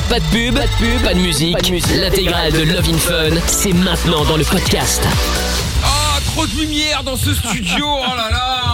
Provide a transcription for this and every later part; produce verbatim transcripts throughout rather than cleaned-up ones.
Pas de pub, pas de pub, pas de musique. Pas de musique. L'intégrale de Love in Fun, c'est maintenant dans le podcast. Ah, trop de lumière dans ce studio. Oh là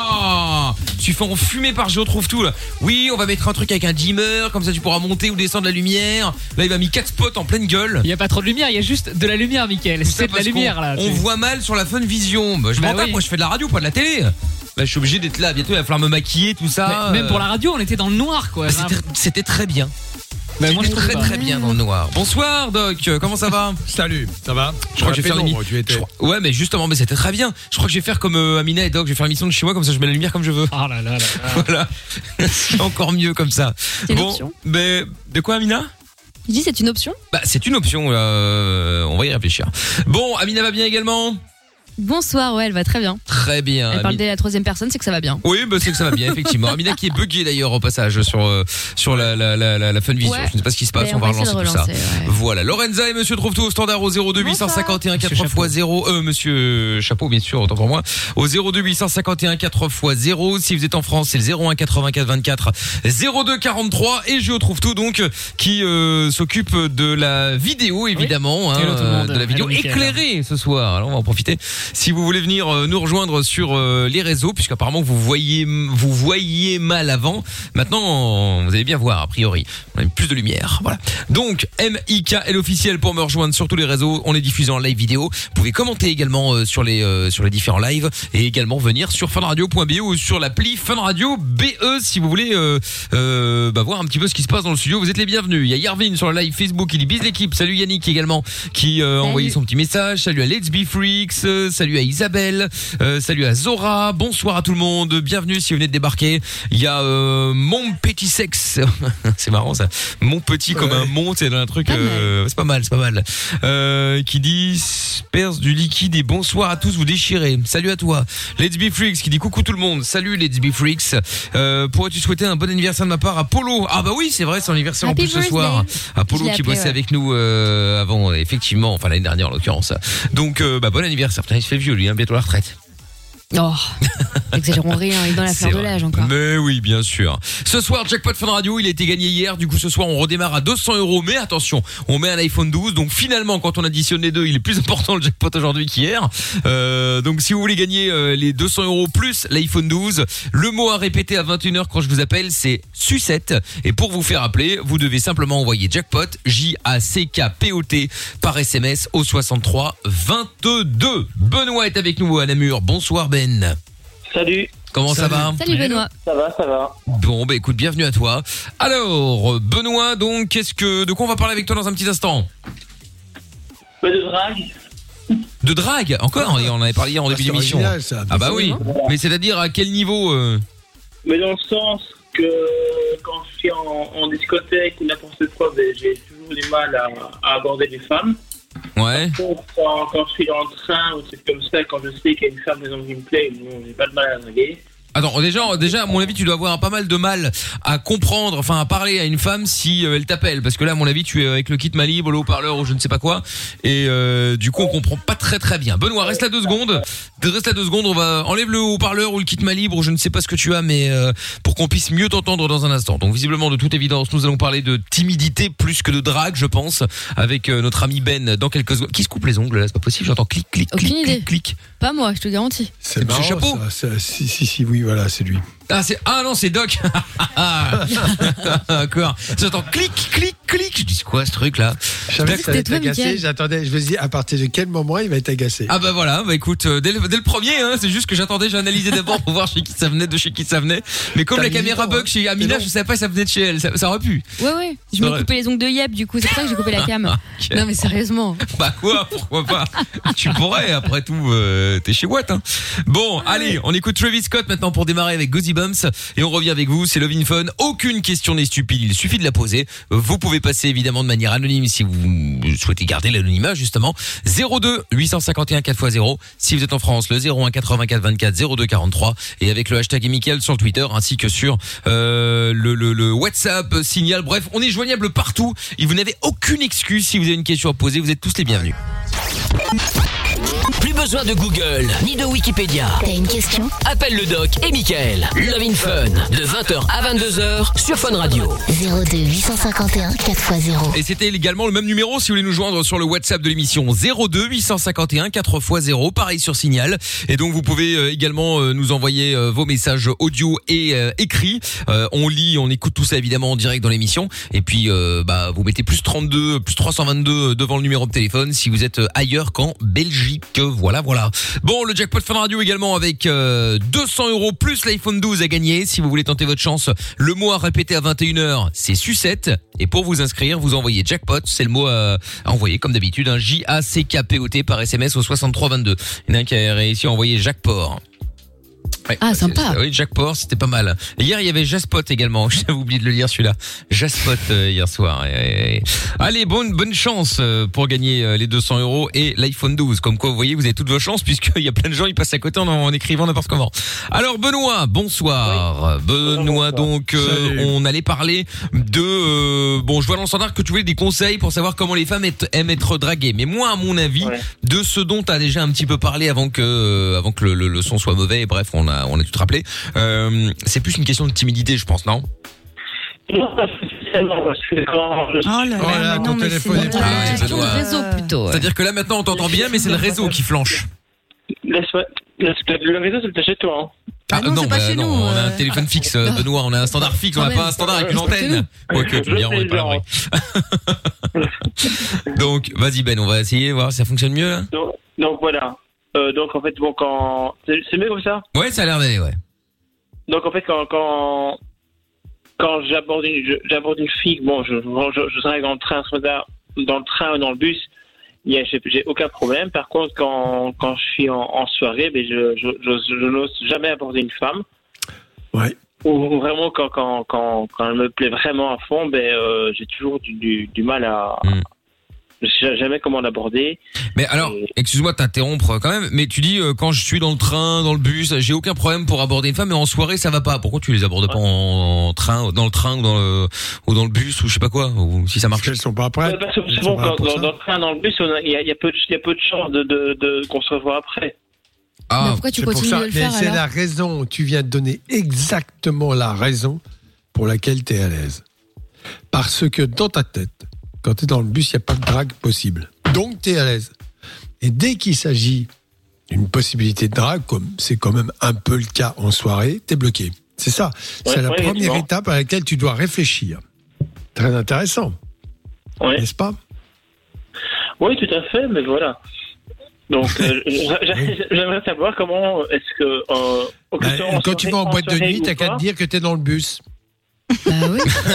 là. Je suis fait enfumer par Géo trouve tout là. Oui, on va mettre un truc avec un dimmer, comme ça tu pourras monter ou descendre la lumière. Là, il m'a mis quatre spots en pleine gueule. Il y a pas trop de lumière, il y a juste de la lumière, Mickaël. C'est de la lumière là. On voit mal sur la Fun Vision. Bah, je bah m'en tape, oui. moi je fais de la radio, pas de la télé. Bah, je suis obligé d'être là. Bientôt, il va falloir me maquiller, tout ça. Mais même pour la radio, on était dans le noir, quoi. Bah, c'était, c'était très bien. Bah, moi, je très trouve très bien dans le noir. Bonsoir Doc, comment ça va? Salut, ça va? Je crois que je vais faire une tu étais. crois... Ouais, mais justement, mais c'était très bien. Je crois que je vais faire comme euh, Amina et Doc, je vais faire l'émission de chez moi, comme ça je mets la lumière comme je veux. Oh là là là. Voilà. C'est encore mieux comme ça. C'est une bon, option. mais de quoi Amina? Je dis c'est une option. Bah, c'est une option, euh, on va y réfléchir. Bon, Amina va bien également? Bonsoir, ouais, elle va très bien. Très bien. Elle parle Amina- de la troisième personne, c'est que ça va bien. Oui, bah c'est que ça va bien, effectivement. Amina qui est buggée d'ailleurs au passage sur euh, sur la la la la, la Fun Vision. Ouais. Je ne sais pas ce qui se passe, Mais on, on va va essayer relancer de tout ça. relancer, ouais. Voilà, Lorenza et Monsieur trouve tout au standard au zéro deux huit cent cinquante et un quatre fois zéro. Euh, Monsieur Chapeau, bien sûr, autant pour moi. Au zéro deux huit cent cinquante et un quatre fois zéro. Si vous êtes en France, c'est le zéro un quatre-vingt-quatre vingt-quatre zéro deux quarante-trois. Et je trouve tout donc qui euh, s'occupe de la vidéo évidemment, hein, Hello tout le monde. de la vidéo Hello, Mickaël. éclairée ce soir. Alors on va en profiter. Si vous voulez venir euh, nous rejoindre sur euh, les réseaux, puisqu'apparemment vous voyez vous voyez mal avant. Maintenant, vous allez bien voir a priori. On a plus de lumière. Voilà. Donc M I K L officiel pour me rejoindre sur tous les réseaux. On est diffusé en live vidéo. Vous pouvez commenter également euh, sur les euh, sur les différents lives et également venir sur funradio point b e ou sur l'appli Fun Radio B E si vous voulez euh, euh, bah, voir un petit peu ce qui se passe dans le studio. Vous êtes les bienvenus. Il y a Yarvin sur le live Facebook, il dit bise l'équipe. Salut Yannick également qui euh, a envoyé son petit message. Salut à Let's Be Freaks, euh, salut à Isabelle, euh, salut à Zora. Bonsoir à tout le monde. Bienvenue si vous venez de débarquer. Il y a euh, mon petit sexe. C'est marrant ça. Mon petit comme Ouais. un mont, c'est un truc euh, c'est pas mal, c'est pas mal. Euh, qui dit perce du liquide et bonsoir à tous, vous déchirez. Salut à toi. Let's Be Freaks qui dit coucou tout le monde. Salut Let's Be Freaks. Euh, pourrais-tu souhaiter un bon anniversaire de ma part à Polo? Ah bah oui, c'est vrai, c'est son anniversaire Happy en plus ce birthday. soir. À Polo Je l'ai qui appelé, bossait ouais. avec nous euh, avant effectivement, enfin l'année dernière en l'occurrence. Donc euh, bah bon anniversaire. Putain, il se fait vieux lui, hein, bientôt la retraite. Oh, exagérons rien, il est dans la C'est fleur de vrai. l'âge encore. Mais oui, bien sûr. Ce soir, Jackpot Fun Radio, il a été gagné hier. Du coup, ce soir, on redémarre à deux cents euros. Mais attention, on met un iPhone douze. Donc finalement, quand on additionne les deux, il est plus important le jackpot aujourd'hui qu'hier. Euh, donc si vous voulez gagner euh, les deux cents euros plus l'iPhone douze, le mot à répéter à vingt et une heures quand je vous appelle, c'est sucette. Et pour vous faire appeler, vous devez simplement envoyer jackpot, J A C K P O T, par S M S au soixante-trois vingt-deux. Benoît est avec nous à Namur. Bonsoir Ben. Salut, Comment ça va? Salut Benoît. ça va, ça va. Bon, bah écoute, bienvenue à toi. Alors, Benoît, donc, qu'est-ce que, de quoi on va parler avec toi dans un petit instant? Bah, de drague. De drague, encore? Et on en avait parlé hier en Ah, début c'est d'émission. original, ça. Ah bah oui. Mais c'est-à-dire à quel niveau euh Mais dans le sens que quand je suis en, en discothèque ou n'importe quoi, ben, j'ai toujours du mal à, à aborder les femmes. Ouais. Quand, quand je suis dans le train ou c'est comme ça, quand je sais qu'il y a une femme par exemple, qui me plaît, bon, j'ai pas de mal à draguer. Attends, déjà, déjà, à mon avis, tu dois avoir pas mal de mal à comprendre, enfin, à parler à une femme si euh, elle t'appelle, parce que là, à mon avis, tu es avec le kit Malibre, le haut-parleur ou je ne sais pas quoi, et euh, du coup, on comprend pas très très bien. Benoît, reste là deux secondes. Reste là deux secondes. On va enlève le haut-parleur ou le kit Malibre, ou je ne sais pas ce que tu as, mais euh, pour qu'on puisse mieux t'entendre dans un instant. Donc, visiblement, de toute évidence, nous allons parler de timidité plus que de drague, je pense, avec euh, notre ami Ben dans quelques secondes. Qui se coupe les ongles là? C'est pas possible. J'entends clic, clic, Aucune clic, idée. clic, clic. Pas moi, je te garantis. C'est Monsieur marrant, Chapeau. ça, ça, si, si, si, oui, voilà, c'est lui. Ah, c'est, ah non, c'est Doc. D'accord. J'entends clic, clic, clic. Je dis, c'est quoi ce truc là? Je savais que ça allait C'était être toi, agacé, Mickaël. j'attendais, je me dis à partir de quel moment il va être agacé. Ah bah voilà, bah écoute, euh, dès, le, dès le premier, hein, c'est juste que j'attendais, j'ai analysé d'abord pour voir chez qui ça venait, de chez qui ça venait. Mais comme T'as la mis caméra du temps, bug hein. chez Amina, C'est je savais pas si ça venait de chez elle. Ça, ça aurait pu. Ouais, ouais. Je C'est me vrai. coupais les ongles de Yep, du coup, c'est pour ça que j'ai coupé la cam. Ok. Non, mais sérieusement. Bah quoi, pourquoi pas? Tu pourrais, après tout, euh, t'es chez Watt. Hein. Bon, allez, on écoute Travis Scott maintenant pour démarrer avec Goosey Bumps et on revient avec vous. C'est Love in Fun. Aucune question n'est stupide, il suffit de la poser. Vous pouvez passer évidemment de manière anonyme si vous souhaitez garder l'anonymat justement. zéro deux huit cent cinquante et un quatre fois zéro. Si vous êtes en France, le zéro un quatre-vingt-quatre vingt-quatre zéro deux quarante-trois et avec le hashtag Mickaël sur le Twitter ainsi que sur euh, le, le, le WhatsApp, Signal. Bref, on est joignable partout et vous n'avez aucune excuse si vous avez une question à poser. Vous êtes tous les bienvenus. Plus besoin de Google, ni de Wikipédia. T'as une question? Appelle le doc et Mickaël. Love in Fun, de vingt heures à vingt-deux heures sur Fun Radio. zéro deux huit cent cinquante et un quatre fois zéro. Et c'était également le même numéro si vous voulez nous joindre sur le WhatsApp de l'émission zéro deux huit cent cinquante et un quatre fois zéro, pareil sur Signal. Et donc vous pouvez euh, également euh, nous envoyer euh, vos messages audio et euh, écrits. Euh, on lit, on écoute tout ça évidemment en direct dans l'émission. Et puis euh, bah vous mettez plus trente-deux, plus trois cent vingt-deux devant le numéro de téléphone si vous êtes ailleurs qu'en Belgique. Voilà, voilà. Bon, le jackpot Fun Radio également avec euh, deux cents euros plus l'iPhone douze à gagner. Si vous voulez tenter votre chance, le mot à répéter à vingt et une heures, c'est sucette. Et pour vous inscrire, vous envoyez jackpot, c'est le mot à, à envoyer comme d'habitude, un J A C K P O T par S M S au soixante-trois vingt-deux. Il y en a un qui a réussi à envoyer jackpot. Ouais, Ah, bah, sympa. c'est- Oui, Jackpot, c'était pas mal. Et hier, il y avait Jaspot également. J'avais oublié de le lire celui-là. Jaspot euh, hier soir. Et- et- et- Allez, bonne bonne chance euh, pour gagner euh, les deux cents euros et l'iPhone douze. Comme quoi, vous voyez, vous avez toutes vos chances puisqu'il y a plein de gens qui passent à côté en, en écrivant n'importe comment. Alors, Benoît, bonsoir. Benoît, donc, euh, Salut. on allait parler de... euh, bon, je vois dans le standard que tu voulais des conseils pour savoir comment les femmes être- aiment être draguées. Mais moi, à mon avis, Ouais. de ce dont tu as déjà un petit peu parlé avant que euh, avant que le, le, le son soit mauvais, bref, on a on a tout rappelé. Euh, c'est plus une question de timidité, je pense, non? Non, pas spécialement, parce que quand je Oh là Oh là, là, mais ton non, mais téléphone c'est est bon. pas- Ah, Question de Benoît. réseau plutôt. ouais. C'est-à-dire que là maintenant on t'entend bien, mais c'est le réseau qui flanche. Laisse-moi. laisse- Le réseau, c'est peut-être chez toi. Hein. Ah non, c'est pas chez non, nous, on a un euh. téléphone fixe, euh, Benoît, on a un standard fixe, on Quand n'a pas même. un standard avec une antenne. Ok, tu me diras, on est pas vrai. Donc, vas-y Ben, on va essayer, voir si ça fonctionne mieux là. Donc, donc voilà. Euh, donc en fait, bon, quand. C'est c'est mieux comme ça? Ouais, ça a l'air d'aller, ouais. Donc en fait, quand. quand... Quand j'aborde une, je- j'aborde une fille, bon, je, je, je serai dans le train, soit dans le train ou dans le bus, il y a, j'ai, j'ai aucun problème. Par contre, quand, quand je suis en, en soirée, ben je, je, je, je n'ose jamais aborder une femme. Ouais. Ou, ou vraiment, quand, quand, quand, quand elle me plaît vraiment à fond, ben, euh, j'ai toujours du, du, du mal à. Mm. Je sais jamais comment l'aborder. Mais alors, Et- excuse-moi de t'interrompre quand même, mais tu dis euh, quand je suis dans le train, dans le bus, j'ai aucun problème pour aborder une femme, mais en soirée ça va pas. Pourquoi tu les abordes pas en, en train, dans le train ou dans le ou dans le bus ou je sais pas quoi, ou si ça marche? Parce qu'elles sont pas prêtes. Ouais, parce que Elles c'est sont bon, pas là quand, pour dans, ça. dans le train, dans le bus, on a- il y a, il y a peu de, il y a peu de chances de, de, de, qu'on se revoie après. Mais Ah, pourquoi tu C'est pour continues ça. de le Mais faire c'est alors la raison. Tu viens de donner exactement la raison pour laquelle tu es à l'aise. Parce que dans ta tête, quand tu es dans le bus, il n'y a pas de drague possible. Donc, tu es à l'aise. Et dès qu'il s'agit d'une possibilité de drague, comme c'est quand même un peu le cas en soirée, tu es bloqué. C'est ça. Ouais, c'est la ouais, première effectivement. étape à laquelle tu dois réfléchir. Très intéressant, Ouais. n'est-ce pas? Oui, tout à fait, mais voilà. Donc, euh, j'a- j'aimerais savoir comment est-ce que. Euh, au- Bah, que en quand tu vas en soirée- boîte de soirée nuit, ou t'as qu'à pas, te dire que tu es dans le bus. Bah oui.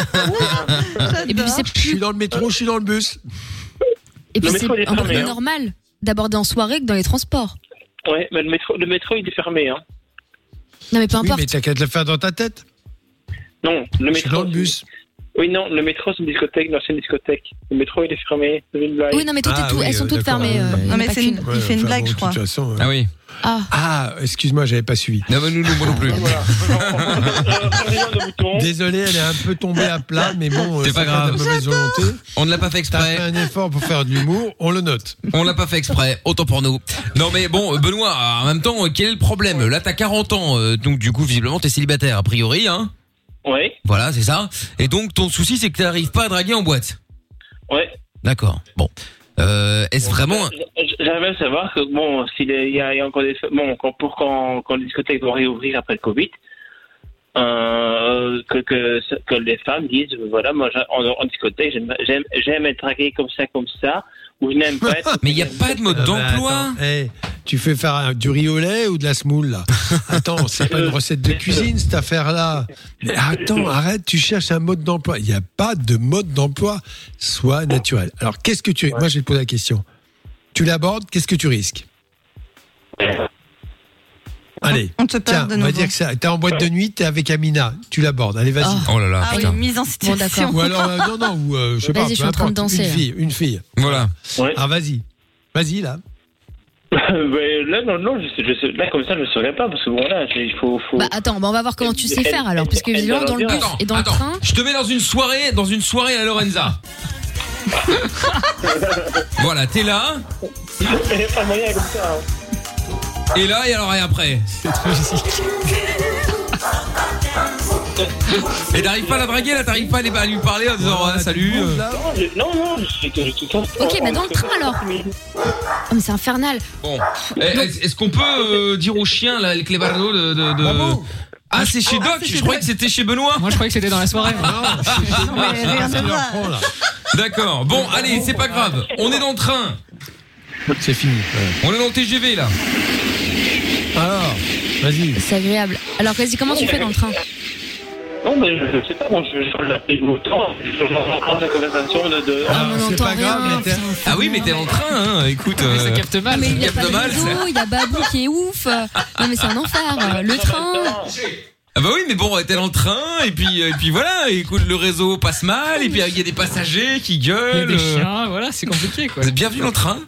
Et puis c'est Je suis plus, dans le métro, je suis dans le bus. et puis Le c'est métro, il est encore fermé, plus hein. normal d'aborder en soirée que dans les transports. Ouais, mais le métro, le métro, il est fermé. Hein. Non mais peu Oui, importe. mais t'as qu'à te le faire dans ta tête. Non, le Je suis métro. dans le bus. Oui, non, le métro, c'est une discothèque. Non, c'est une discothèque. Le métro, il est fermé. C'est une blague. Oui, non mais toutes, Ah et tout, oui, elles sont euh, toutes d'accord. fermées. euh, il y en Non, a mais pas c'est qu'une. une- Il fait une blague, bon, je de crois. toute façon, euh, ah oui. Ah, Ah, excuse-moi, j'avais pas suivi. Non, mais nous, nous, moi non plus. Voilà. Euh, prenez-moi de bouton. Désolé, elle est un peu tombée à plat, mais bon, C'est euh, pas ça grave. de la mauvaise volonté. On ne l'a pas fait T'as fait exprès. un effort pour faire de l'humour, on le note. On l'a pas fait exprès, autant pour nous. Non mais bon, Benoît, en même temps, quel est le problème? Là, t'as quarante ans, euh, donc du coup, visiblement, t'es célibataire, a priori, hein? Ouais, Voilà, c'est ça. Et donc, ton souci, c'est que t'arrives pas à draguer en boîte. ouais. D'accord. Bon. Euh, est-ce vraiment... J'aimerais savoir que, bon, s'il y, y a encore des. Bon, quand, pour quand, quand les discothèques vont réouvrir après le Covid, euh, que, que, que les femmes disent voilà, moi, j'a- en, en discothèque, j'aime, j'aime, j'aime être draguée comme ça, comme ça, ou je n'aime pas être. Mais il y a pas de mode Ah bah, d'emploi. attends, hey, tu fais faire un- du riz au lait ou de la semoule, là? Attends, c'est pas une recette de cuisine, cette affaire-là. Mais attends, arrête, tu cherches un mode d'emploi. Il n'y a pas de mode d'emploi. Sois naturel. Alors, qu'est-ce que tu... Moi, je vais te poser la question. Tu l'abordes, qu'est-ce que tu risques? Allez, On te tiens, perd de on va nouveau. dire que ça. T'es en boîte de nuit, t'es avec Amina. Tu l'abordes, allez, vas-y. Oh. Oh là là, Ah oui, putain. mise en situation. d'accord. Ou alors, euh, non, non, ou euh, je sais Vas-y, pas, je suis peu en train de importe, danser, une là. fille, une fille. Voilà. Ouais. Ah, vas-y. Vas-y, là. Mais là, non, non, je, sais- je, sais- là, comme ça, je ne saurais pas, parce que bon, là, il faut. faut... Bah attends, bah on va voir comment tu sais Elle- faire alors, parce que elle- visiblement elle dans le dans bus l'ambiance. et dans attends, le train. je te mets dans une soirée, dans une soirée à Lorenza. Voilà, t'es là. Il n'y a pas moyen comme ça. hein. Et là, et alors, et après? C'est trop musique. Et t'arrives pas à la draguer là, t'arrives pas à, aller- à lui parler en disant ouais, salut. euh. Non, je- non, non, je suis je suis Ok, bah dans le train alors. Oh, mais c'est infernal. Bon, Eh, est-ce est-ce qu'on peut euh, dire au chien là, avec les barreaux de, de, de... Ah, c'est chez Doc. Je croyais que c'était chez Benoît. Moi je croyais que c'était dans la soirée. Mais rien à voir. D'accord. Bon, allez, c'est pas grave. On est dans le train. C'est fini. Ouais. On est dans le T G V là. Alors, vas-y. C'est agréable. Alors, vas-y, comment tu fais dans le train? Non, mais je, je sais pas, moi, je, je l'appelle autant, je j'entends la conversation de... de... Ah, on c'est n'entend pas grave, rien, mais t'es- putain, c'est Ah oui, mais t'es dans le train, hein. Écoute. Mais ça euh, capte mal. Mais il n'y a capte pas de mal, réseau, ça. il y a Babou qui est ouf. Non, mais c'est un enfer. Le train. Ah bah oui, mais bon, t'es dans le train et puis et puis voilà. Écoute, le réseau passe mal et puis il y a des passagers qui Il y a gueulent. des euh. chiens, voilà, c'est compliqué quoi. Vous êtes bienvenue dans le train.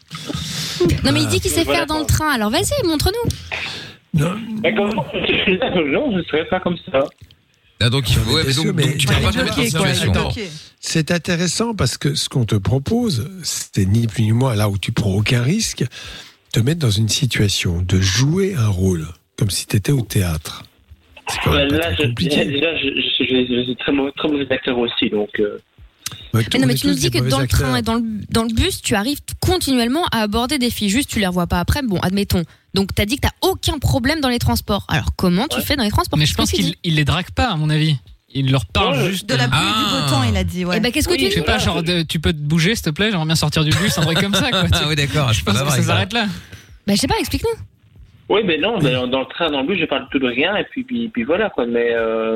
Non, mais il dit qu'il sait Voilà, faire dans quoi. le train. Alors, vas-y, montre-nous. Non, Mais comment non, je serais pas comme ça. Ah donc il faut. Ouais, mais bien donc, sûr, mais donc tu tu peux vas pas être te mettre en bloqué, quoi, situation. attends. c'est intéressant parce que ce qu'on te propose, c'est ni plus ni moins là où tu prends aucun risque, te mettre dans une situation de jouer un rôle comme si tu étais au théâtre. C'est quand même pas Là, très je, compliqué. déjà, je, je, je, je suis très mauvais, très mauvais acteur aussi, donc... Euh... Ouais, Mais non, on mais est tu nous tous dis des que dans mauvais le train acteurs. et dans le, dans le bus, tu arrives continuellement à aborder des filles. Juste, tu les revois pas après. Bon, admettons. Donc, t'as dit que t'as aucun problème dans les transports. Alors, comment tu Ouais. fais dans les transports? Mais je pense Qu'est-ce que tu qu'il il les drague pas à mon avis. Il leur parle Ouais, juste. De la pluie et du Ah. beau temps, il a dit, dis ouais. Eh ben, qu'est-ce que Oui, tu Je sais dis? pas, genre de- tu peux te bouger s'il te plaît, j'aimerais bien sortir du bus, un truc comme ça quoi. Ah oui, d'accord. Je pense que ça s'arrête là. Bah, je sais pas, explique-nous. Oui, mais non, mais dans le train, dans le bus, je parle tout de rien, et puis, puis, puis voilà, quoi. Mais euh,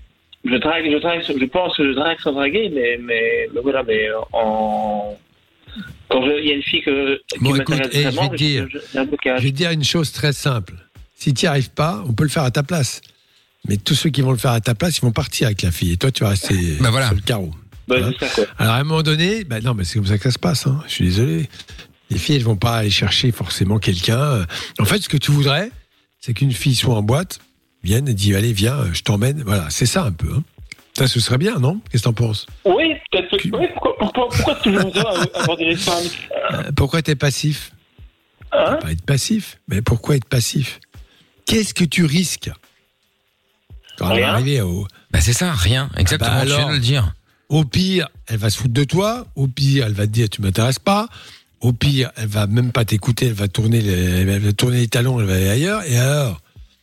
je drague, je drague, je pense que je drague sans draguer, mais, mais, mais voilà, mais en... Quand je- il y a une fille que, qui Bon, écoute, m'intéresse eh, je vraiment, vais te dire, je- j'ai un blocage. Je vais te dire une chose très simple. Si tu n'y arrives pas, on peut le faire à ta place. Mais tous ceux qui vont le faire à ta place, ils vont partir avec la fille. Et toi, tu vas rester Bah voilà. sur le carreau. Bah, Hein c'est ça, quoi. Alors à un moment donné, bah non, mais c'est comme ça que ça se passe. Hein. Je suis désolé. Les filles, elles vont pas aller chercher forcément quelqu'un. En fait, ce que tu voudrais, c'est qu'une fille soit en boîte, vienne et dit allez, viens, je t'emmène. Voilà, c'est ça un peu. Hein. Ça, ce serait bien, non? Qu'est-ce que t'en penses? Oui, peut-être, oui, pourquoi, pourquoi, pourquoi toujours ça, aborder les femmes? Euh, Pourquoi t'es passif? Hein? Pas être passif. Mais pourquoi être passif? Qu'est-ce que tu risques? Quand on va Rien. arriver au, Bah c'est ça, rien. Exactement. Ah bah tu viens alors. de le dire. Au pire, elle va se foutre de toi. Au pire, elle va te dire tu m'intéresses pas. Au pire, elle va même pas t'écouter. Elle va tourner les, elle va tourner les talons. Elle va aller ailleurs. Et alors,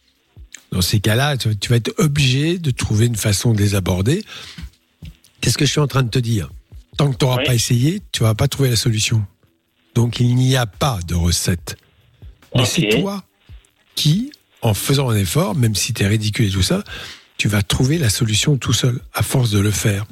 dans ces cas-là, tu, tu vas être obligé de trouver une façon de les aborder. Qu'est-ce que je suis en train de te dire? Tant que tu n'auras Oui. pas essayé, tu vas pas trouver la solution. Donc, il n'y a pas de recette. Mais Ok. c'est toi qui, en faisant un effort, même si tu es ridicule et tout ça, tu vas trouver la solution tout seul, à force de le faire.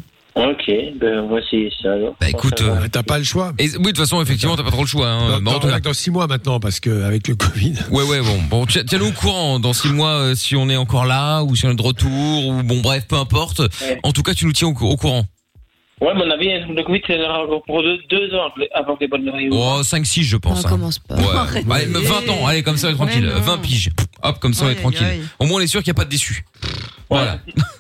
Ok, ben voici ça alors. Bah, écoute, Ça va. euh, Ah, T'as pas le choix. Et, oui, de toute façon, effectivement, t'as pas trop le choix. Hein. Dans, Bah, en tout dans- cas. dans six mois maintenant, parce qu'avec le Covid. Ouais, ouais, bon, bon, tiens- tiens-nous au courant dans six mois euh, si on est encore là ou si on est de retour ou bon, bref, peu importe. Ouais. En tout cas, tu nous tiens au, au courant. Ouais, à mon avis, le Covid, c'est encore pour deux, deux ans avant que les bonnes nouvelles. Oh, cinq six, je pense. On hein. commence pas. Ouais. Arrête. Allez, vingt ans, allez, comme ça, on est tranquille. Ouais, non. vingt piges. Hop, comme ça, on est Aïe, tranquille. aïe, aïe. Au moins, on est sûr qu'il n'y a pas de déçus. Voilà.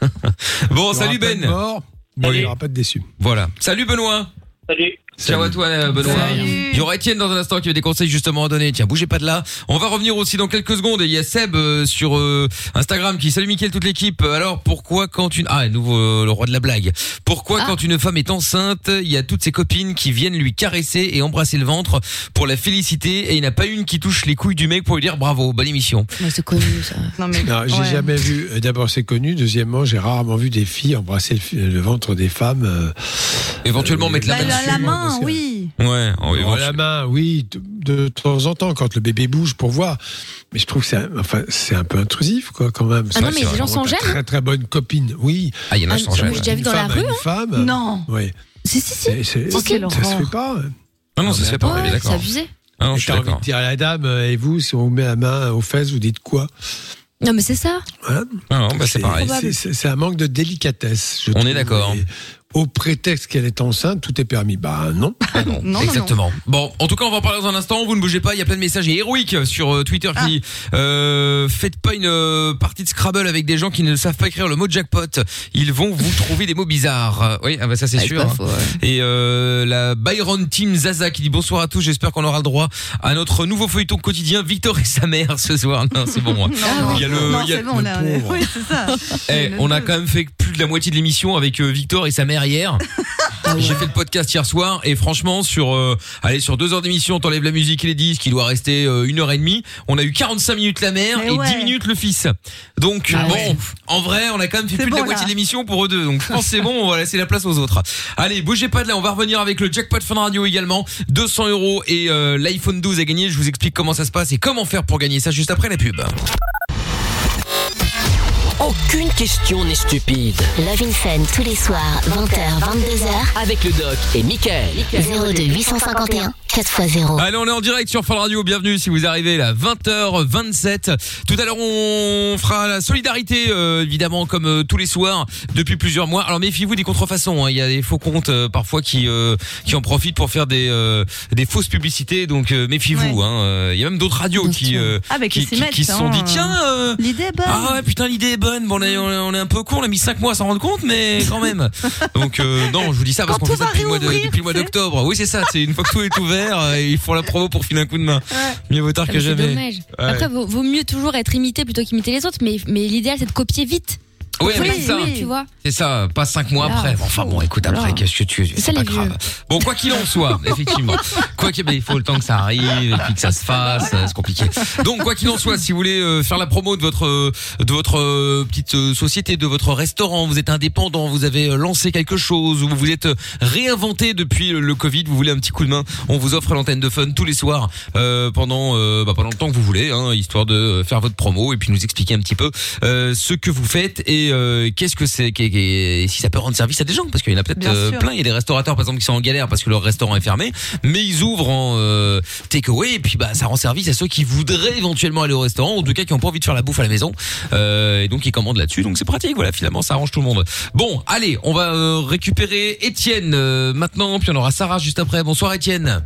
Il Bon, y aura salut pas de Ben. mort, mais Salut. il n'y aura pas de déçus. Voilà. Salut Benoît. Salut. Ciao à toi euh, Benoît. Salut. Il y aura Étienne dans un instant qui a des conseils justement à donner. Tiens, bougez pas de là. On va revenir aussi dans quelques secondes. Et il y a Seb euh, sur euh, Instagram qui salut Mickaël, toute l'équipe. Alors pourquoi quand une ah nouveau euh, le roi de la blague. Pourquoi Ah. quand une femme est enceinte, il y a toutes ses copines qui viennent lui caresser et embrasser le ventre pour la féliciter et il n'y en a pas une qui touche les couilles du mec pour lui dire bravo, bonne émission. Ouais, c'est connu, ça. Non, mais. Non, j'ai ouais. jamais vu. euh, D'abord, c'est connu. Deuxièmement, j'ai rarement vu des filles embrasser le, fi- le ventre des femmes. euh, Éventuellement Euh, mettre la Bah, main la, dessus. la main, parce que- oui. Ouais, oh, Oh, éventu- la main, oui, de, de temps en temps, quand le bébé bouge pour voir. Mais je trouve que c'est un, enfin, c'est un peu intrusif, quoi, quand même. Ah non, Ouais, mais c'est les vrai. gens s'en Ta gênent. hein. Très, très bonne copine, oui. Ah, il y en a Ah, sans mais gêne. j'ai déjà vu Une dans la femme à rue, une hein. femme. Non. Oui. Si, si, si. C'est, c'est, Oh, ça quelle se horreur. fait pas. Ah non, ça se fait pas, on est Ouais, c'est d'accord. abusé. Ah non, Et je suis t'as envie d'accord. de dire à la dame, euh, et vous, si on vous met la main aux fesses, vous dites quoi? Non, mais c'est ça. Voilà. Ah non, bah c'est pareil. C'est, c'est- c'est un manque de délicatesse. je On trouve. est d'accord. Et au prétexte qu'elle est enceinte, tout est permis. Bah non. Ah non, Non, non, exactement. Bon, en tout cas, on va en parler dans un instant. Vous ne bougez pas. Il y a plein de messages. Il y a Heroic sur euh, Twitter qui dit euh, faites pas une euh, partie de Scrabble avec des gens qui ne savent pas écrire le mot jackpot. Ils vont vous trouver des mots bizarres. Euh, oui, ah bah ça c'est Ah, c'est sûr. pas hein. faux, ouais. Et euh, la Byron Team Zaza qui dit bonsoir à tous. J'espère qu'on aura le droit à notre nouveau feuilleton quotidien Victor et sa mère ce soir. Non, c'est bon. Moi. Non, Il y a le, non, il y a- c'est bon, le là, pauvre. oui, c'est ça. Eh, Le on a deux. quand même fait plus de la moitié de l'émission avec euh, Victor et sa mère hier. J'ai fait le podcast hier soir et franchement sur euh, allez sur deux heures d'émission, t'enlèves la musique et les disques, il doit rester euh, une heure et demie. On a eu quarante-cinq minutes la mère Mais et ouais. dix minutes le fils. Donc Ah bon, ouais. en vrai, on a quand même fait C'est plus de bon, la moitié là. de l'émission pour eux deux. Donc je pense que c'est bon, on va laisser la place aux autres. Allez, bougez pas de là, on va revenir avec le jackpot Fun Radio également. deux cents euros et euh, l'iPhone douze à gagner. Je vous explique comment ça se passe et comment faire pour gagner ça juste après la pub. Aucune question n'est stupide. Love in Fun tous les soirs, vingt heures, vingt-deux heures, Avec le doc et Mickaël. zéro deux huit cent cinquante et un quatre fois zéro. Allez, on est en direct sur Fun Radio. Bienvenue si vous arrivez là, vingt heures vingt-sept. Tout à l'heure, on fera la solidarité, euh, évidemment, comme euh, tous les soirs depuis plusieurs mois. Alors méfiez-vous des contrefaçons. Hein. Il y a des faux comptes euh, parfois qui euh, qui en profitent pour faire des euh, des fausses publicités. Donc euh, méfiez-vous. Ouais. Hein. Euh, Il y a même d'autres radios qui euh, Ah, bah, qui qui, s'y qui, mettent, qui se sont hein. dit tiens. Euh, L'idée est bonne. ah ouais putain l'idée est bonne. Bon on est, on est on est un peu con, on a mis cinq mois à s'en rendre compte mais quand même. Donc euh, non je vous dis ça parce Quand qu'on fait tout ça va depuis le mois de- réouvrir, depuis le mois tu sais. d'octobre. Oui c'est ça, c'est une fois que tout est ouvert, euh, ils font la promo pour filer un coup de main. Mieux vaut tard Ah, que mais c'est jamais. dommage. Ouais. Après, vaut, vaut mieux toujours être imité plutôt qu'imiter les autres, mais, mais l'idéal c'est de copier vite. Ouais, Faut mais pas c'est ça. jouer, tu vois. C'est ça, pas cinq mois Voilà. après. Enfin bon, écoute, après, Voilà. qu'est-ce que tu C'est c'est ça, pas les grave. vieux. Bon, quoi qu'il en soit, effectivement. Quoi qu'il, ben, il faut le temps que ça arrive et puis que ça se fasse, euh, c'est compliqué. Donc, quoi qu'il en soit, si vous voulez euh, faire la promo de votre euh, de votre euh, petite euh, société, de votre restaurant, vous êtes indépendant, vous avez euh, lancé quelque chose ou vous vous êtes euh, réinventé depuis le Covid, vous voulez un petit coup de main, on vous offre l'antenne de Fun tous les soirs euh, pendant euh, bah, pendant le temps que vous voulez, hein, histoire de faire votre promo et puis nous expliquer un petit peu euh, ce que vous faites et euh, qu'est-ce que c'est, qu'est- qu'est- et si ça peut rendre service à des gens, parce qu'il y en a peut-être Bien euh, sûr. plein. Il y a des restaurateurs par exemple qui sont en galère parce que leur restaurant est fermé, mais ils ouvrent en euh, takeaway et puis bah ça rend service à ceux qui voudraient éventuellement aller au restaurant ou en tout cas qui ont pas envie de faire la bouffe à la maison euh, et donc ils commandent là-dessus. Donc c'est pratique, voilà, finalement ça arrange tout le monde. Bon, allez, on va euh, récupérer Étienne euh, maintenant, puis on aura Sarah juste après. Bonsoir Étienne.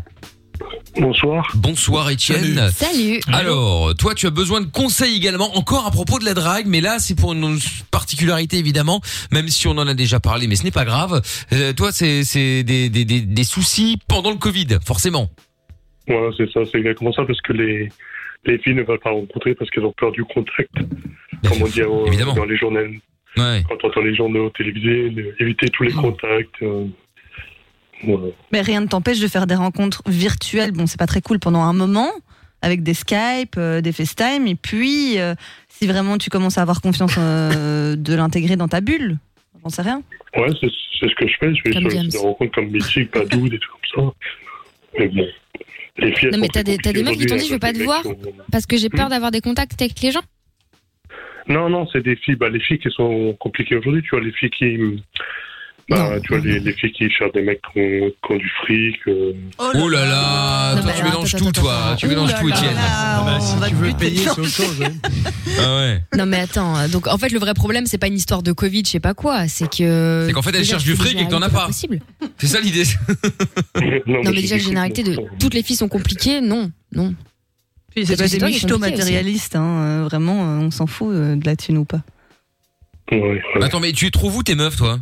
Bonsoir. Bonsoir Étienne. Salut. Alors, toi, tu as besoin de conseils également, encore à propos de la drague, mais là, c'est pour une particularité évidemment, même si on en a déjà parlé, mais ce n'est pas grave. Euh, toi, c'est c'est des, des, des, des soucis pendant le Covid, forcément. Voilà, c'est ça, c'est exactement ça, parce que les, les filles ne veulent pas rencontrer parce qu'elles ont peur du contact. Comme on dit euh, Évidemment. dans les journaux, Ouais. quand on entend les journaux télévisés, de- éviter tous les contacts. euh, voilà. Mais rien ne t'empêche de faire des rencontres virtuelles. Bon, c'est pas très cool pendant un moment, avec des Skype, euh, des FaceTime, et puis euh, si vraiment tu commences à avoir confiance euh, de l'intégrer dans ta bulle, j'en sais rien. Ouais, c'est c'est ce que je fais. Je fais Comme sur James. des rencontres comme Mythique, Badou, des trucs comme ça. Mais bon, les filles, elles Non, mais sont t'as plus des- t'as des meufs qui compliquées t'ont dit, je veux pas te voir. aujourd'hui, avec Parce que j'ai peur Hmm. d'avoir des contacts avec les gens. Non, non, c'est des filles, bah, les filles qui sont compliquées aujourd'hui, tu vois, les filles qui, bah, Non. tu vois, les, les filles qui cherchent des mecs qui ont, qui ont du fric. euh, Oh là là, Non, toi, mais tu alors, mélanges attends, tout, attends, toi. attends. Tu mélanges Ouh tout, là là Étienne. là. Ah bah, on si va tu veux vite payer, c'est échanger. autre chose. hein. Ah ouais. Non mais attends, donc en fait le vrai problème c'est pas une histoire de Covid, je sais pas quoi, c'est que. C'est qu'en fait, elle déjà, cherche c'est du des fric et que t'en as généralités pas. possibles. C'est ça l'idée. Non mais déjà la généralité de toutes les filles sont compliquées, non, non. Puis c'est Parce pas que des c'est toi qui es michtos compliqué aussi. matérialistes, hein, euh, vraiment, euh, on s'en fout euh, de la thune ou pas. Ouais, ouais. Attends, mais tu trouves où tes meufs, toi?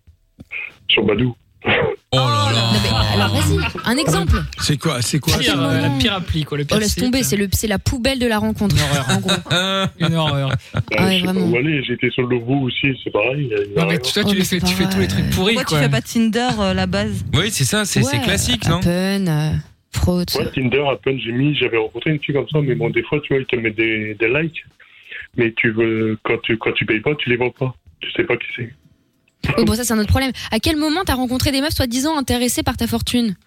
Sur Badou. Oh là là. Non mais alors vas-y, un exemple. C'est quoi, c'est quoi Pire, ça euh, la pire appli, quoi. Le pire Oh laisse site. tomber, c'est le c'est la poubelle de la rencontre. Une horreur. En gros. Hein Une horreur. Ah ouais, je sais pas vraiment. où aller, j'ai été sur le Louvre aussi, c'est pareil. il y a- il y a Non, mais rien. toi, Oh, tu, mais les fais, c'est tu fais pas tous les vrai. trucs pourris, Pourquoi quoi. tu fais pas Tinder euh, la base? Oui, c'est ça, c'est c'est Ouais, classique, non? Open, euh, fraude. Ouais, Tinder, à peine j'ai mis, j'avais rencontré une fille comme ça, mais bon, des fois, tu vois, ils te mettent des, des likes, mais tu veux, quand tu, quand tu payes pas, tu les vois pas. Tu sais pas qui c'est. Oui, bon ça c'est un autre problème. À quel moment t'as rencontré des meufs soi-disant intéressées par ta fortune?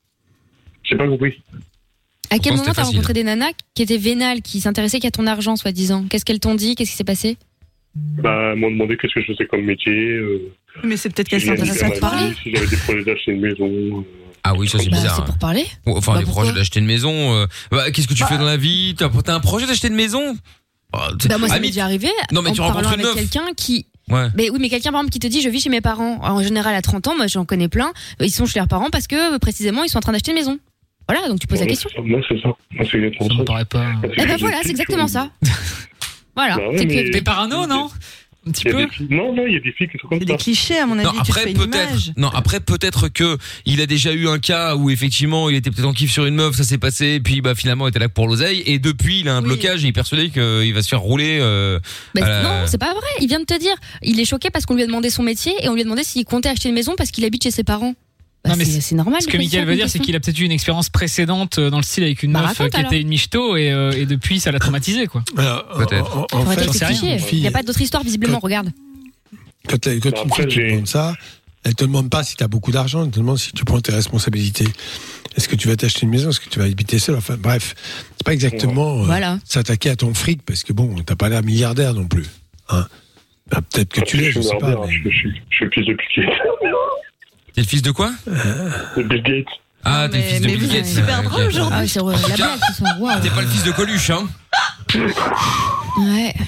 J'ai pas compris. À quel Pourtant, moment c'était t'as facile. rencontré des nanas qui étaient vénales, qui s'intéressaient qu'à ton argent soi-disant? Qu'est-ce qu'elles t'ont dit? Qu'est-ce qui s'est passé? Bah, elles m'ont demandé qu'est-ce que je faisais comme métier, euh, Mais c'est peut-être qu'elle si j'avais s'intéresse fait à ma te parler. vie, si j'avais des projets d'acheter une maison. euh, Ah oui, ça c'est Bah, bizarre. c'est pour parler. hein. Enfin, Bah, les pourquoi projets d'acheter une maison. euh, bah, qu'est-ce que tu fais dans la vie? T'as t'as un projet d'acheter une maison? Oh, t- Bah moi ça Ami- m'est déjà arrivé Non, mais en tu parlant rencontres une avec meuf. quelqu'un qui Ouais. Mais oui, mais quelqu'un par exemple qui te dit je vis chez mes parents, en général à trente ans, moi j'en connais plein, ils sont chez leurs parents parce que précisément ils sont en train d'acheter une maison. Voilà, donc tu poses Ouais, la question. c'est ça. Moi, c'est ça. Moi, c'est exactement Ça ça. me paraît pas. Eh ben voilà, c'est exactement ça. Voilà. Bah ouais, c'est mais- que... T'es parano, non? Un petit Il y a peu. des filles- Non, non, il y a des filles qui sont comme C'est ça. des clichés, à mon avis. Non, tu après te fais une peut-être. image. Non, après peut-être que il a déjà eu un cas où effectivement il était peut-être en kiff sur une meuf, ça s'est passé, et puis bah finalement il était là pour l'oseille, et depuis il a un Oui. blocage et il est persuadé qu'il va se faire rouler. Euh, Bah, à la- Non, c'est pas vrai. Il vient de te dire. Il est choqué parce qu'on lui a demandé son métier et on lui a demandé s'il comptait acheter une maison parce qu'il habite chez ses parents. Bah, Non, mais c'est c'est normal. Ce de que poser Mickaël ça veut comme dire, c'est question. qu'il a peut-être eu une expérience précédente euh, dans le style avec une Bah, meuf raconte, euh, qui alors. était une michto et, euh, et depuis ça l'a traumatisé quoi. Alors, Peut-être. En, en- en Faudrait fait, être j'en sais cliché. une Il fille, n'y a pas d'autre histoire visiblement. Quand- Regarde. quand, elle- quand Bah, une après, fille te j'ai- demande ça, elle te demande pas si tu as beaucoup d'argent, elle te demande si tu prends tes responsabilités. Est-ce que tu vas t'acheter une maison? Est-ce que tu vas habiter seul? Enfin bref, c'est pas exactement euh, Voilà. s'attaquer à ton fric parce que bon, t'as pas l'air milliardaire non plus. Hein. Bah, peut-être que tu Je l'es, suis je sais pas. milliardaire, mais- je, je, je, je suis le fils de Bill Gates. T'es le fils de quoi? De Bill Gates. Ah, t'es le mais- fils de mais Bill vous Gates. êtes super euh, drôle ok. aujourd'hui. Ah, c'est euh, la blague. Ils sont waouh. T'es pas le fils de Coluche, hein? Ouais.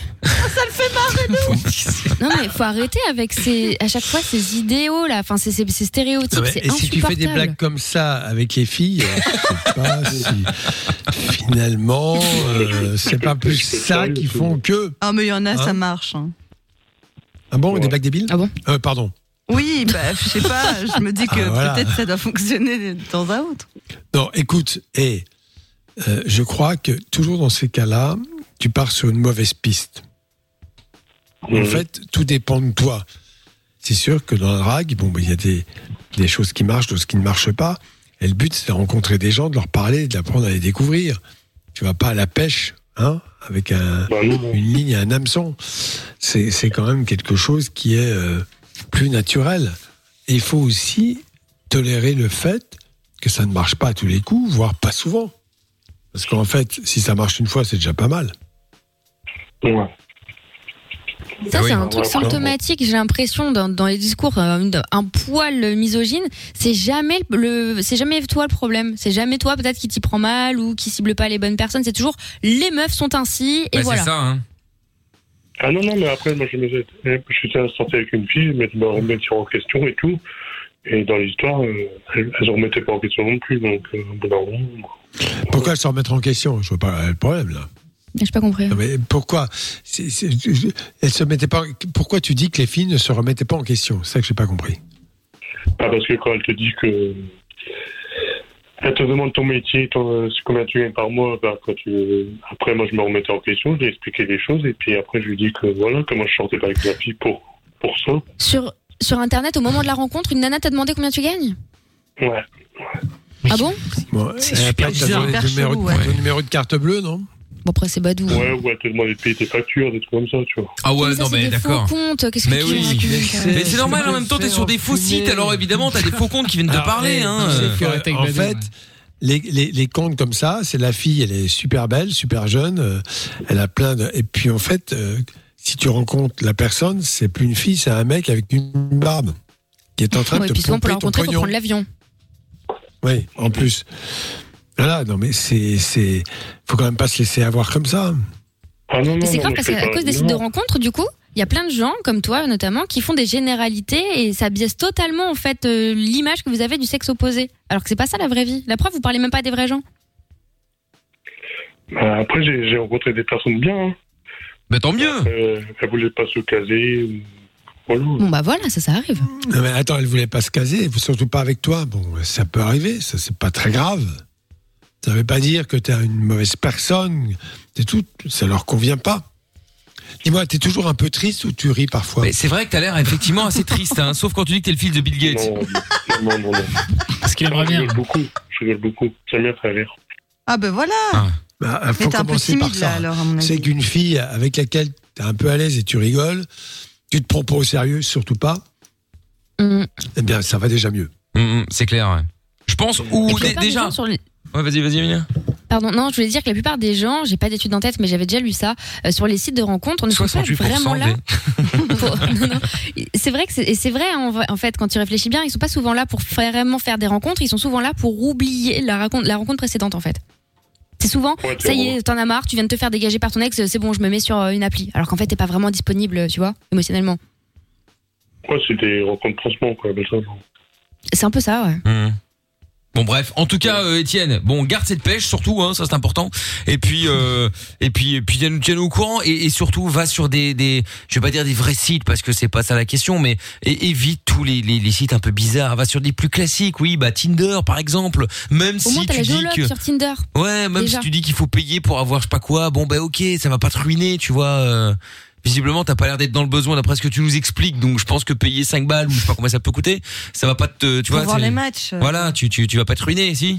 Non mais faut arrêter avec ces à chaque fois ces idéaux là, enfin ces, ces, ces stéréotypes, Non, mais- c'est et si tu fais des insupportable. blagues comme ça avec les filles, euh, je sais pas si finalement euh, c'est pas plus ça qui font que. Ah, mais il y en a, Hein ça marche. hein. Ah bon, Ouais. des blagues débiles? Ah bon euh, Pardon. Oui, bah, je sais pas, je me dis que Ah, voilà. peut-être ça doit fonctionner de temps à autre. Non, écoute, et euh, je crois que toujours dans ces cas-là, tu pars sur une mauvaise piste. En Mhm. fait, tout dépend de toi. C'est sûr que dans la drague, bon, ben, il y a des, des choses qui marchent, d'autres qui ne marchent pas. Et le but, c'est de rencontrer des gens, de leur parler, d'apprendre à les découvrir. Tu vas pas à la pêche, hein, avec un, Bah non, non. une ligne et un hameçon. C'est, c'est quand même quelque chose qui est euh, plus naturel. Et il faut aussi tolérer le fait que ça ne marche pas à tous les coups, voire pas souvent. Parce qu'en fait, si ça marche une fois, c'est déjà pas mal. Ouais. Ça, Ah oui. c'est un truc Ouais, symptomatique, j'ai l'impression, dans, dans les discours, euh, une- un poil misogyne. C'est jamais le, c'est jamais toi le problème. C'est jamais toi, peut-être, qui t'y prend mal ou qui cible pas les bonnes personnes. C'est toujours les meufs sont ainsi et Bah, voilà. c'est ça, hein. Ah non, non, mais après, moi, je me suis, je suis sorti avec une fille, mais je me remettais en question et tout. Et dans l'histoire, euh, elles ne se remettaient pas en question non plus. Donc, euh, au bout d'un moment. Pourquoi elle se remettre en question? Je vois pas le problème, là. J'ai pas compris. Non, mais pourquoi c'est, c'est, je- elle se mettait pas, pourquoi tu dis que les filles ne se remettaient pas en question? C'est ça que j'ai pas compris. Ah, parce que quand elle te dit que. Elle te demande ton métier, ton, combien tu gagnes par mois, bah, quand tu... après, moi, je me remettais en question, je lui ai expliqué les choses, et puis après, je lui ai dit que voilà, que moi, je sortais pas avec la fille pour, pour ça. Sur, sur Internet, au moment de la rencontre, une nana t'a demandé combien tu gagnes? Ouais. Ah bon? Bon, C'est elle a super pas bizarre. donné Hyper le numéro, chelou, de- ouais. ton numéro de carte bleue, non? Bon, après, c'est badou. Ouais, ou elle te demandait de payer tes factures, des trucs comme ça, tu vois. Ah ouais, Mais ça, non c'est mais des d'accord. faux comptes. Qu'est-ce que Mais tu oui, racontes? mais c'est- Mais c'est normal, en même temps, t'es sur des faux Fumée. sites, alors évidemment, t'as des faux comptes qui viennent te Alors, parler, eh, hein. tu sais euh. que, Faut arrêter avec en Badou, fait, ouais. les, les, les comptes comme ça, c'est la fille, elle est super belle, super jeune, euh, elle a plein de. Et puis en fait, euh, si tu rencontres la personne, c'est plus une fille, c'est un mec avec une barbe qui est en train Ouais, de te puis souvent, pour la pomper ton rencontrer, il faut pognon. prendre l'avion. Oui, en plus. Voilà, non mais c'est, c'est, faut quand même pas se laisser avoir comme ça. Ah non, non, Mais c'est non, grave moi, parce je fais qu'à pas- cause des sites non. de rencontres, du coup, il y a plein de gens, comme toi notamment, qui font des généralités et ça biaise totalement en fait euh, l'image que vous avez du sexe opposé. Alors que c'est pas ça la vraie vie. La preuve, vous parlez même pas des vrais gens. Bah, après, j'ai j'ai rencontré des personnes bien. Hein. Bah tant mieux. Euh, elles voulaient pas se caser. ou- Voilà. Bon bah voilà, ça, ça arrive. Non mais attends, elle voulait pas se caser, surtout pas avec toi. Bon, ça peut arriver, ça c'est pas très grave. Ça veut pas dire que t'es une mauvaise personne, c'est tout, ça leur convient pas. Dis-moi, t'es toujours un peu triste ou tu ris parfois? Mais c'est vrai que t'as l'air effectivement assez triste, hein, sauf quand tu dis que t'es le fils de Bill Gates. Non, non, non, non. non. Parce qu'il aimerait Je bien. rigole beaucoup. Je rigole beaucoup. J'aime bien faire rire. Ah, ben voilà. Bah, Mais faut t'es un peu commencer par timide, là, ça. alors, à mon C'est avis. qu'une fille avec laquelle t'es un peu à l'aise et tu rigoles, tu te prends pas au sérieux, surtout pas, Hum. eh bien ça va déjà mieux. Hum, hum, c'est clair, ouais. Je pense, ou Et puis, la dé- plupart des déjà. gens sur les- Ouais, vas-y, vas-y, Emilia. Pardon, non, je voulais dire que la plupart des gens, j'ai pas d'études en tête, mais j'avais déjà lu ça, euh, sur les sites de rencontres, on ne sont pas soixante-huit pour cent vraiment là. des- pour- non, non. C'est vrai que c'est, et c'est vrai en, vrai- en fait quand tu réfléchis bien, ils sont pas souvent là pour vraiment faire des rencontres, ils sont souvent là pour oublier la rencontre, la rencontre précédente en fait. C'est souvent, Ouais, ça y clairement. est, t'en as marre, tu viens de te faire dégager par ton ex, c'est bon, je me mets sur euh, une appli. Alors qu'en fait, t'es pas vraiment disponible, tu vois, émotionnellement. Ouais, c'est des rencontres pansement, quoi, appelle ça. Non. C'est un peu ça, ouais. Mmh. Bon bref, en tout cas euh, Étienne, bon garde cette pêche surtout, hein, ça c'est important. Et puis euh, et puis et puis tiens-nous tiens au courant et, et surtout va sur des des je vais pas dire des vrais sites parce que c'est pas ça la question, mais et, évite tous les, les les sites un peu bizarres. Va sur des plus classiques, oui, bah Tinder par exemple. Même Au si moins, t'as tu la dis géologue que sur Tinder. ouais, même Déjà. si tu dis qu'il faut payer pour avoir je sais pas quoi, bon bah ok, ça va pas te ruiner, tu vois. Euh, visiblement, t'as pas l'air d'être dans le besoin d'après ce que tu nous expliques, donc je pense que payer cinq balles ou je sais pas combien ça peut coûter, ça va pas te, tu Pour vois. voir c'est- les matchs. euh. Voilà, tu tu tu vas pas te ruiner, si.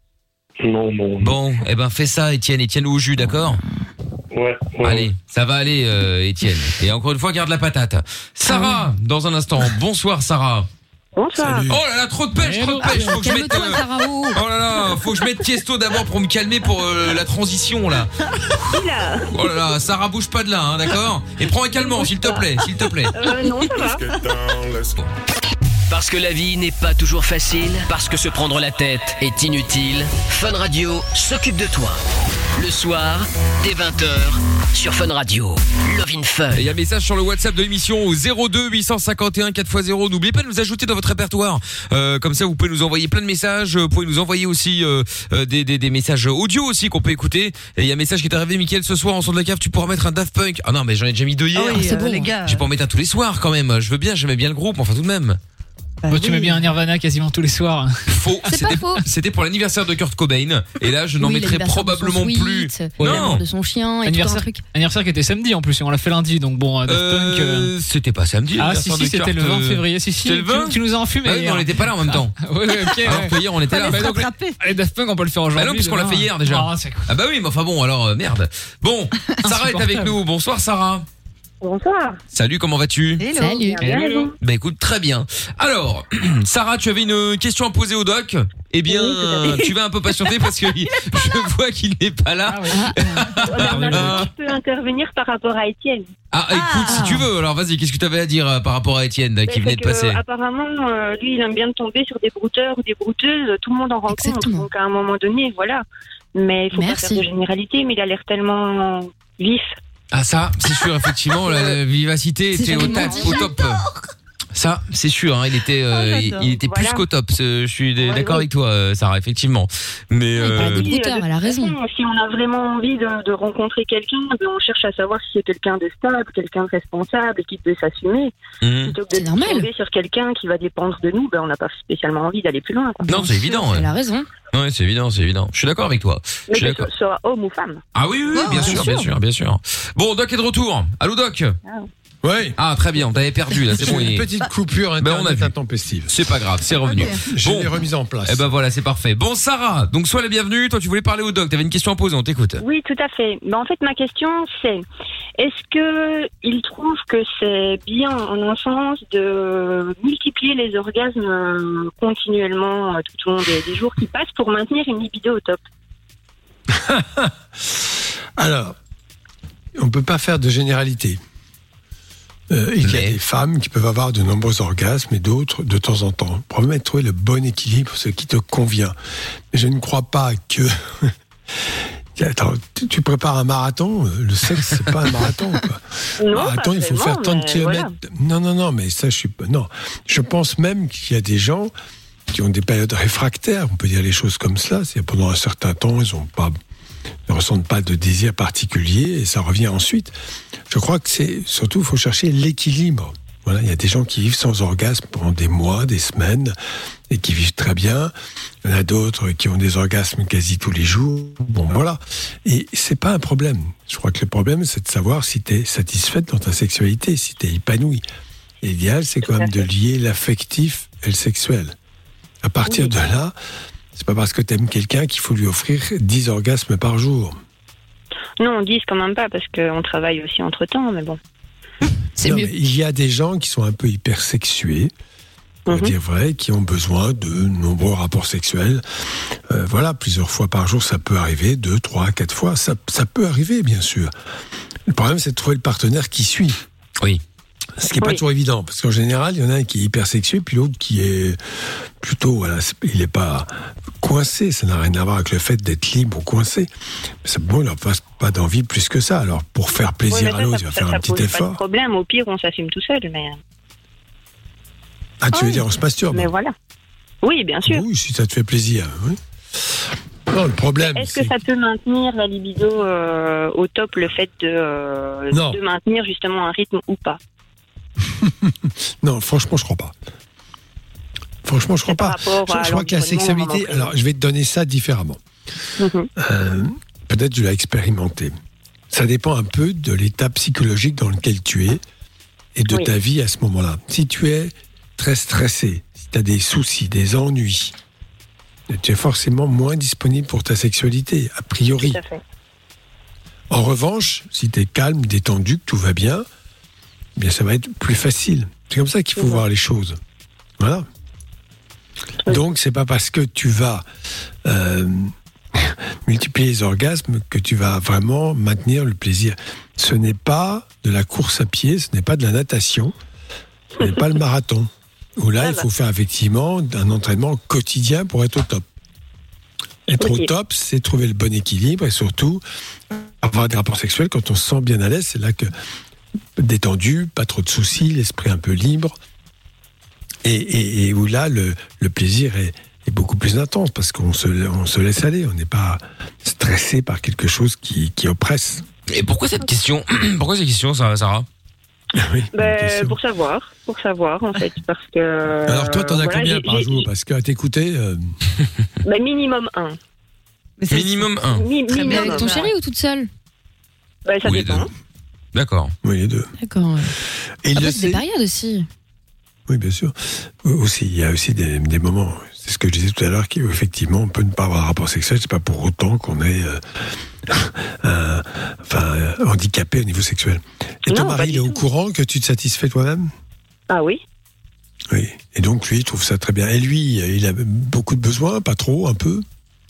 Non, non. non. Bon, eh ben fais ça, Étienne, Étienne au jus, d'accord. Ouais, ouais. Allez, ça va aller, euh, Étienne. Et encore une fois, garde la patate. Sarah, dans un instant. Bonsoir, Sarah. Bonsoir. Salut. Oh là là, trop de pêche, trop de pêche. Faut que je mette. Calme-toi, euh, Sarah. Oh. Oh là là, faut que je mette Tiesto d'abord pour me calmer pour euh, la transition là. Là. Oh là là, Sarah bouge pas de là, hein, d'accord. Et prends un calmant, s'il te plaît, s'il te plaît. Euh, non, ça va. Parce que la vie n'est pas toujours facile, parce que se prendre la tête est inutile, Fun Radio s'occupe de toi. Le soir, dès vingt heures, sur Fun Radio. Love in Fun. Il y a un message sur le WhatsApp de l'émission au zéro deux huit cent cinquante et un quatre fois zéro. N'oubliez pas de nous ajouter dans votre répertoire. Euh, comme ça, vous pouvez nous envoyer plein de messages. Vous pouvez nous envoyer aussi euh, euh, des, des, des messages audio aussi qu'on peut écouter. Et il y a un message qui est arrivé, Mickaël, ce soir en son de la cave. Tu pourras mettre un Daft Punk. Ah non, mais j'en ai déjà mis deux hier. Ah oui, c'est euh, bon. les gars. Je vais pas en mettre un tous les soirs quand même. Je veux bien, j'aimais bien le groupe, enfin tout de même. Bah Moi, tu oui. mets bien un Nirvana quasiment tous les soirs. Faux. C'est pas C'était faux. c'était pour l'anniversaire de Kurt Cobain. Et là, je n'en Oui, mettrai l'anniversaire de son probablement sweet, plus. La Non. mort de son chien et tout un Anniversaire, truc. anniversaire qui était samedi en plus, et on l'a fait lundi, donc bon, Daft Punk. euh, Euh, c'était pas samedi. Ah si l'anniversaire si, de c'était Kurt, le vingt euh, février. Si si, c'était le vingt. tu, tu nous as enfumé. Ah oui, mais on n'était pas là en même temps. Oui, oui, ok. Alors ouais. que hier, on était là. Fallait Bah, se donc, rattraper. Allez, Daft Punk, on peut le faire aujourd'hui. Bah non, puisqu'on l'a demain. fait hier, déjà. Ah, c'est cool. Ah bah oui, mais enfin bon, alors euh, merde. Bon, Sarah est avec Insupportable. nous. Bonsoir Sarah. Bonsoir. Salut, comment vas-tu? Hello. Salut. Bien, Hello, hello. Bah écoute, très bien. Alors, Sarah, tu avais une question à poser au doc. Eh bien, Oui, tout à fait. tu vas un peu patienter parce que je vois qu'il n'est pas là. Ah oui. Alors, je peux intervenir par rapport à Étienne. Ah, écoute, si tu veux, alors vas-y, qu'est-ce que tu avais à dire euh, par rapport à Étienne là, qui C'est venait de que, passer? Apparemment, euh, lui, il aime bien tomber sur des brouteurs ou des brouteuses. Tout le monde en rencontre. Exactement. Donc, à un moment donné, voilà. Mais il faut Merci. pas faire de généralité, mais il a l'air tellement vif. Ah ça, c'est sûr, effectivement, la, la vivacité C'est était au, jamais ta- menti. au top. Ça, c'est sûr, hein, il était, euh, Oh, il, j'adore. il était plus Voilà. qu'au top. Je suis Ouais, d'accord ouais. avec toi, euh, Sarah, effectivement. Mais Ouais, il parle euh, des Oui, brouteurs, de elle a toute raison. façon, si on a vraiment envie de, de rencontrer quelqu'un, ben, on cherche à savoir si c'est quelqu'un de stable, quelqu'un de responsable et qui peut s'assumer. hum. Plutôt que C'est de normal. tomber sur quelqu'un qui va dépendre de nous, ben, on n'a pas spécialement envie d'aller plus loin. Quoi. non, c'est évident. Elle Ouais, a raison. Ouais, c'est évident, c'est évident. Je suis d'accord avec toi. Je Mais suis que d'accord. ce soit homme ou femme. Ah oui, oui, oui, Ouais, bien bien sûr, bien sûr. sûr, bien sûr. Bon, Doc est de retour. Allô, Doc. Ouais. Ah, très bien, on t'avait perdu là, c'est J'ai bon. une il- petite coupure Ben, on a internet vu. intempestive. C'est pas grave, c'est revenu. Ok. Je Bon. l'ai remise en place. Eh ben voilà, c'est parfait. Bon, Sarah, donc sois la bienvenue. Toi, tu voulais parler au Doc. T'avais une question à poser, on t'écoute. Oui, tout à fait. Ben, en fait, ma question, c'est est-ce que il trouve que c'est bien, en un sens, de multiplier les orgasmes euh, continuellement euh, tout au long des, des jours qui passent pour maintenir une libido au top? Alors, on ne peut pas faire de généralité. Euh, il y a Mais- des femmes qui peuvent avoir de nombreux orgasmes et d'autres de temps en temps. Le problème est de trouver le bon équilibre, ce qui te convient. Mais je ne crois pas que... Attends, tu, tu prépares un marathon, euh, le sexe, c'est pas un marathon. Quoi. Non, Marathon, pas il faut vraiment, faire tant de mais kilomètres. Non, non, non, mais ça, je suis pas... Non, je pense même qu'il y a des gens qui ont des périodes réfractaires, on peut dire les choses comme cela, c'est pendant un certain temps, ils ont pas... ne ressentent pas de désir particulier et ça revient ensuite. Je crois que c'est surtout, il faut chercher l'équilibre. Voilà, il y a des gens qui vivent sans orgasme pendant des mois, des semaines et qui vivent très bien. Il y en a d'autres qui ont des orgasmes quasi tous les jours. Bon, voilà. Et c'est pas un problème. Je crois que le problème, c'est de savoir si tu es satisfaite dans ta sexualité, si tu es épanouie. Et l'idéal, c'est quand même de lier l'affectif et le sexuel. À partir de là, c'est pas parce que tu aimes quelqu'un qu'il faut lui offrir dix orgasmes par jour. Non, on dit quand même pas parce qu'on travaille aussi entre temps, mais bon. C'est Non, mieux. mais il y a des gens qui sont un peu hypersexués, pour Mhm. dire vrai, qui ont besoin de nombreux rapports sexuels. Euh, voilà, plusieurs fois par jour, ça peut arriver, deux, trois, quatre fois, ça, ça peut arriver, bien sûr. Le problème, c'est de trouver le partenaire qui suit. Oui. Ce qui n'est pas Oui. toujours évident, parce qu'en général, il y en a un qui est hypersexué, puis l'autre qui est plutôt, voilà, c'est- il n'est pas coincé, ça n'a rien à voir avec le fait d'être libre ou coincé. Mais c'est bon, il n'a pas, pas d'envie plus que ça. Alors, pour faire Ouais, mais plaisir ça, à l'autre, ça- il va ça- faire ça un petit pose Pas de effort. problème, au pire, on s'assume tout seul, mais. Ah, tu Ah veux oui. dire, on se masturbe? Mais voilà. Oui, bien sûr. Oui, si ça te fait plaisir. Oui. Non, le problème, Est-ce c'est que ça peut maintenir la libido euh, au top, le fait de, euh, Non. de maintenir justement un rythme ou pas? Non, franchement, je crois pas. Franchement, je crois pas. par rapport Je, à je crois que la l'environnement, sexualité. vraiment. Alors, je vais te donner ça différemment. Mhm. Euh, peut-être je l'ai expérimenté. Ça dépend un peu de l'état psychologique dans lequel tu es et de Oui. ta vie à ce moment-là. Si tu es très stressé, si tu as des soucis, des ennuis, tu es forcément moins disponible pour ta sexualité, a priori. Tout à fait. En revanche, si tu es calme, détendu, que tout va bien, eh bien ça va être plus facile. C'est comme ça qu'il faut Mhm. voir les choses. Voilà. Oui. Donc, c'est pas parce que tu vas euh, multiplier les orgasmes que tu vas vraiment maintenir le plaisir. Ce n'est pas de la course à pied, ce n'est pas de la natation, ce n'est pas le marathon. Où là, Ça il va. faut faire effectivement un entraînement quotidien pour être au top. Être Ok. au top, c'est trouver le bon équilibre et surtout avoir des rapports sexuels quand on se sent bien à l'aise. C'est là que détendu, pas trop de soucis, l'esprit un peu libre. Et, et- et où là, le, le plaisir est, est beaucoup plus intense parce qu'on se, on se laisse aller. On n'est pas stressé par quelque chose qui, qui oppresse. Et pourquoi cette question Pourquoi cette question, ça, Sarah? Oui, Ben, bien sûr. pour savoir, pour savoir en fait, parce que. Alors toi, t'en as voilà, combien j'ai- par j'ai- jour? Parce qu'à t'écouter, euh, Ben, minimum un. Mais c'est- Minimum un. Mi- Très Mais bien. minimum. avec ton chéri ou toute seule? Ben, ça Ou les dépend. deux. D'accord. oui, les deux. D'accord. ouais. Et il Après, le c'est des sait. périodes aussi. Oui, bien sûr. Euh, Aussi, il y a aussi des, des moments, c'est ce que je disais tout à l'heure, où effectivement, on peut ne pas avoir un rapport sexuel, c'est pas pour autant qu'on est euh, euh, enfin, euh, handicapé au niveau sexuel. Et ton Non, pas mari, du il est au tout. courant que tu te satisfais toi-même? Ah oui. Oui. Et donc, lui, il trouve ça très bien. Et lui, il a beaucoup de besoins, pas trop, un peu?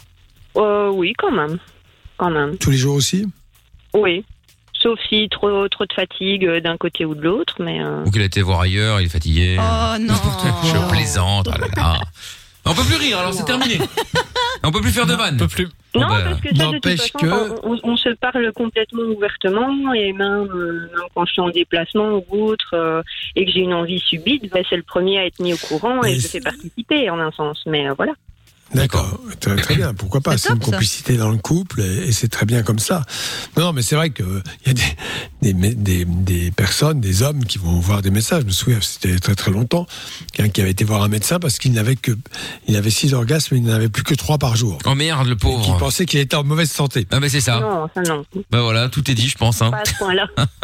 Euh, oui, quand même. Quand même. Tous les jours aussi? Oui. Sauf si trop, trop de fatigue euh, d'un côté ou de l'autre, mais. euh, Ou qu'il a été voir ailleurs, il est fatigué. Oh non. Je plaisante, oh là là. On peut plus rire, alors c'est terminé. On peut plus faire de vannes. Un peu plus. Bon, Non, bah, parce que ça, de toute n'empêche façon, que- on, on- on se parle complètement ouvertement, et même, euh, même quand je suis en déplacement ou autre, euh, et que j'ai une envie subite, ben, c'est le premier à être mis au courant et Mais je le c'est- fais participer en un sens. Mais euh, voilà. D'accord, très, très bien, pourquoi pas, C'est c'est une top, ça. complicité dans le couple et, et c'est très bien comme ça. Non, non, mais c'est vrai qu'il y a des, des, des, des personnes, des hommes qui vont voir des messages. Je me souviens, c'était très très longtemps, quelqu'un qui avait été voir un médecin parce qu'il n'avait que, il avait six orgasmes et il n'en avait plus que trois par jour. Oh merde, le Et qu'il pauvre. pensait qu'il était en mauvaise santé. Ah, mais c'est ça. Non, ça non. Bah voilà, tout est dit, je pense. Hein. Pas à ce point-là.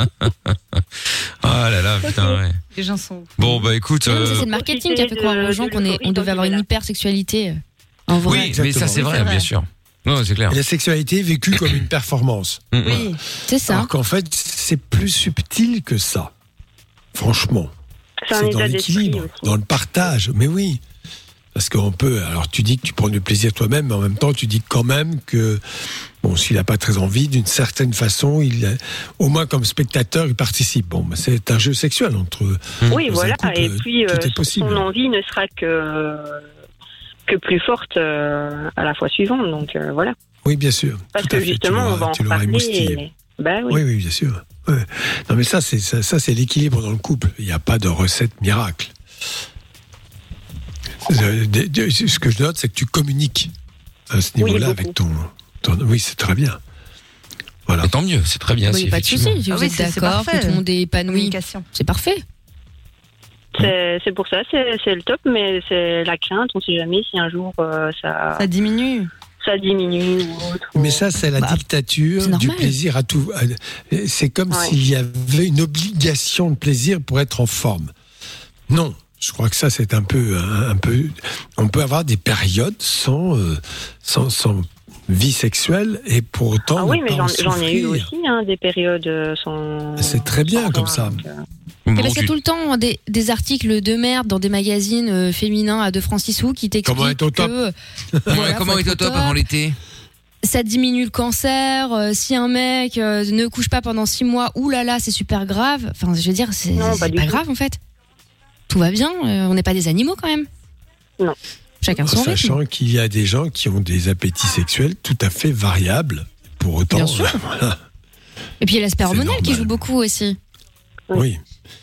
Ah là là, putain, ouais. Les gens sont. Bon, bah écoute. Non, mais euh, ça, c'est le marketing qui a fait croire aux gens qu'on est, on devait avoir une hypersexualité. euh, En vrai. Oui, mais ça c'est Exactement. vrai, C'est vrai. bien sûr. Non, c'est clair. Et la sexualité est vécue comme une performance. Mm, mm. Oui. C'est ça. Alors qu'en fait, c'est plus subtil que ça. Franchement. C'est un C'est dans état d'esprit l'équilibre, aussi. dans le partage. Mais oui. Parce qu'on peut. Alors, tu dis que tu prends du plaisir toi-même, mais en même temps, tu dis quand même que, bon, s'il n'a pas très envie, d'une certaine façon, il, au moins comme spectateur, il participe. Bon, bah, c'est un jeu sexuel entre. Oui, dans un voilà. couple, Et puis, tout euh, est possible. son envie ne sera que, que plus forte euh, à la fois suivante. Donc euh, voilà. Oui, bien sûr. Parce Tout à que fait, justement, tu on va en tu l'auras reparler. émoustillé. Et... Bah oui. Oui, oui, bien sûr. Ouais. Non, mais ça, c'est ça, ça, c'est l'équilibre dans le couple. Il n'y a pas de recette miracle. Euh, de- de- Ce que je note, c'est que tu communiques à ce Oui, niveau-là beaucoup. avec ton, ton- Oui, c'est très bien. Voilà. Et tant mieux, c'est très bien. Oui, si, pas de souci. effectivement. Si Ah vous oui, êtes c'est- c'est d'accord, que parfait. tout le monde est épanoui, Communication. c'est parfait. C'est c'est pour ça, c'est c'est le top, mais c'est la crainte. On ne sait jamais si un jour euh, ça, Ça diminue. ça diminue ou autre. Mais ça, c'est la Bah, dictature c'est du normal. plaisir à tout. à- C'est comme Ouais. s'il y avait une obligation de plaisir pour être en forme. Non. Je crois que ça, c'est un peu, un, un peu. On peut avoir des périodes sans, euh, sans, sans vie sexuelle et pour autant. Ah ne oui, mais pas j'en en j'en ai eu souffrir. aussi, hein, des périodes euh, sans. C'est très bien sans comme rien, ça. donc, euh, Et Bon, parce qu'il y tu- a tout le temps des, des articles de merde dans des magazines euh, féminins à deux francs six sous qui t'expliquent Comment être au top. que Ouais, voilà, comment faut est être au top avant l'été? ça diminue le cancer. euh, si un mec euh, ne couche pas pendant six mois, oulala, c'est super grave. Enfin, je veux dire, c'est Non, pas c'est du pas tout. grave en fait. Tout va bien. euh, on n'est pas des animaux quand même. Non. Chacun son rythme. Sachant qu'il y a des gens qui ont des appétits sexuels tout à fait variables. Pour autant, Bien sûr. voilà. Et puis il y a l'aspect C'est hormonal qui normal. joue beaucoup aussi. Oui.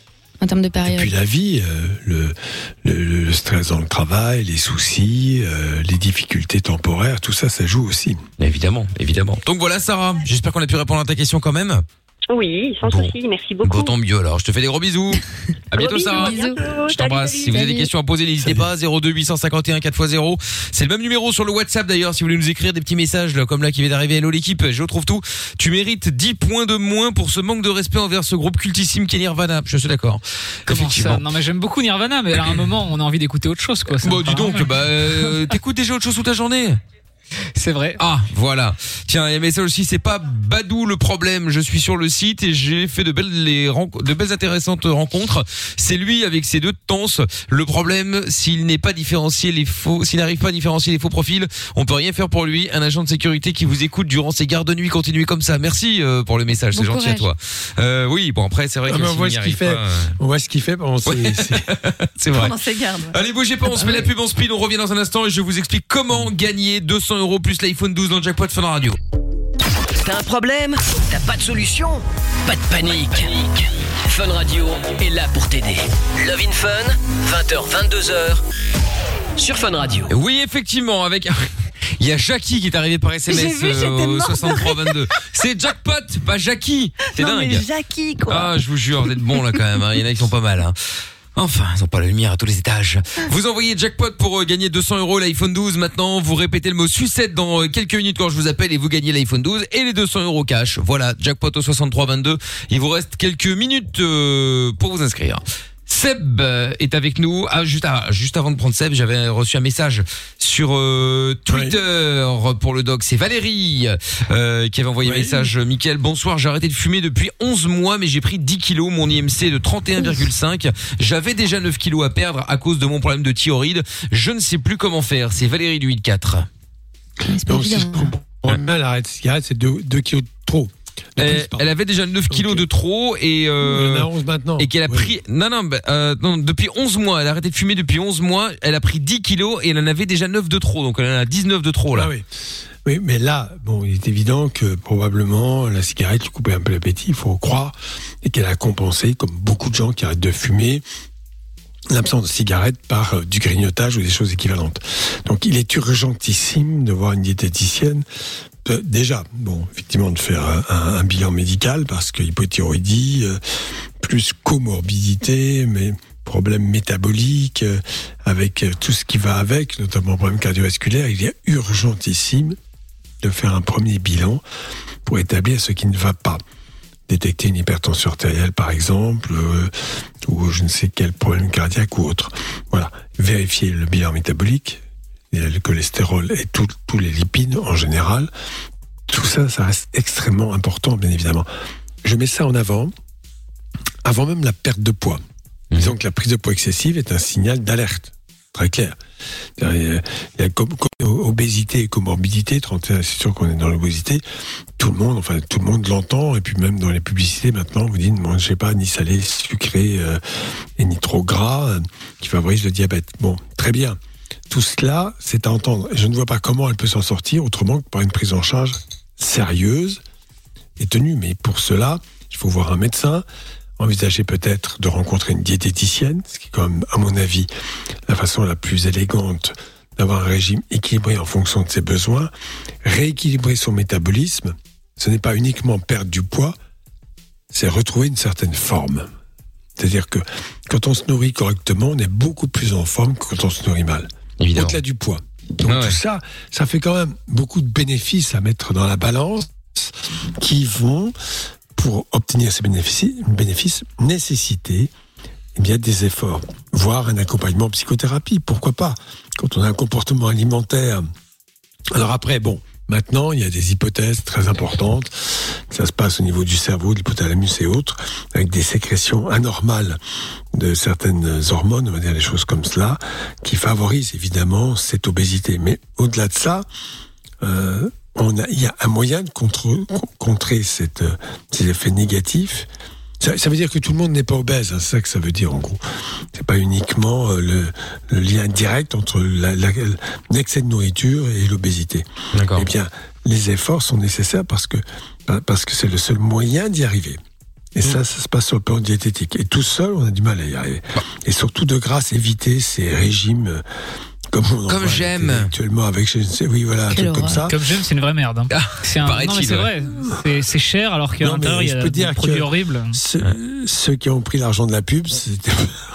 en termes de Et période. puis la vie, euh, le, le, le stress dans le travail, les soucis, euh, les difficultés temporaires, tout ça, ça joue aussi. Évidemment, évidemment. Donc voilà, Sarah, j'espère qu'on a pu répondre à ta question quand même. Oui, sans Bon. souci, merci beaucoup. Bon, tant mieux alors, je te fais des gros bisous. À bientôt, Gros bisous, Sarah. à bientôt. Je t'embrasse. Salut, Si vous avez des salut. questions à poser, n'hésitez pas. zéro deux huit cent cinquante et un quatre fois zéro. C'est le même numéro sur le WhatsApp d'ailleurs. Si vous voulez nous écrire des petits messages, là, comme là qui vient d'arriver. Hello l'équipe, je retrouve tout. Tu mérites dix points de moins pour ce manque de respect envers ce groupe cultissime qu'est Nirvana. Je suis d'accord. Comment Effectivement. ça Non mais j'aime beaucoup Nirvana, mais à un moment on a envie d'écouter autre chose quoi. C'est Bon, pas dis donc, normal. bah, euh, t'écoutes déjà autre chose toute la journée. C'est vrai. Ah, voilà. Tiens, il y a un message aussi, c'est pas Badou le problème. Je suis sur le site et j'ai fait de belles, les renco- de belles intéressantes rencontres. C'est lui avec ses deux tenses. Le problème, s'il n'est pas différencié les faux, s'il n'arrive pas à différencier les faux profils, on peut rien faire pour lui. Un agent de sécurité qui vous écoute durant ses gardes de nuit, continuez comme ça. Merci euh, pour le message, Bon c'est gentil à courage. toi. Euh, oui, bon après, c'est vrai Ah, que mais on s'il voit n'y ce arrive qu'il fait. pas, euh, On voit ce qu'il fait pendant ces- Ouais. ces- c'est vrai. Pendant ses gardes. Allez, bougez pas, on se met la pub en speed, on revient dans un instant et je vous explique comment gagner deux cents euros plus l'iPhone douze dans le jackpot Fun Radio. T'as un problème? T'as pas de solution? Pas de panique. Fun Radio est là pour t'aider. Love in Fun, vingt heures vingt-deux heures sur Fun Radio. Oui, effectivement, avec... Il y a Jackie qui est arrivé par S M S J'ai vu, j'étais euh, au morte de soixante-trois vingt-deux. C'est jackpot, pas Jackie. C'est Non, dingue. mais Jackie, quoi. Ah, je vous jure, vous êtes bons là quand même. hein. Il y en a qui sont pas mal. Hein. Enfin, ils ont pas la lumière à tous les étages. Vous envoyez jackpot pour euh, gagner deux cents euros l'iPhone douze. Maintenant, vous répétez le mot sucette dans euh, quelques minutes quand je vous appelle et vous gagnez l'iPhone douze et les deux cents euros cash. Voilà, jackpot au soixante-trois vingt-deux. Il vous reste quelques minutes euh, pour vous inscrire. Seb euh, est avec nous. Ah, juste, ah, juste avant de prendre Seb, j'avais reçu un message sur euh, Twitter pour le doc. C'est Valérie euh, qui avait envoyé un Oui. message. Mickaël, bonsoir. J'ai arrêté de fumer depuis onze mois, mais j'ai pris dix kilos. Mon I M C est de trente et un virgule cinq. J'avais déjà neuf kilos à perdre à cause de mon problème de thyroïde. Je ne sais plus comment faire. C'est Valérie du huit quatre. C'est pas Donc, si je évident. comprends bien, l'arrêt de cigarette, c'est deux kilos de trop. De Elle, plus, pardon. elle avait déjà neuf kilos Ok. de trop et euh, Il y en a onze maintenant. et qu'elle a Oui. pris non non, bah, euh, non depuis onze mois, elle a arrêté de fumer depuis onze mois, elle a pris dix kilos et elle en avait déjà neuf de trop, donc elle en a dix-neuf de trop là. Ah oui. Oui, mais là, bon, il est évident que probablement la cigarette lui coupait un peu l'appétit, il faut croire, et qu'elle a compensé, comme beaucoup de gens qui arrêtent de fumer, l'absence de cigarette par euh, du grignotage ou des choses équivalentes. Donc il est urgentissime de voir une diététicienne. Euh, déjà, bon, effectivement, de faire un, un- un bilan médical parce que hypothyroïdie, euh, plus comorbidité, mais problèmes métaboliques, euh, avec euh, tout ce qui va avec, notamment problème cardiovasculaire, il est urgentissime de faire un premier bilan pour établir ce qui ne va pas. Détecter une hypertension artérielle, par exemple, euh, ou je ne sais quel problème cardiaque ou autre. Voilà. Vérifier le bilan métabolique, le cholestérol et tout- tous les lipides en général. Tout ça, ça reste extrêmement important, bien évidemment. Je mets ça en avant, avant même la perte de poids. Mmh. Disons que la prise de poids excessive est un signal d'alerte, très clair. Il y a, il y a com- com- obésité et comorbidité, trente et un, c'est sûr qu'on est dans l'obésité. Tout le monde, enfin tout le monde l'entend, et puis même dans les publicités maintenant, vous dites ne mangez pas ni salé, sucré euh, et ni trop gras, euh, qui favorise le diabète. Bon, très bien. Tout cela, c'est à entendre. Je ne vois pas comment elle peut s'en sortir autrement que par une prise en charge sérieuse et tenue. Mais pour cela, il faut voir un médecin, envisager peut-être de rencontrer une diététicienne, ce qui est quand même, à mon avis, la façon la plus élégante d'avoir un régime équilibré en fonction de ses besoins, rééquilibrer son métabolisme. Ce n'est pas uniquement perdre du poids, c'est retrouver une certaine forme. C'est-à-dire que quand on se nourrit correctement, on est beaucoup plus en forme que quand on se nourrit mal. Évidemment. Au-delà du poids. Donc Ah ouais. tout ça, ça fait quand même beaucoup de bénéfices à mettre dans la balance qui vont, pour obtenir ces bénéfices, bénéfices nécessiter eh bien, des efforts, voire un accompagnement en psychothérapie. Pourquoi pas? Quand on a un comportement alimentaire. Alors après, bon, maintenant, il y a des hypothèses très importantes. Ça se passe au niveau du cerveau, de l'hypothalamus et autres, avec des sécrétions anormales de certaines hormones, on va dire les choses comme cela, qui favorisent évidemment cette obésité. Mais au-delà de ça, euh, on a, il y a un moyen de contre, contrer cette, euh, ces effets négatifs. Ça, ça veut dire que tout le monde n'est pas obèse, hein, c'est ça que ça veut dire en gros. C'est pas uniquement euh, le, le lien direct entre la, la, l'excès de nourriture et l'obésité. D'accord. Eh bien, les efforts sont nécessaires parce que parce que c'est le seul moyen d'y arriver. Et ça, ça se passe sur le plan diététique. Et tout seul, on a du mal à y arriver. Et surtout, de grâce, éviter ces régimes euh, comme on en Comme voit j'aime. actuellement avec, je ne sais, oui, voilà, un Quelle truc comme horreur. ça. Comme j'aime, c'est une vraie merde. hein. Ah, C'est un... Non, mais paraît-il, c'est ouais. vrai. C'est, c'est cher alors qu'à Non, mais l'intérieur, il y je a peux des dire produits que horribles. Ceux, ceux qui ont pris l'argent de la pub, c'était.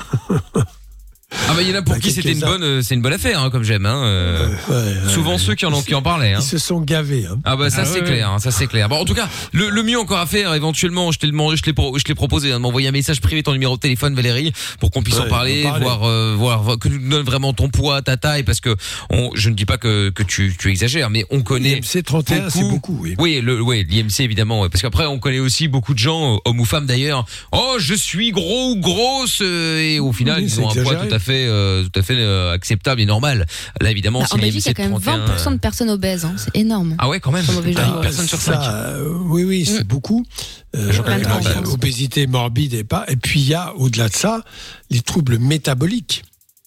Ah bah il y en a pour Bah, qui c'était une quelques-uns. bonne, euh, c'est une bonne affaire, hein, comme j'aime. Hein, euh, Ouais, ouais, souvent ouais. ceux qui en ont, qui en parlaient. Hein. Ils se sont gavés. Hein. Ah bah ça Ah c'est ouais, clair, hein, ça c'est clair. Bon en tout cas, le, le mieux encore à faire, éventuellement, je t'ai demandé, je t'ai pro- je t'ai proposé hein, de m'envoyer un message privé, ton numéro de téléphone, Valérie, pour qu'on puisse Ouais, en parler, en parler. voir, euh, voir, voir que tu nous donnes vraiment ton poids, ta taille, parce que on, je ne dis pas que que tu tu exagères, mais on connaît. I M C trente et un, c'est beaucoup, oui. Oui, le, ouais, l'I M C évidemment, ouais, parce qu'après on connaît aussi beaucoup de gens, euh, hommes ou femmes d'ailleurs. Oh, je suis gros ou grosse, euh, et au final Oui, ils c'est ont un poids exagéré. tout à fait, euh, tout à fait euh, acceptable et normal. Là évidemment, Bah, c'est en l'I M Belgique, il y C a quand même trente et un, vingt pour cent de personnes obèses. Hein. C'est énorme. Ah ouais, quand même. Sur mauvais Ah, jour. une personne sur cinq. Ça, euh, oui, oui, c'est Mm. beaucoup. Euh, J'en connais alors, pas, il y a ça. obésité morbide et pas. Et puis il y a, au-delà de ça, les troubles métaboliques.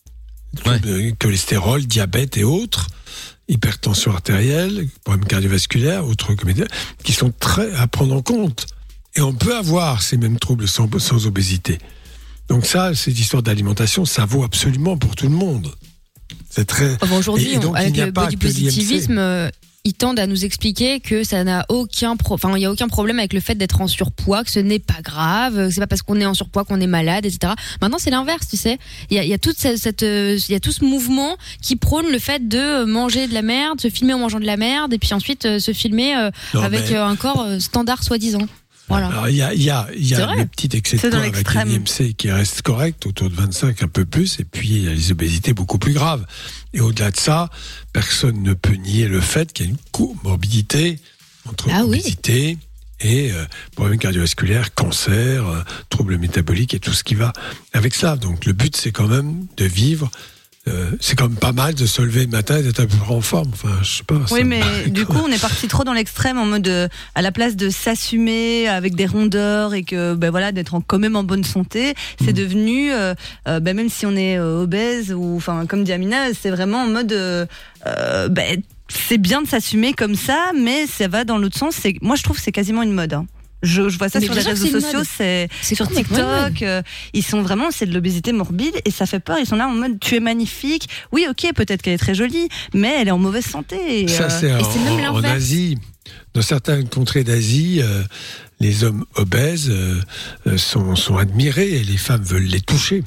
Les troubles de cholestérol, diabète et autres, hypertension artérielle, problèmes cardiovasculaires, autres comédiens, qui sont très à prendre en compte. Et on peut avoir ces mêmes troubles sans, sans obésité. Donc ça, cette histoire d'alimentation, ça vaut absolument pour tout le monde. C'est très. Enfin, aujourd'hui, Et- et donc, on- avec il n'y a le pas body que l'I M C. positivisme, euh, ils tendent à nous expliquer que ça n'a aucun, pro- enfin, il y a aucun problème avec le fait d'être en surpoids, que ce n'est pas grave, que c'est pas parce qu'on est en surpoids qu'on est malade, et cetera. Maintenant, c'est l'inverse, tu sais. Il y a, il y a toute cette, cette, euh, il y a tout ce mouvement qui prône le fait de manger de la merde, se filmer en mangeant de la merde, et puis ensuite euh, se filmer euh, Non, avec mais- euh, un corps euh, standard soi-disant. Voilà. Alors, il y a, il y a, il y C'est a vrai. les petits excès de C'est dans poids avec l'extrême. l'I M C qui reste correct, autour de vingt-cinq, un peu plus, et puis il y a les obésités beaucoup plus graves. Et au-delà de ça, personne ne peut nier le fait qu'il y a une comorbidité entre Ah oui. obésité et euh, problèmes cardiovasculaires, cancer, euh, troubles métaboliques et tout ce qui va avec ça. Donc le but, c'est quand même de vivre. Euh, c'est quand même pas mal de se lever le matin et d'être un peu en forme. Enfin, je sais pas. ça Oui, me mais paraît du quand coup, on est parti trop dans l'extrême en mode euh, à la place de s'assumer avec des rondeurs et que ben voilà d'être en- quand même en bonne santé, c'est devenu euh, euh, ben, même si on est euh, obèse ou enfin comme dit Amina, c'est vraiment en mode euh, euh, ben, c'est bien de s'assumer comme ça, mais ça va dans l'autre sens. C'est moi je trouve que c'est quasiment une mode. hein. Je, je vois ça Mais sur bien les sûr que réseaux c'est une sociaux, mode. c'est C'est sur complètement une mode. TikTok, euh, ils sont vraiment, c'est de l'obésité morbide et ça fait peur. Ils sont là en mode, tu es magnifique. Oui, ok, peut-être qu'elle est très jolie, mais elle est en mauvaise santé. Et, Ça, euh, c'est et en, c'est même en l'inverse. Asie. Dans certaines contrées d'Asie, euh, les hommes obèses euh, euh, sont, sont admirés et les femmes veulent les toucher.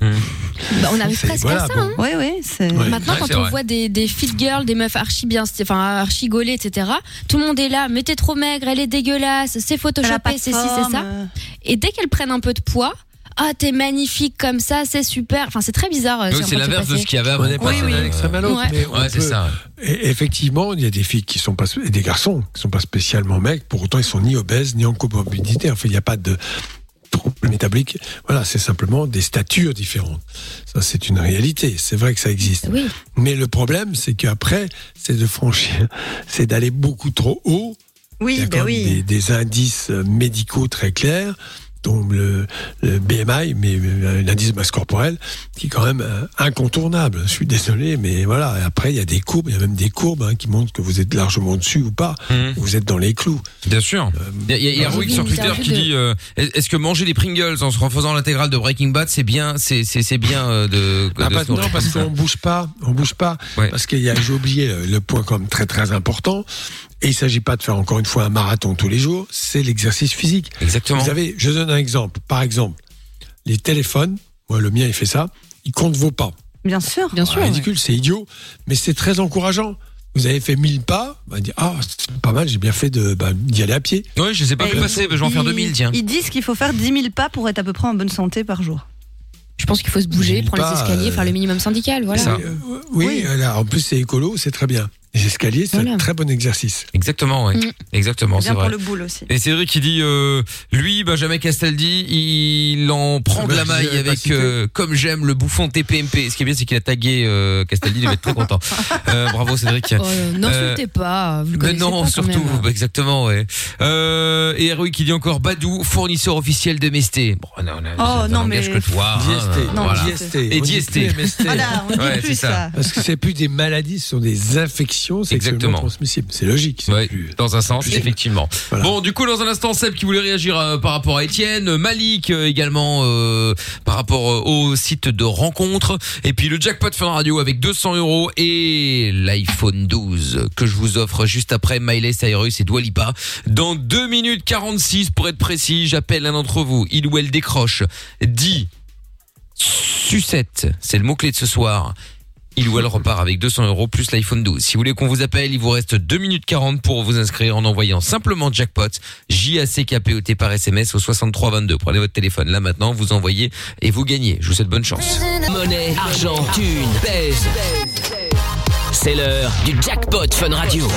Bah, on arrive C'est- presque voilà, à ça. bon. hein. Oui, oui, c'est. Ouais. Maintenant, Ouais, quand c'est on vrai. voit des, des fit girls, des meufs archi bien, enfin archi gaulées, et cetera, tout le monde est là, mais t'es trop maigre, elle est dégueulasse, c'est Elle a pas photoshopé, de c'est ci, c'est forme, ça. euh. Et dès qu'elles prennent un peu de poids, ah, t'es magnifique comme ça, c'est super. Enfin, c'est très bizarre. euh, Oui, j'ai c'est l'impression l'inverse de passer. ce qu'il y avait avant. On n'est pas Oui, oui. d'un extrême à l'autre, Ouais. mais on Ouais, c'est peut- ça. Et effectivement, il y a des filles qui sont pas et des garçons qui sont pas spécialement maigres, pour autant ils sont ni obèses ni en comorbidité. Enfin, il n'y a pas de troubles métaboliques. Voilà, c'est simplement des statures différentes. Ça, c'est une réalité. C'est vrai que ça existe. Oui. Mais le problème, c'est qu'apraprès, c'est de franchir, c'est d'aller beaucoup trop haut. Il y Oui, a ben quand même oui. des, des indices euh, médicaux très clairs, dont le, le B M I, mais euh, l'indice de masse corporelle, qui est quand même euh, incontournable. Je suis désolé, mais voilà. Et après, il y a des courbes, il y a même des courbes hein, qui montrent que vous êtes largement au-dessus ou pas. Mhm. Vous êtes dans les clous. Bien sûr. Il y a, il y a- il y a J'ai Ruick vu sur une Twitter interview qui de- dit euh, est-ce que manger des Pringles en se refaisant l'intégrale de Breaking Bad c'est bien c'est c'est c'est bien euh, de, Ah, de bah, se nourrir non, parce comme ça. qu'on bouge pas, on bouge pas, Ouais. parce qu'il y a, j'ai oublié le, le point quand même très très important. Et il s'agit pas de faire encore une fois un marathon tous les jours, c'est l'exercice physique. Exactement. Vous avez, je donne un exemple. Par exemple, les téléphones, moi le mien il fait ça, il compte vos pas. Bien sûr. Bien sûr. C'est ridicule, c'est idiot, mais c'est très encourageant. Vous avez fait mille pas, on va dire ah c'est pas mal, j'ai bien fait de bah, d'y aller à pied. Oui, je sais pas Et plus passer, je vais en faire ils- deux mille tiens. Ils disent qu'il faut faire dix mille pas pour être à peu près en bonne santé par jour. Je pense qu'il faut se bouger, Dis prendre pas, les escaliers, euh, faire le minimum syndical. Voilà. ça. Euh, oui, Oui. voilà, en plus c'est écolo, c'est très bien. Les escaliers, c'est Voilà. un très bon exercice. Exactement, ouais. Mm. Exactement, c'est Bien pour vrai. le boule aussi. Et Cédric qui dit euh, lui Benjamin Castaldi il en prend de la bah, je maille l'avais pas avec cité. euh, comme j'aime le bouffon T P M P. Ce qui est bien c'est qu'il a tagué euh, Castaldi, il va être très content. Euh, bravo Cédric. Oh, euh, N'insultez pas. Vous le Mais connaissez non, pas, quand surtout, même. bah, exactement, ouais. Euh, et Héroïque qui dit encore Badou, fournisseur officiel de Mesté. Bon, non, non, Oh, ça non, n'engage mais- que toi. D S T, hein, non, voilà. D D S T. Et on dit D S T. plus M S T. Voilà, on dit Ouais, plus c'est ça. ça. Parce que c'est plus des maladies, ce sont des infections. infection sexuellement Exactement. transmissible. C'est logique. c'est Ouais, plus- dans un sens, plus- effectivement. Voilà. Bon, du coup, dans un instant, Seb qui voulait réagir euh, par rapport à Étienne, Malik euh, également euh, par rapport euh, au site de rencontre, et puis le jackpot Fun Radio avec deux cents euros et l'iPhone douze que je vous offre juste après Miley Cyrus et Dua Lipa. Dans deux minutes quarante-six, pour être précis, j'appelle un d'entre vous, il ou elle décroche, dit sucette, c'est le mot-clé de ce soir. Il ou elle repart avec deux cents euros plus l'iPhone douze. Si vous voulez qu'on vous appelle, il vous reste deux minutes quarante pour vous inscrire en envoyant simplement jackpot, J A C K P O T par S M S au soixante-trois vingt-deux. Prenez votre téléphone là maintenant, vous envoyez et vous gagnez. Je vous souhaite bonne chance. Monnaie, argent, thune, pèse. C'est l'heure du jackpot Fun Radio.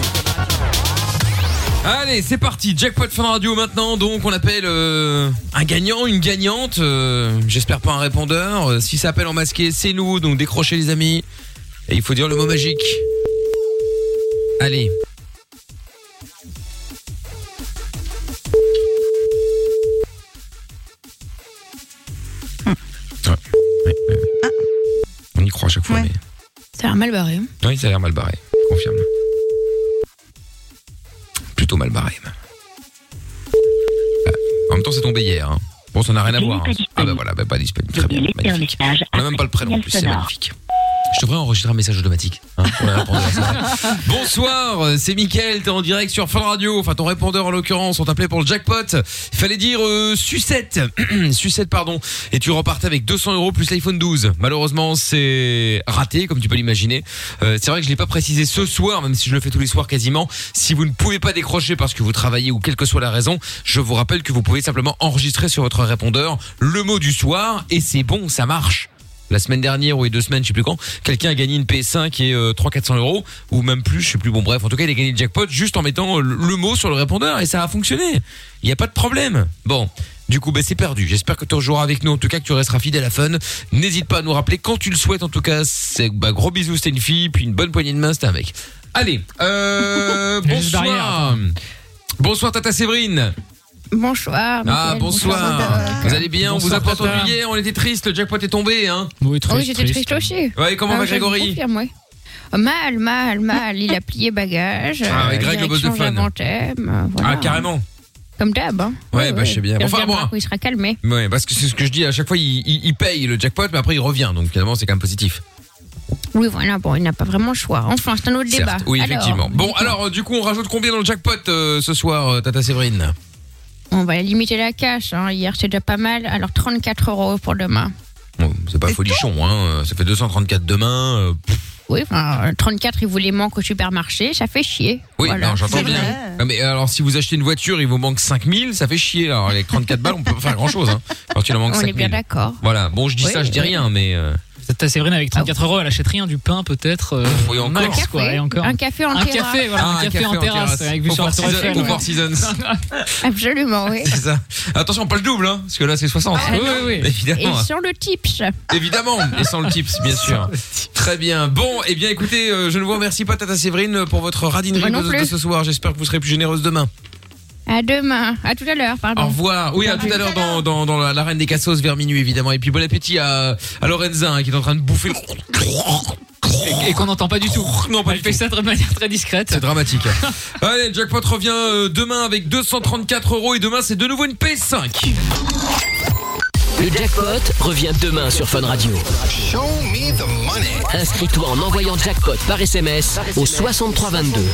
Allez, c'est parti, jackpot Fun Radio maintenant. Donc on appelle euh, un gagnant, une gagnante. euh, J'espère pas un répondeur. Euh, si ça appelle en masqué, c'est nous. Donc décrochez les amis. Et il faut dire le mot magique. Allez. Ouais, ouais, ouais. On y croit à chaque fois. Ouais. Mais... Ça a l'air mal barré. Oui, ça a l'air mal barré. Je confirme. Plutôt mal barré. même. Ah, en même temps, c'est tombé hier. Hein. Bon, ça n'a rien à voir. Hein. Ah bah voilà, bah, pas disponible. Très bien, magnifique. On n'a même pas le prénom en plus, c'est magnifique. Je devrais enregistrer un message automatique hein, pour les répondeurs. Bonsoir, c'est Mickaël, t'es en direct sur Fun Radio. Enfin, ton répondeur en l'occurrence, on t'appelait pour le jackpot. Il fallait dire euh, sucette, sucette pardon. Et tu repartais avec deux cents euros plus l'iPhone douze. Malheureusement, c'est raté, comme tu peux l'imaginer. Euh, c'est vrai que je l'ai pas précisé ce soir, même si je le fais tous les soirs quasiment. Si vous ne pouvez pas décrocher parce que vous travaillez ou quelle que soit la raison, je vous rappelle que vous pouvez simplement enregistrer sur votre répondeur le mot du soir et c'est bon, ça marche. La semaine dernière ou il y a deux semaines, je sais plus quand, quelqu'un a gagné une P S cinq et euh, trois cents à quatre cents euros ou même plus, je sais plus. Bon bref, en tout cas, il a gagné le jackpot juste en mettant le, le mot sur le répondeur et ça a fonctionné. Il y a pas de problème. Bon, du coup, bah, c'est perdu. J'espère que tu joueras avec nous, en tout cas que tu resteras fidèle à Fun. N'hésite pas à nous rappeler quand tu le souhaites. En tout cas, c'est bah, gros bisous, c'était une fille, puis une bonne poignée de main, c'était un mec. Allez, euh, bonsoir. Bonsoir Tata Séverine. Bonsoir. Ah Mickaël, bonsoir. Vous allez bien? Bonsoir, On vous a pas Tata. entendu hier, on était triste, le jackpot est tombé hein. Oui, triste, Oui, j'étais triste aussi. Ouais, comment Ah, va je vous Grégory? confirme, ouais. Mal, mal, mal. Il a plié bagage. Ah, ouais, euh, Greg, le boss de direction Fun. Zaventem, euh, voilà. Ah carrément. Comme d'hab. Hein. Ouais, bah, je sais bien. Bon, Il enfin, reviendra bon. quand il sera calmé. Ouais, parce que c'est ce que je dis à chaque fois, il, il, il paye le jackpot, mais après il revient, donc finalement c'est quand même positif. Oui, voilà, bon, il n'a pas vraiment le choix. Enfin, c'est un autre débat. Certes, oui, Alors, effectivement. Bon, dites-moi. alors, euh, du coup, on rajoute combien dans le jackpot euh, ce soir, euh, Tata Séverine? On va limiter la cash. Hein. Hier, c'est déjà pas mal. Alors, trente-quatre euros pour demain. Bon, c'est pas folichon, hein. Ça fait deux cent trente-quatre demain. Euh, pff, Oui, enfin, trente-quatre, il vous les manque au supermarché. Ça fait chier. oui, Voilà. non, j'entends C'est bien. vrai. Non, mais alors, si vous achetez une voiture, il vous manque cinq mille, ça fait chier. Alors, avec trente-quatre balles, on peut pas faire grand chose, hein. Quand il en manque On cinq est bien mille. d'accord. Voilà. Bon, je dis Oui, ça, je dis oui. rien, mais. Euh... Tata Séverine avec trente-quatre euros, elle achète rien, du pain peut-être. euh, Oui, encore. max, Un quoi, café, et encore. un café en Un terrasse. café, voilà, Ah, un café en terrasse, avec vue Au sur la Four Tour Seasons- Eiffel. au ouais. Four Seasons. Absolument, oui. C'est ça. Attention, pas le double, hein, parce que là, c'est soixante. Ah, Oui, oui, oui. Et Évidemment. sur le tips. Évidemment, et sans le tips, bien sûr. Très bien. Bon, eh bien, écoutez, euh, je ne vous remercie pas, Tata Séverine, pour votre radinerie Moi non de, plus. de ce soir. J'espère que vous serez plus généreuse demain. À demain. À tout à l'heure, pardon. Au revoir. Oui, à tout à l'heure dans, dans, dans la- l'arène des Cassos vers minuit, évidemment. Et puis, bon appétit à, à Lorenza, hein, qui est en train de bouffer. Et, et qu'on n'entend pas du tout. Non, pas Elle du fait tout. ça de manière très discrète. C'est dramatique. Allez, jackpot revient euh, demain avec deux cent trente-quatre euros et demain, c'est de nouveau une P S cinq. Le jackpot revient demain sur Fun Radio. Inscris-toi en envoyant jackpot par S M S au soixante-trois vingt-deux.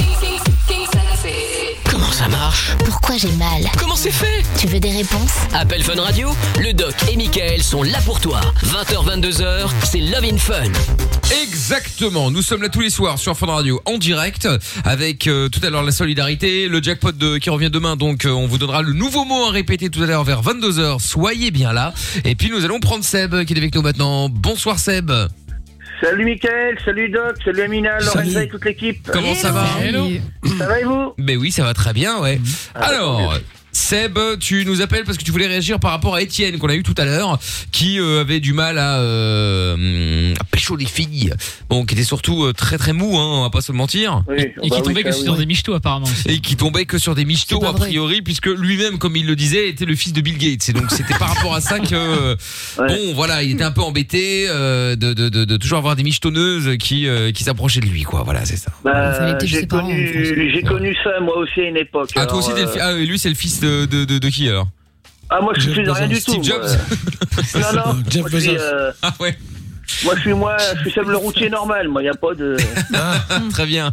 Comment ça marche? Pourquoi j'ai mal? Comment c'est fait? Tu veux des réponses? Appel Fun Radio, le doc et Mickaël sont là pour toi. vingt heures vingt-deux heures, c'est Love in Fun. Exactement, nous sommes là tous les soirs sur Fun Radio en direct avec euh, tout à l'heure la solidarité, le jackpot de, qui revient demain, donc euh, on vous donnera le nouveau mot à répéter tout à l'heure vers vingt-deux heures, soyez bien là. Et puis nous allons prendre Seb qui est avec nous maintenant. Bonsoir Seb. Salut Mickaël, salut Doc, salut Amina, Lorenza Salut. et toute l'équipe. Comment ça va? Hello. Ça va et vous? Ben oui, ça va très bien, ouais. Alors, Seb, tu nous appelles parce que tu voulais réagir par rapport à Étienne qu'on a eu tout à l'heure, qui euh, avait du mal à, euh, à pécho des filles, bon, qui était surtout euh, très très mou, hein, on va pas se le mentir. Oui, et qui bah tombait oui, que sur oui. des michtos apparemment. Aussi. Et qui tombait que sur des michtos a priori, puisque lui-même, comme il le disait, était le fils de Bill Gates. Et donc c'était par rapport à ça que euh, ouais. bon, voilà, il était un peu embêté euh, de, de, de, de toujours avoir des michetonneuses qui euh, qui s'approchaient de lui, quoi. Voilà, c'est ça. Bah, j'ai connu, j'ai connu ça moi aussi à une époque. Ah, toi aussi, t'es le fi- ah, lui c'est le fils de de de, de qui alors? Ah, moi je suis de rien du tout. Steve Jobs. Euh... non non. Jeff moi, je suis, euh... Ah ouais. Moi je suis moi, je suis Seb le routier normal. Moi, il y a pas de. Ah, très bien.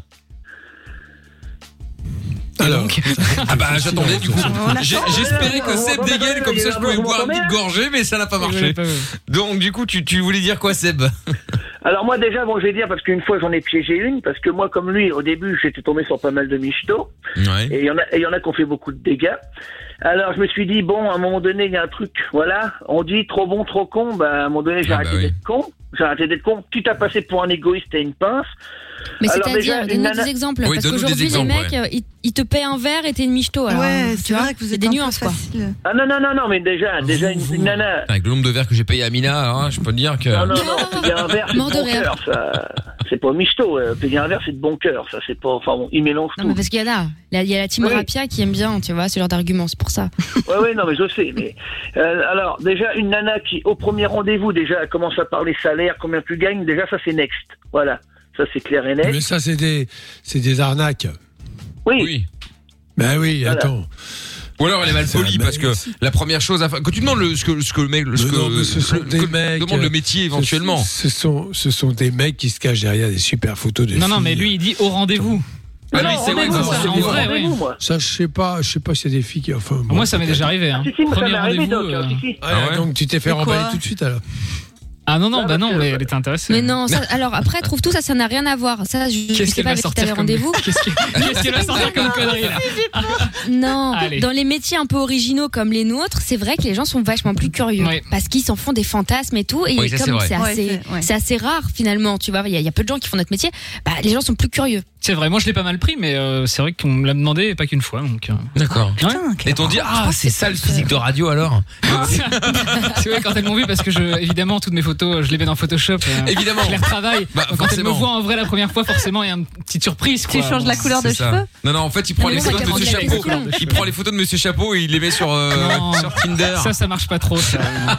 Alors, ah bah j'attendais du coup. J'ai, j'espérais que Seb dégaine comme ça je pouvais boire une petite gorgée, mais ça n'a pas marché. Donc du coup tu tu voulais dire quoi, Seb? Alors moi déjà bon je vais dire parce qu'une fois j'en ai piégé une parce que moi comme lui au début j'étais tombé sur pas mal de michtos ouais. et il y en a et il y en a qui ont fait beaucoup de dégâts. Alors je me suis dit bon à un moment donné il y a un truc voilà on dit trop bon trop con bah à un moment donné j'ai ah, arrêté bah oui. d'être con j'ai arrêté d'être con quitte à passer pour un égoïste et une pince. Mais alors, c'est-à-dire, donne-nous nana... des exemples, oui, parce qu'aujourd'hui, exemples, les mecs, ouais. ils, ils te paient un verre et t'es une michto. Alors, ouais, tu c'est vois, vrai que vous êtes des un nuances, peu quoi. Facile. Ah non, non, non, non, mais déjà, déjà une, une nana. Avec le nombre de verres que j'ai payé à Mina, hein, je peux te dire que. Non, non, non, payer un verre, c'est de bon cœur, ça. C'est pas michto, euh, payer un verre, c'est de bon cœur, ça, c'est pas. Enfin bon, ils mélangent tout. Non, mais parce qu'il y en a. Il y a la team oui. Rapia qui aime bien, tu vois, ce genre d'argument, c'est pour ça. Ouais, ouais, non, mais je sais, mais. Euh, alors, déjà, une nana qui, au premier rendez-vous, déjà, commence à parler salaire, combien tu gagnes, déjà, ça, c'est next. Voilà. Ça, c'est clair et net. Mais ça, c'est des, c'est des arnaques. Oui. Oui. Ben oui, voilà. Attends. Ou alors elle est mal polie parce que la première chose à faire, quand tu demandes le, ce que ce que le mec, ce que, non, ce sont le, des que mecs, demande le métier éventuellement. Ce, ce sont ce sont des mecs qui se cachent derrière des super photos de non filles. Non mais lui il dit au rendez-vous. Ah non, oui, c'est vrai, ça, c'est en vrai, oui. Ça, je sais pas, je sais pas si c'est des filles qui, enfin. Moi, moi ça m'est déjà arrivé, hein. Ah, si, si, Premier arrivé, rendez-vous. donc, euh... si, si. Ah, ah ouais. Donc tu t'es fait remballer tout de suite alors. Ah non, non, bah non, mais elle était intéressée. Mais non, ça, alors après, trouve tout, ça, ça n'a rien à voir. Ça, je ne sais pas avec qui t'avais rendez-vous. Qu'est-ce qu'elle va sortir comme connerie là? Non, Allez. Dans les métiers un peu originaux comme les nôtres, c'est vrai que les gens sont vachement plus curieux. Oui. Parce qu'ils s'en font des fantasmes et tout. Et oui, ça, comme c'est, c'est, ouais, assez, c'est, ouais. c'est assez rare finalement, tu vois, il y, y a peu de gens qui font notre métier, bah, les gens sont plus curieux. C'est vrai, moi je l'ai pas mal pris, mais euh, c'est vrai qu'on me l'a demandé pas qu'une fois. Donc, euh... D'accord. Oh, putain, ouais. Et t'ont dit, ah, c'est ça le physique de radio alors. C'est vrai, quand elles m'ont vu, parce que je, évidemment, toutes mes photos, je les mets dans Photoshop. Euh, évidemment. Je les retravaille. Bah, quand elles me voient en vrai la première fois, forcément, il y a une petite surprise. Quoi. Tu changes la couleur de ça. cheveux? Non, non, en fait, il prend les photos de Monsieur Chapeau. Il prend les photos de Monsieur Chapeau et il les met sur, euh, sur Tinder. Ça, ça marche pas trop, ça.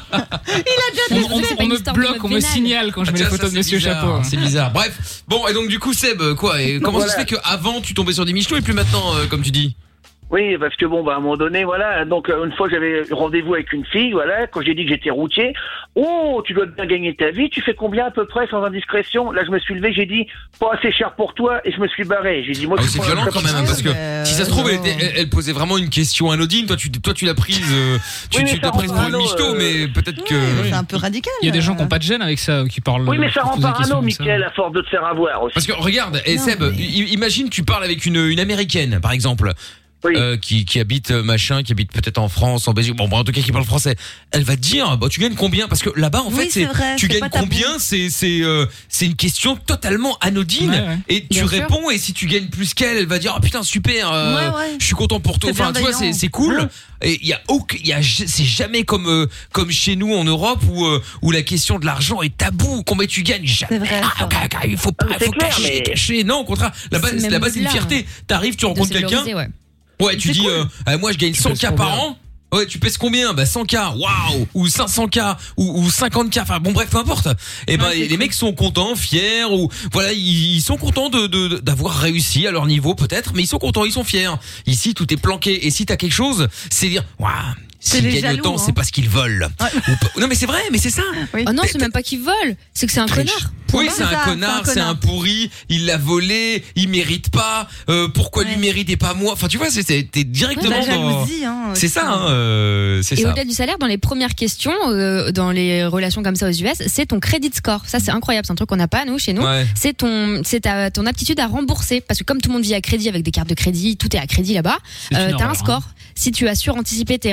Il a déjà on, on, on me bloque, on me signale quand je mets les photos de Monsieur Chapeau. C'est bizarre. Bref. Bon, et donc, du coup, Seb, quoi, et comment ça se fait qu'avant, tu tombais sur des michetots et plus maintenant, euh, comme tu dis? Oui, parce que bon, bah, à un moment donné, voilà, donc une fois j'avais rendez-vous avec une fille, voilà, quand j'ai dit que j'étais routier, oh, tu dois bien gagner ta vie, tu fais combien à peu près sans indiscrétion? Là, je me suis levé, j'ai dit, pas assez cher pour toi, et je me suis barré. J'ai dit, moi, ah je oui, c'est violent quand même, hein, parce que euh, si ça se trouve, elle, était, elle, elle posait vraiment une question anodine, toi, tu, toi, tu l'as prise, euh, tu, oui, tu l'as prise pour une michto, euh... mais peut-être que. Oui, c'est un peu radical. Il y a des gens qui n'ont pas de gêne avec ça, qui parlent. Oui, mais ça rend parano, Mickaël, à force de te faire avoir aussi. Parce que regarde, et Seb, mais... imagine, tu parles avec une, une américaine, par exemple. Oui. Euh, qui, qui habite machin, qui habite peut-être en France, en Belgique, bon, bon en tout cas qui parle français. Elle va te dire, bah tu gagnes combien? Parce que là-bas en oui, fait, c'est, c'est vrai, tu c'est gagnes combien? C'est c'est euh, c'est une question totalement anodine. Ouais, ouais. Et tu Bien réponds sûr. Et si tu gagnes plus qu'elle, elle va dire, ah oh, putain super, euh, ouais, ouais. je suis content pour toi. C'est enfin tu vois, c'est c'est cool. Ouais. Et il y a aucun, il y a c'est jamais comme euh, comme chez nous en Europe où euh, où la question de l'argent est tabou. Combien tu gagnes? Jamais. Vrai, ah, ah, il faut pas, il faut clair, cacher, mais... cacher. Non, au contraire, là-bas c'est là-bas c'est une fierté. T'arrives, tu rencontres quelqu'un. Ouais, tu c'est dis, cool. euh, moi je gagne cent K par an. Ouais, tu pèses combien? Bah cent K, waouh, ou cinq cents K, ou, ou cinquante K. Enfin bon, bref, peu importe. Et ben, ouais, les cool. mecs sont contents, fiers, ou voilà, ils, ils sont contents de, de d'avoir réussi à leur niveau peut-être, mais ils sont contents, ils sont fiers. Ici, tout est planqué. Et si t'as quelque chose, c'est dire, waouh. S'ils gagnent autant, hein. c'est parce qu'ils volent. Ouais. Non mais c'est vrai, mais c'est ça. Oui. Oh non, c'est même pas qu'ils volent, c'est que c'est un connard. Oui, c'est, c'est un connard, c'est un, c'est un pourri, il l'a volé, il mérite pas. Euh, pourquoi ouais. lui mérite et pas moi? Enfin, tu vois, c'est, c'est t'es directement ouais, dans. Jalousie, hein, c'est ça, hein, euh, c'est et ça. Et au-delà du salaire, dans les premières questions, euh, dans les relations comme ça aux U S, c'est ton credit score. Ça, c'est incroyable, c'est un truc qu'on n'a pas nous chez nous. Ouais. C'est ton, c'est ta, ton aptitude à rembourser, parce que comme tout le monde vit à crédit avec des cartes de crédit, tout est à crédit là-bas. Euh, t'as un score. Hein. Si tu as suranticipé tes remboursements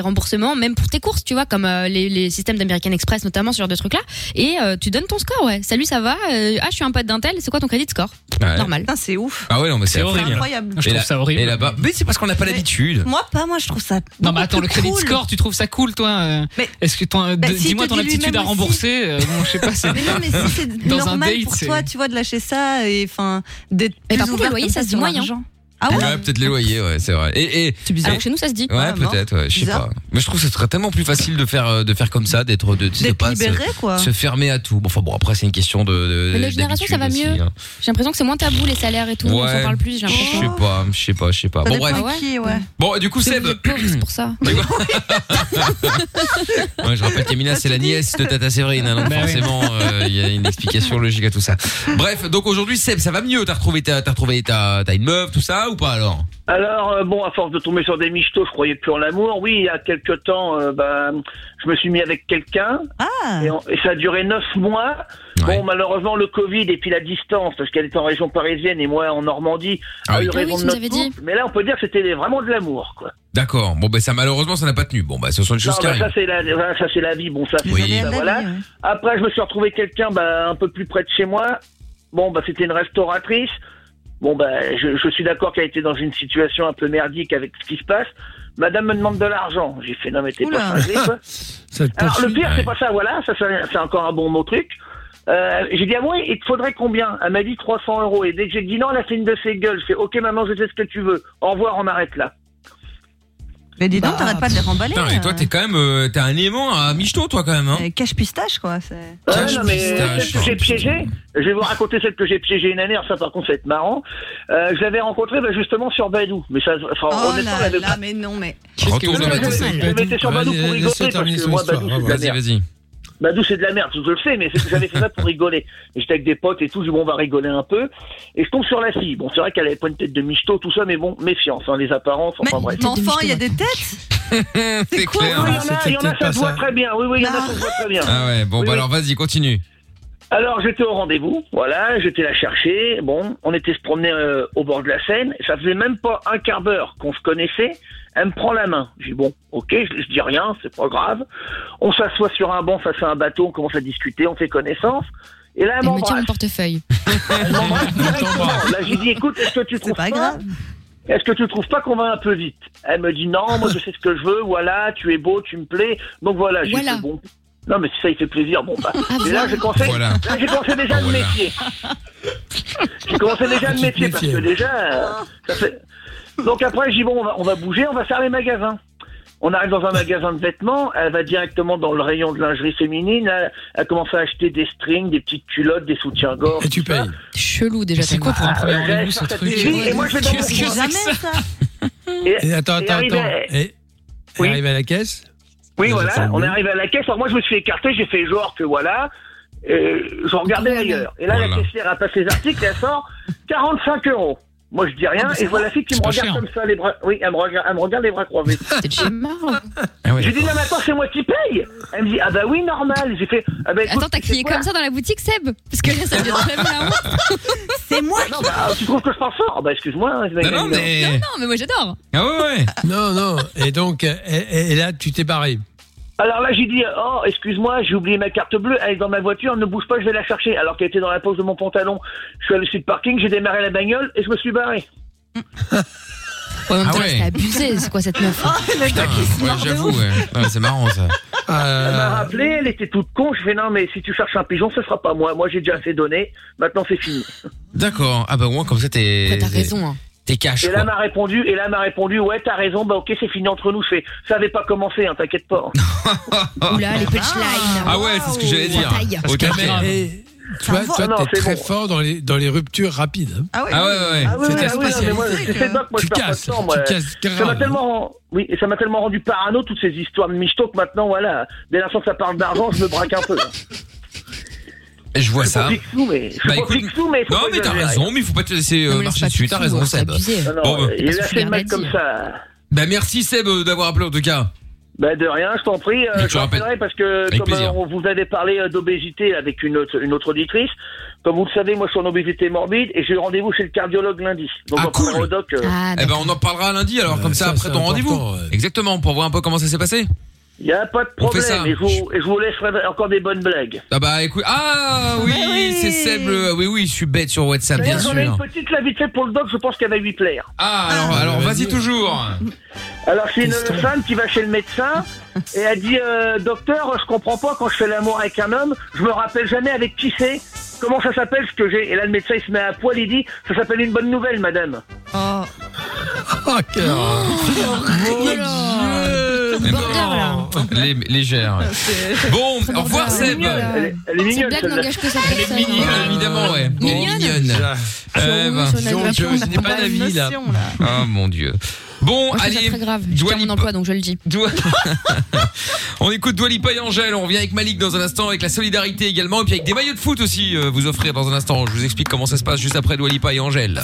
directement, même pour tes courses, tu vois, comme euh, les, les systèmes d'American Express notamment, ce genre de trucs là, et euh, tu donnes ton score, ouais. Salut, ça va euh, Ah, je suis un pote d'un tel, c'est quoi ton crédit de score? Ouais. Normal. Putain, c'est ouf. Ah ouais, non, mais c'est, C'est horrible. Incroyable. Je Et trouve là- ça horrible. Et là-bas, mais c'est parce qu'on n'a pas Mais- l'habitude. Moi, pas, moi, je trouve ça. Non, beaucoup mais attends, le plus crédit de cool. score, tu trouves ça cool, toi euh, Mais- Est-ce que ton, Bah, de- si, dis-moi te ton dit aptitude lui-même à rembourser euh, bon, je sais pas, c'est. Mais non, mais si c'est Dans un normal date, pour c'est- toi, tu vois, de lâcher ça et enfin d'être. Mais plus par contre, le ouvert loyer, comme ça se dit sur moyen. l'argent. Ah ouais. Ouais, peut-être les loyers, ouais, c'est vrai. Et, et C'est bizarre. Alors chez nous, ça se dit. ouais, Ah, peut-être, ouais, je sais Bizarre. pas. Mais je trouve que ce serait tellement plus facile de faire, de faire comme ça, d'être, de, tu sais, de D'être pas libéré, se, quoi. se fermer à tout. Bon, enfin bon, après c'est une question de. de Mais notre génération, ça va d'habitude mieux. aussi, hein. J'ai l'impression que c'est moins tabou les salaires et tout, on s'en Ouais. parle plus, j'ai Je l'impression. sais pas, je sais pas, je sais pas. Ça Bon dépend bref. de Ah ouais qui, ouais. Bon, et du coup Parce que Seb. vous êtes pauvres, c'est pour ça. Ouais, je rappelle qu'Amina c'est la nièce de Tata Séverine, hein, donc Bah oui. forcément euh, il y a une explication logique à tout ça. Bref, donc aujourd'hui Seb, ça va mieux. T'as retrouvé ta, t'as retrouvé ta, t'as une meuf, tout ça ou pas alors? Alors, euh, bon, à force de tomber sur des michtos, je croyais plus en l'amour. Oui, il y a quelques temps, euh, bah, je me suis mis avec quelqu'un. Ah. Et, on- et ça a duré neuf mois. Ouais. Bon, malheureusement, le Covid et puis la distance, parce qu'elle est en région parisienne et moi en Normandie, Ah a oui. eu Ah oui, raison tu de nous notre avais dit. couple. Mais là, on peut dire que c'était vraiment de l'amour, quoi. D'accord. Bon ben ça malheureusement ça n'a pas tenu. Bon bah ce sont des Non, choses qui bah, arrivent. ça c'est la, voilà, ça c'est la vie. Bon, ça, Les Oui. aléas de bah, la voilà. vie, ouais. Après, je me suis retrouvé quelqu'un, bah, un peu plus près de chez moi. Bon, bah, c'était une restauratrice. Bon, bah, je, je suis d'accord qu'elle était dans une situation un peu merdique avec ce qui se passe. Madame me demande de l'argent. J'ai fait, non, mais t'es Oula. pas cinglé, quoi. Ça te Alors, le poursuit. pire, Ouais. c'est pas ça, voilà. Ça, c'est c'est encore un bon mot truc. Euh, j'ai dit, ah ouais, il te faudrait combien? Elle m'a dit trois cents euros. Et dès que j'ai dit non, elle a fait une de ses gueules. Je fais, ok, maman, je sais ce que tu veux. Au revoir, on arrête là. Mais dis donc, Bah, t'arrêtes pas de les remballer. Putain, et toi t'es quand même, euh, t'as un aimant à michto toi quand même hein. Euh, Cache pistache, quoi. C'est. Ouais, Cache non, mais pistache, celle que j'ai hein. piégée, je vais vous raconter celle que j'ai piégée une année, alors ça par contre ça va être marrant. Euh, je l'avais rencontrée bah, justement sur Badou, mais ça, enfin, Oh honnêtement, là elle avait là, pas... mais non, mais. Retourne que dans vous la avez tête. fait Je m'étais sur Badou Vas-y, pour rigoler, laisse-le parce terminer que son moi histoire, Badou c'est de ouais, la Vas-y, merde. vas-y. Badou c'est de la merde, je le sais, mais c'est que j'avais fait ça pour rigoler. Et j'étais avec des potes et tout, je dis bon on va rigoler un peu. Et je tombe sur la fille, bon c'est vrai qu'elle avait pas une tête de michto, tout ça, mais bon, méfiance, hein, les apparences, Mais enfin bref. enfant, il y a des têtes. C'est quoi, clair. Oui, il y en a, C'était il y en a, peut-être ça pas se voit ça. très bien, oui, oui, il y en a, Bah, ça se voit très bien. Ah ouais, bon Oui, bah oui. alors vas-y, continue. Alors j'étais au rendez-vous, voilà, j'étais la chercher, bon, on était se promener euh, au bord de la Seine, ça faisait même pas un quart d'heure qu'on se connaissait, elle me prend la main, j'ai dit bon, ok, je, je dis rien, c'est pas grave, on s'assoit sur un banc face à un bateau, on commence à discuter, on fait connaissance, et là elle Elle me tire mon m'embrasse, portefeuille. elle m'embrasse directement. Là j'ai dit écoute, est-ce que tu trouves pas pas, grave. est-ce que tu trouves pas qu'on va un peu vite? Elle me dit non, moi je sais ce que je veux, voilà, tu es beau, tu me plais, donc voilà, j'ai Voilà. fait bon. Non mais si ça il fait plaisir, bon bah. Ah, et là voilà. j'ai commencé, Voilà. là, j'ai commencé déjà Ah, à me voilà. méfier. J'ai commencé déjà à me Tu te méfier parce méfiais. que déjà, euh, ça fait. Donc après je dis bon on va, on va bouger, on va faire les magasins. On arrive dans un magasin de vêtements, elle va directement dans le rayon de lingerie féminine, elle, elle commence à acheter des strings, des petites culottes, des soutiens-gorge. Et tu tout ça. payes. Chelou déjà. C'est quoi pour un Ah, premier ouais, rendez-vous ça, ce ça truc te dit, et moi, je vais dans mon Qu'est-ce que coin. c'est Jamais que ça ça. Et, Et attends, et attends, arrivé- attends. Et, Oui. elle arrive à la caisse. Oui, Vous voilà, êtes on en est arrivé à la caisse. Alors moi, je me suis écarté, j'ai fait genre que voilà, euh, je regardais Voilà. ailleurs. Et là, Voilà. la caissière, elle passe les articles, elle sort quarante-cinq euros. Moi, je dis rien, Ah, bah, ça et je vois va. la fille qui C'est me pas regarde cher. comme ça, les bras. Oui, elle me regarde, elle me regarde les bras croisés. C'est déjà marrant. Ah ouais, J'ai dit, non, mais attends, c'est moi qui paye. Elle me dit, ah bah oui, normal. J'ai fait, ah bah écoute, Attends, t'as tu sais crié quoi comme ça dans la boutique, Seb? Parce que là, ça devient vraiment la honte. C'est moi Non, bah, tu trouves que je parle fort? Ah bah excuse-moi. hein, je vais- Non, non, mais. Non, mais moi j'adore. Ah ouais, ouais. Non, non. Et donc, et, et- et là, tu t'es barré. Alors là, j'ai dit, oh, excuse-moi, j'ai oublié ma carte bleue, elle est dans ma voiture, ne bouge pas, je vais la chercher. Alors qu'elle était dans la poche de mon pantalon. Je suis allé sur le parking, j'ai démarré la bagnole et je me suis barré. Ouais, en même Ah temps, ouais. c'est abusé, c'est quoi cette meuf? Putain, ouais, j'avoue, ouais. Ouais, c'est marrant ça. Elle m'a Euh, rappelé, elle était toute con. Je fais non, mais si tu cherches un pigeon, ce sera pas moi. Moi, j'ai déjà assez donné. Maintenant, c'est fini. D'accord. Ah bah au moins comme ça t'es. Ouais, t'as raison, hein. T'es cash Et là, quoi. elle m'a répondu, et là, elle m'a répondu, ouais, t'as raison, bah, ok, c'est fini entre nous. Je fais, ça avait pas commencé, hein, t'inquiète pas. Oula, les punchlines. Ah ouais, c'est ce que j'allais dire. Ça taille. Au Parce que- taquet. et, tu vois, va. toi, Non, t'es c'est très bon. fort dans les, dans les ruptures rapides. hein. Ah ouais. Ah ouais, ouais, ouais. Ah oui, C'est oui, ta ah oui, non, mais moi, spécialité. je sais pas que moi, Tu je perds pas casses, de temps, moi. tu casses Ça m'a grave. tellement, oui, et ça m'a tellement rendu parano, toutes ces histoires de michto, que maintenant, voilà, dès l'instant que ça parle d'argent, je me braque un peu. Je vois Je suis pas ça. fixou, mais, je suis Bah pas écoute, fixou, mais faut non pas mais t'as exagérer. raison, mais il faut pas te laisser euh, Non, mais laisse marcher pas dessus. tout T'as fou, raison, c'est Seb. abusé. Non, non, Bon, bah. il y a Parce que assez de tu mecs gardes comme la ça. Bah merci Seb euh, d'avoir appelé en tout cas. Ben de rien, je t'en prie. Euh, Tu je rappelles. rappellerai parce que Avec comme plaisir. euh, on vous avait parlé euh, d'obésité avec une autre, une autre auditrice, comme vous le savez, moi je suis en obésité morbide et j'ai rendez-vous chez le cardiologue lundi. Donc Ah, on parlera cool. au doc. euh, Ah, Eh ben on en parlera lundi alors Ouais, comme ça, ça, après c'est ton rendez-vous. important, ouais. Exactement pour voir un peu comment ça s'est passé. Il n'y a pas de On fait problème. ça. Et je vous, et je vous laisserai encore des bonnes blagues. Ah bah écoute, ah oui, Bah oui. c'est Seb. le- Oui oui, je suis bête sur WhatsApp, bien D'ailleurs, j'en ai sûr. une petite là vite fait pour le doc, je pense qu'elle va lui plaire. Ah alors alors vas-y toujours. Alors c'est une femme qui va chez le médecin et elle dit euh, docteur, je comprends pas quand je fais l'amour avec un homme, je me rappelle jamais avec qui c'est. Comment ça s'appelle ce que j'ai? Et là le médecin il se met à poil, il dit ça s'appelle une bonne nouvelle madame. Oh. Oh, quel Lé- Légère. Bon, au revoir Seb. Elle est, elle est mignonne. Cette blague celle-là. n'engage que sa personne. Évidemment, ouais. Elle est mignonne. Euh, bah, Disons que je n'ai pas d'avis là. Oh mon dieu. Bon, Moi, je trouve ça allez. très grave. Je Dua tiens mon Lipa- emploi, donc je le dis. Dua- On écoute Dua Lipa et Angèle. On revient avec Malik dans un instant, avec la solidarité également, et puis avec des maillots de foot aussi euh, vous offrir dans un instant. Je vous explique comment ça se passe juste après Dua Lipa et Angèle.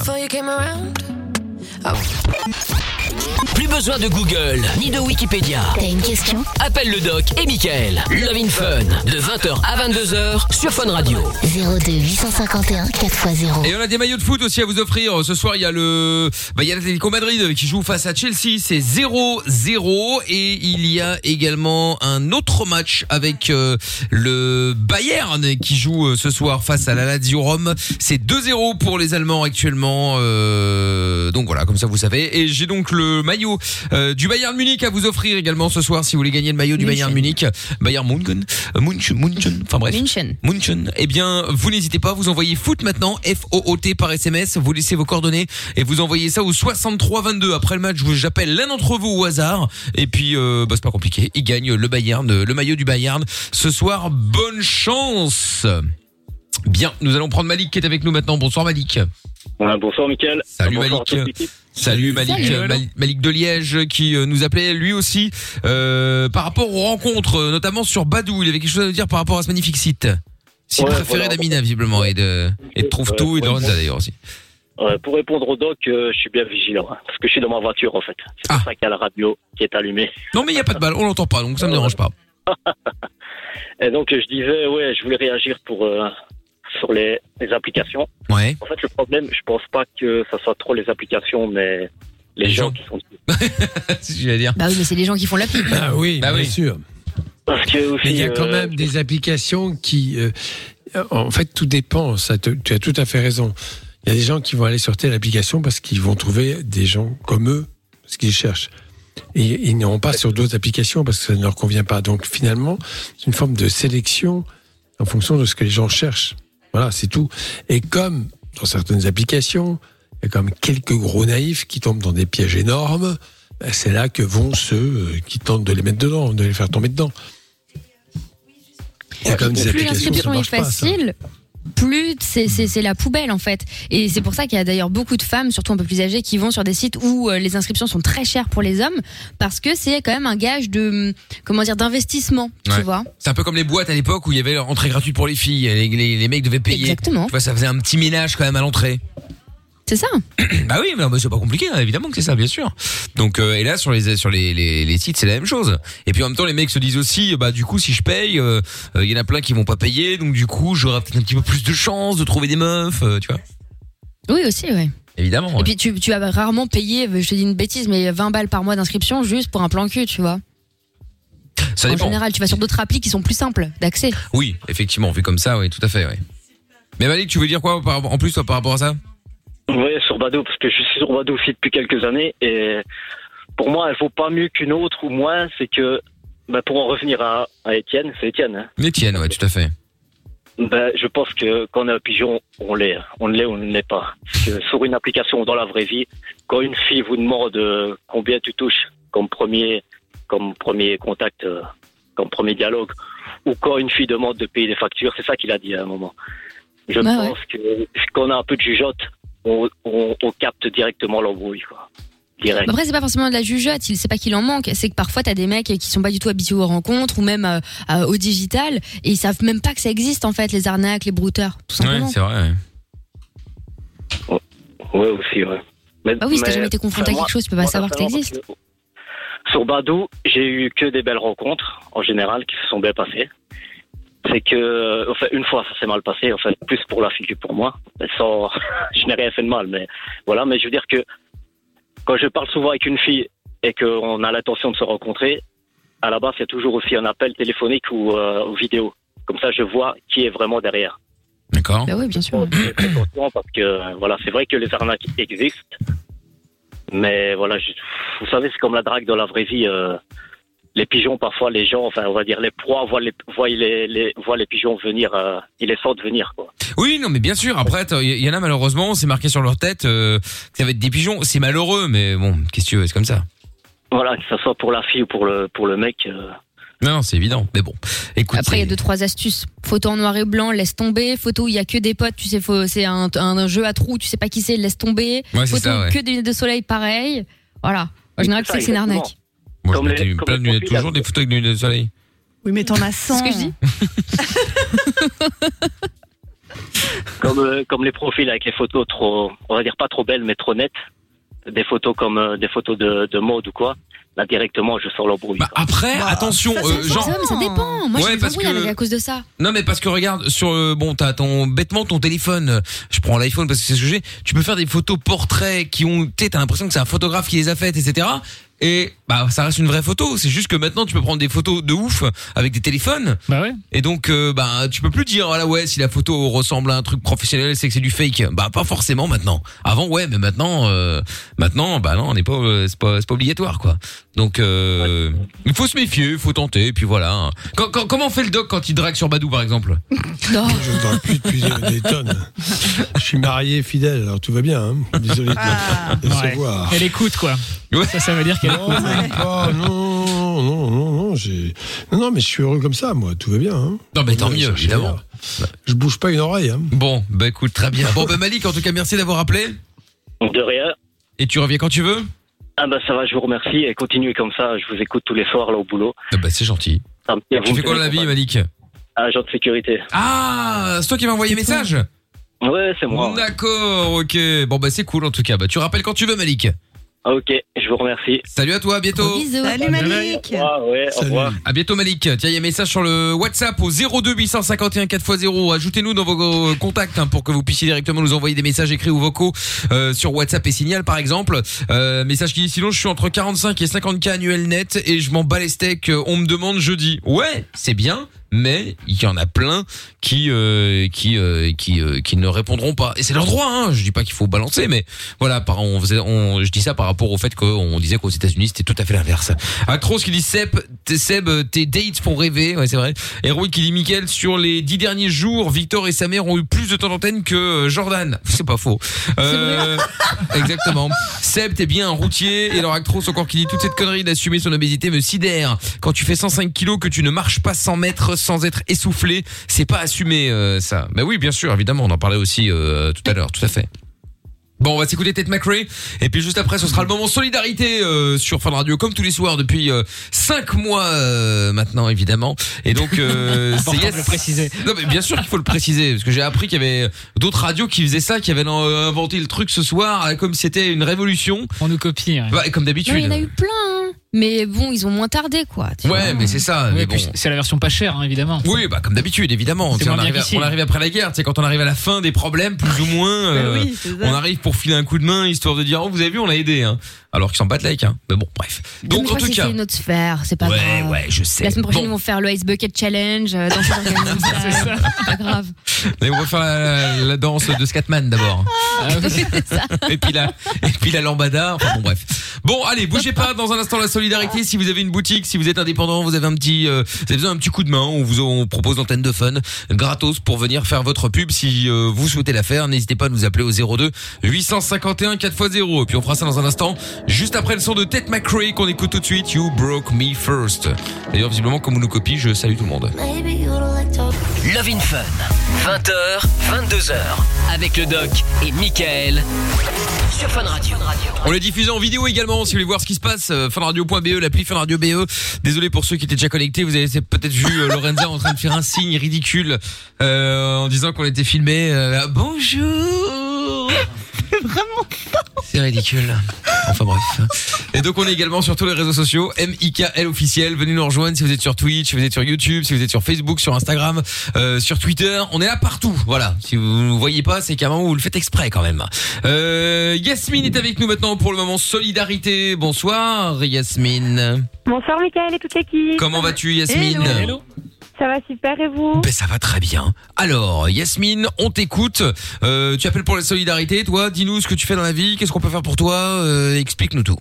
Plus besoin de Google, ni de Wikipédia. T'as une question? Appelle le doc et Mickaël. Love in Fun, de vingt heures à vingt-deux heures sur Fun Radio. zéro deux huit cent cinquante et un quatre fois zéro. Et on a des maillots de foot aussi à vous offrir. Ce soir, il y a le, bah, il y a l'Atlético Madrid qui joue face à Chelsea. C'est zéro zéro. Et il y a également un autre match avec euh, le Bayern qui joue euh, ce soir face à la Lazio Rome. C'est deux zéro pour les Allemands actuellement. Euh, donc voilà, comme ça vous savez. Et j'ai donc le maillot euh, du Bayern Munich à vous offrir également ce soir si vous voulez gagner le maillot du Bayern Munich. Bayern München, euh, München, München, enfin bref. München. München. Eh bien, vous n'hésitez pas, vous envoyez foot maintenant, F O O T par S M S, vous laissez vos coordonnées et vous envoyez ça au soixante-trois vingt-deux. Après le match, je vous- j'appelle l'un d'entre vous au hasard et puis euh, bah c'est pas compliqué, il gagne le Bayern, le maillot du Bayern ce soir. Bonne chance. Bien, nous allons prendre Malik qui est avec nous maintenant. Bonsoir Malik. Ouais, bonsoir Mickaël. Salut Bonsoir à Malik. toute l'équipe. Salut Malik, Salut. euh, Malik, Malik de Liège qui euh, nous appelait lui aussi euh, par rapport aux rencontres, euh, notamment sur Badou. Il avait quelque chose à nous dire par rapport à ce magnifique site. Site Ouais, préféré voilà. d'Amina visiblement et de et de Trouve Tout et de ouais, Lorenza ouais. d'ailleurs aussi. Ouais, pour répondre au doc, euh, je suis bien vigilant, hein, parce que je suis dans ma voiture en fait. C'est pour ça qu'il y a la radio qui est allumée. Non mais il y a pas de balle, on l'entend pas donc ça me dérange pas. Et donc je disais, ouais, je voulais réagir pour euh, sur les, les applications. Ouais. En fait, le problème, je pense pas que ça soit trop les applications, mais les, gens, qui sont. C'est ce que j'allais dire. Bah oui, mais c'est les gens qui font la pub. Ah oui, Bah bien oui. sûr. Parce que aussi, Mais il y a quand euh, même des applications qui... euh, en fait, tout dépend. Ça te- tu as tout à fait raison. Il y a des gens qui vont aller sur telle application parce qu'ils vont trouver des gens comme eux, ce qu'ils cherchent. Et ils n'iront pas sur d'autres applications parce que ça ne leur convient pas. Donc finalement, c'est une forme de sélection en fonction de ce que les gens cherchent. Voilà, c'est tout. Et comme dans certaines applications, il y a quand même quelques gros naïfs qui tombent dans des pièges énormes, ben c'est là que vont ceux euh, qui tentent de les mettre dedans, de les faire tomber dedans. Il y a quand même des Plus applications qui ne l'inscription est marchent pas. ça. facile, plus c'est c'est c'est la poubelle en fait. Et c'est pour ça qu'il y a d'ailleurs beaucoup de femmes, surtout un peu plus âgées, qui vont sur des sites où euh, les inscriptions sont très chères pour les hommes, parce que c'est quand même un gage de comment dire d'investissement, tu Ouais. vois. C'est un peu comme les boîtes à l'époque où il y avait l'entrée gratuite pour les filles, les, les, les mecs devaient payer. Exactement. Tu vois, ça faisait un petit ménage quand même à l'entrée. C'est ça. Bah oui, mais non, mais c'est pas compliqué, hein, évidemment que c'est ça, bien sûr. Donc euh, et là sur les sur les, les, les sites c'est la même chose. Et puis en même temps les mecs se disent aussi, bah du coup si je paye, il euh, euh, y en a plein qui vont pas payer, donc du coup j'aurai peut-être un petit peu plus de chance de trouver des meufs, euh, tu vois. Oui aussi, ouais. Évidemment. Et ouais. puis tu tu vas rarement payer, je te dis une bêtise, mais vingt balles par mois d'inscription juste pour un plan cul, tu vois. Ça En dépend. général, tu vas sur d'autres applis qui sont plus simples d'accès. Oui, effectivement, vu comme ça, oui, tout à fait, oui. Mais Malik, tu veux dire quoi par, en plus toi, par rapport à ça? Oui, sur Badoo, parce que je suis sur Badoo aussi depuis quelques années, et pour moi, elle vaut pas mieux qu'une autre ou moins, c'est que, bah, pour en revenir à, à Étienne, c'est Étienne, hein. Étienne, ouais, tout à fait. Ben, je pense que quand on est un pigeon, on l'est. On l'est ou on ne l'est pas. Parce que sur une application, dans la vraie vie, quand une fille vous demande euh, combien tu touches comme premier, comme premier contact, euh, comme premier dialogue, ou quand une fille demande de payer des factures, c'est ça qu'il a dit à un moment. Je Ouais, pense que qu'on a un peu de jugeote, on, on, on capte directement l'embrouille, quoi. Direct. Après, c'est pas forcément de la jugeote, il sait pas qu'il en manque. C'est que parfois, t'as des mecs qui sont pas du tout habitués aux rencontres ou même euh, euh, au digital et ils savent même pas que ça existe en fait, les arnaques, les brouteurs, tout simplement. Ouais, c'est vrai. Ouais, ouais aussi, ouais. Mais, Bah oui, si t'as mais- jamais été confronté à enfin, quelque chose, tu peux pas moi, savoir que ça personnellement, existe. parce que Sur Badoo, j'ai eu que des belles rencontres, en général, qui se sont bien passées. C'est que, enfin, une fois, ça s'est mal passé, enfin, plus pour la fille que pour moi. Sans, je n'ai rien fait de mal, mais voilà. Mais je veux dire que quand je parle souvent avec une fille et qu'on a l'intention de se rencontrer, à la base, il y a toujours aussi un appel téléphonique ou, euh, ou vidéo. Comme ça, je vois qui est vraiment derrière. D'accord. Bah oui, bien sûr. Très, très conscient parce que, euh, voilà, c'est vrai que les arnaques existent. Mais voilà, je, vous savez, c'est comme la drague dans la vraie vie. Euh, les pigeons, parfois, les gens, enfin, on va dire, les proies voient les, voient les, les, voient les pigeons venir, euh, ils les sentent venir, quoi. Oui, non, mais bien sûr. Après, il y en a malheureusement, c'est marqué sur leur tête euh, que ça va être des pigeons. C'est malheureux, mais bon, qu'est-ce que tu veux, c'est comme ça. Voilà, que ça soit pour la fille ou pour le, pour le mec. Euh... Non, non, c'est évident. Mais bon, écoute. Après, il y a c'est- deux, trois astuces. Photo en noir et blanc, laisse tomber. Photo où il y a que des potes, tu sais, faut, c'est un, un, un jeu à trous, tu sais pas qui c'est, laisse tomber. Ouais, c'est Photo ça, ouais. que des lunettes de soleil, pareil. Voilà. En général, tu sais que c'est une arnaque. Moi, je Comme mettais les- une comme plein de les lunettes, profils, toujours des photos avec des lunettes de soleil. Oui, mais t'en as cent. C'est ce que je dis. Comme, euh, comme les profils avec les photos trop, on va dire pas trop belles, mais trop nettes. Des photos comme euh, des photos de, de mode ou quoi. Là, directement, je sors l'embrouille. Bah, après, attention, Ça, euh, ça, genre. ça, mais ça dépend. Moi, Ouais, je parce me embrouille que- à cause de ça. Non mais parce que regarde sur euh, bon t'as ton bêtement ton téléphone, je prends l'iPhone parce que c'est ce que j'ai, tu peux faire des photos portraits qui ont, tu sais, t'as l'impression que c'est un photographe qui les a faites, et cetera. Et bah ça reste une vraie photo, c'est juste que maintenant tu peux prendre des photos de ouf avec des téléphones. Bah ouais. Et donc euh, bah tu peux plus dire voilà ouais si la photo ressemble à un truc professionnel c'est que c'est du fake. Bah pas forcément maintenant. Avant ouais mais maintenant euh, maintenant bah non on n'est pas euh, c'est pas c'est pas obligatoire quoi. Donc euh, il faut se méfier, il faut tenter et puis voilà. Quand- quand- comment fait le doc quand il drague sur Badou par exemple? Non. Je ne drague plus depuis des tonnes. Je suis marié fidèle, alors tout va bien. Hein. Désolé de, Ah. de Ouais. savoir. Elle écoute, quoi. Ça, ça veut dire qu'elle Non, même pas, non, non, non, non, non, j'ai... non, non, mais je suis heureux comme ça, moi, tout va bien. Hein. Non mais tant Ouais, mieux ça, évidemment. Je bouge pas une oreille. Hein. Bon bah écoute très bien. Bon bah Malik en tout cas merci d'avoir appelé. De rien. Et tu reviens quand tu veux. Ah bah ça va, je vous remercie et continuez comme ça. Je vous écoute tous les soirs là au boulot. Ah bah c'est gentil. Ça me tient, Tu vous fais me quoi dans la tenez vie compagnie. Malik? Agent de sécurité. Ah c'est toi qui m'as envoyé message. Ouais, c'est moi. D'accord, ok. Bon bah c'est cool en tout cas. Bah tu rappelles quand tu veux Malik. Ah, ok, je vous remercie. Salut à toi, à bientôt. Gros bisous. Salut Malik. Ah ouais, au revoir. À bientôt Malik. Tiens, il y a un message sur le WhatsApp au zéro deux huit cent cinquante et un quatre fois zéro. Ajoutez-nous dans vos contacts hein, pour que vous puissiez directement nous envoyer des messages écrits ou vocaux euh, sur WhatsApp et Signal par exemple. Euh, message qui dit sinon je suis entre quarante-cinq et cinquante K annuel net et je m'en bats les steaks. On me demande jeudi. Ouais, c'est bien. Mais il y en a plein qui euh, qui euh, qui euh, qui ne répondront pas et c'est leur droit hein. Je dis pas qu'il faut balancer mais voilà par on faisait on je dis ça par rapport au fait qu'on disait qu'aux États-Unis c'était tout à fait l'inverse. Actros qui dit Seb tes Seb tes dates font rêver ouais c'est vrai. Héroïque qui dit Mickaël sur les dix derniers jours Victor et sa mère ont eu plus de temps d'antenne que Jordan. C'est pas faux. Euh, exactement. Seb t'es bien un routier et alors Actros encore qui dit toute cette connerie d'assumer son obésité me sidère. Quand tu fais cent cinq kilos que tu ne marches pas cent mètres sans être essoufflé, c'est pas assumé euh, ça. Bah oui, bien sûr, évidemment, on en parlait aussi euh, tout à l'heure, tout à fait. Bon, on va s'écouter Tate McRae et puis juste après ce sera le moment solidarité euh, sur Fun Radio comme tous les soirs depuis euh, cinq mois euh, maintenant évidemment. Et donc euh, c'est Important yes. de le préciser. Non mais bien sûr qu'il faut le préciser parce que j'ai appris qu'il y avait d'autres radios qui faisaient ça, qui avaient euh, inventé le truc ce soir euh, comme si c'était une révolution. On nous copie. Ouais, bah, comme Non, d'habitude. il y en a eu plein. hein. Mais bon, ils ont moins tardé, quoi. tu vois. Ouais, mais c'est ça. Ouais, mais bon. puis c'est la version pas chère, hein, évidemment. Oui, bah comme d'habitude, évidemment. C'est Tu sais, on, moins bien arrive, à- qu'ici. on arrive après la guerre. Tu sais, quand on arrive à la fin des problèmes, plus ou moins, euh, oui, c'est ça. on arrive pour filer un coup de main, histoire de dire, oh, vous avez vu, on a aidé. Hein. Alors qu'ils s'en battent like. Hein. Mais bon, bref. Non, Donc mais je en crois tout que cas, c'est une autre sphère, c'est pas ouais, grave. ouais, je sais. La semaine prochaine, Bon. ils vont faire le Ice Bucket Challenge euh, dans ces organisations. C'est pas grave. Mais on va faire la, la danse de Scatman d'abord. Ah, c'est ça. Et puis la, et puis la lambada. Enfin bon, bref. Bon, allez, bougez pas. Dans un instant, la solidarité. Si vous avez une boutique, si vous êtes indépendant, vous avez un petit, euh, vous avez besoin d'un petit coup de main. On vous on propose l'antenne de Fun gratos pour venir faire votre pub. Si euh, vous souhaitez la faire, n'hésitez pas à nous appeler au zéro deux huit cent cinquante et un quatre fois zéro. Et puis on fera ça dans un instant, juste après le son de Tate McRae qu'on écoute tout de suite. You broke me first. D'ailleurs, visiblement, comme on nous copie, je salue tout le monde. Love in Fun, vingt heures, vingt-deux heures, avec le doc et Mickaël sur Fun Radio. On l'a diffusé en vidéo également, si vous voulez voir ce qui se passe, euh, funradio point be, l'appli Fun Radio B E. Désolé pour ceux qui étaient déjà connectés, vous avez peut-être vu euh, Lorenza en train de faire un signe ridicule euh, en disant qu'on était filmé. Euh, bonjour. Vraiment pas. C'est ridicule. Enfin bref. Et donc on est également sur tous les réseaux sociaux, M I K L officiel. Venez nous rejoindre si vous êtes sur Twitch, si vous êtes sur YouTube, si vous êtes sur Facebook, sur Instagram, euh, sur Twitter. On est là partout. Voilà. Si vous ne voyez pas, c'est qu'à un moment vous le faites exprès quand même. Euh, Yasmine est avec nous maintenant pour le moment solidarité. Bonsoir Yasmine. Bonsoir Mickaël et toute l'équipe. Comment vas-tu Yasmine? Hello. Hello. Ça va super et vous? Ben ça va très bien. Alors Yasmine, on t'écoute. Euh, tu appelles pour la solidarité, toi. Dis-nous ce que tu fais dans la vie. Qu'est-ce qu'on peut faire pour toi? euh, Explique-nous tout.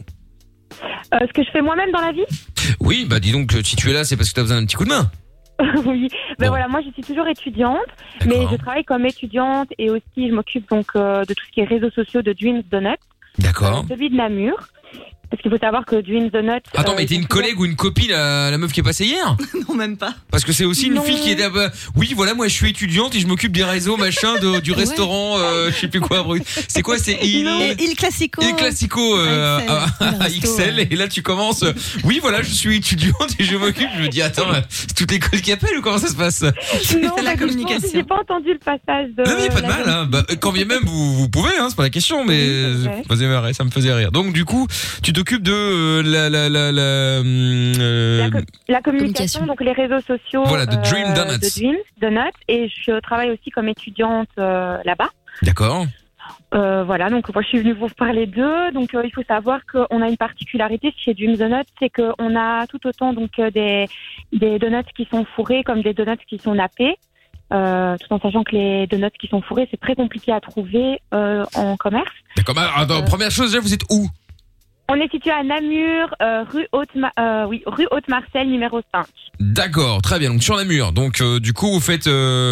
Euh, ce que je fais moi-même dans la vie? Oui, bah dis donc que si tu es là, c'est parce que tu as besoin d'un petit coup de main. Oui, ben bon. Voilà, moi je suis toujours étudiante, mais je travaille comme étudiante et aussi je m'occupe donc euh, de tout ce qui est réseaux sociaux de Dreams Donuts. D'accord. Euh, celui de Namur. Parce qu'il faut savoir que Dreams Donuts... Attends, euh, mais t'es une collègue ou une copine à la meuf qui est passée hier? Non, même pas. Parce que c'est aussi une Non. fille qui est là-bas. Oui, voilà, moi je suis étudiante et je m'occupe des réseaux, machin, de, du restaurant, euh, je sais plus quoi, brut. C'est quoi, c'est Il... Et Il Classico. Il Classico euh, Excel. à, à X L, et là tu commences. euh, Oui, voilà, je suis étudiante et je m'occupe. Je me dis, attends, euh, c'est toute l'école qui appelle ou comment ça se passe? Non, C'est la parce que communication. J'ai pas entendu le passage de... Non, mais y a pas de la mal, hein. Bah, quand bien même vous, vous pouvez, hein, c'est pas la question, mais Oui, c'est ça vrai. me faisait marrer, ça me faisait rire. Donc du coup, tu t'occupes de euh, la la la la, euh, La, co- la communication, donc les réseaux sociaux Voilà, de Dream euh, Donuts. de Dreams Donuts, et je travaille aussi comme étudiante euh, là-bas. D'accord. Euh, voilà, donc moi je suis venue vous parler d'eux. Donc euh, il faut savoir qu'on a une particularité chez Dreams Donuts, c'est qu'on a tout autant donc euh, des des donuts qui sont fourrés comme des donuts qui sont nappés. Euh, tout en sachant que les donuts qui sont fourrés, c'est très compliqué à trouver euh, en commerce. D'accord. Bah, attends, première chose, déjà, vous êtes où? On est situé à Namur, euh, rue Haute, euh, oui, rue Haute-Marcel, numéro cinq. D'accord, très bien. Donc sur Namur. Donc euh, du coup vous faites euh,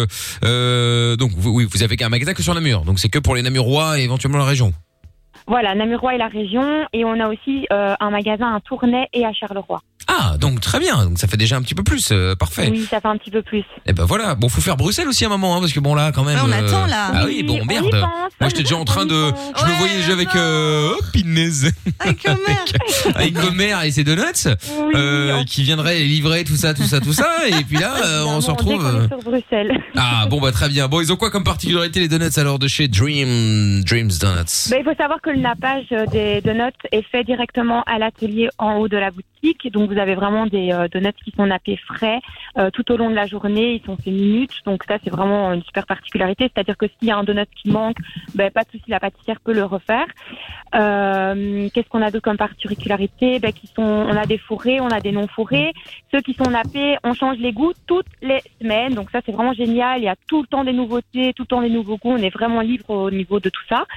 euh, donc vous, oui, vous avez qu'un magasin que sur Namur. Donc c'est que pour les Namurois et éventuellement la région. Voilà, Namurois et la région, et on a aussi euh, un magasin à Tournai et à Charleroi. Ah, donc très bien. Donc ça fait déjà un petit peu plus. Euh, parfait. Oui, ça fait un petit peu plus. Et ben voilà. Bon, faut faire Bruxelles aussi à un moment, hein, parce que bon là, quand même. Ouais, on euh, attend, là. Ah oui, bon on y merde. pense. Moi, j'étais déjà en train On y de. pense. Je me Ouais, voyais déjà avec euh, oh, Pinez, Avec le maire. avec Gomer et ses donuts, Oui, euh, on- qui viendraient livrer tout ça, tout ça, tout ça. Et puis là, euh, on se Évidemment, retrouve. dès qu'on euh, est sur Bruxelles. Ah bon bah très bien. Bon, ils ont quoi comme particularité les donuts alors de chez Dream Dreams Donuts? Ben, il faut savoir que le nappage des donuts est fait directement à l'atelier en haut de la boutique. Donc vous avez vraiment des euh, donuts qui sont nappés frais euh, tout au long de la journée. Ils sont faits minutes. Donc ça c'est vraiment une super particularité. C'est-à-dire que s'il y a un donut qui manque, ben, pas de souci, la pâtissière peut le refaire. Euh, Qu'est-ce qu'on a d'autre comme particularité? Ben, qui sont, on a des fourrés, on a des non fourrés. Ceux qui sont nappés, on change les goûts toutes les semaines. Donc ça c'est vraiment génial. Il y a tout le temps des nouveautés, tout le temps des nouveaux goûts. On est vraiment libre au niveau de tout ça.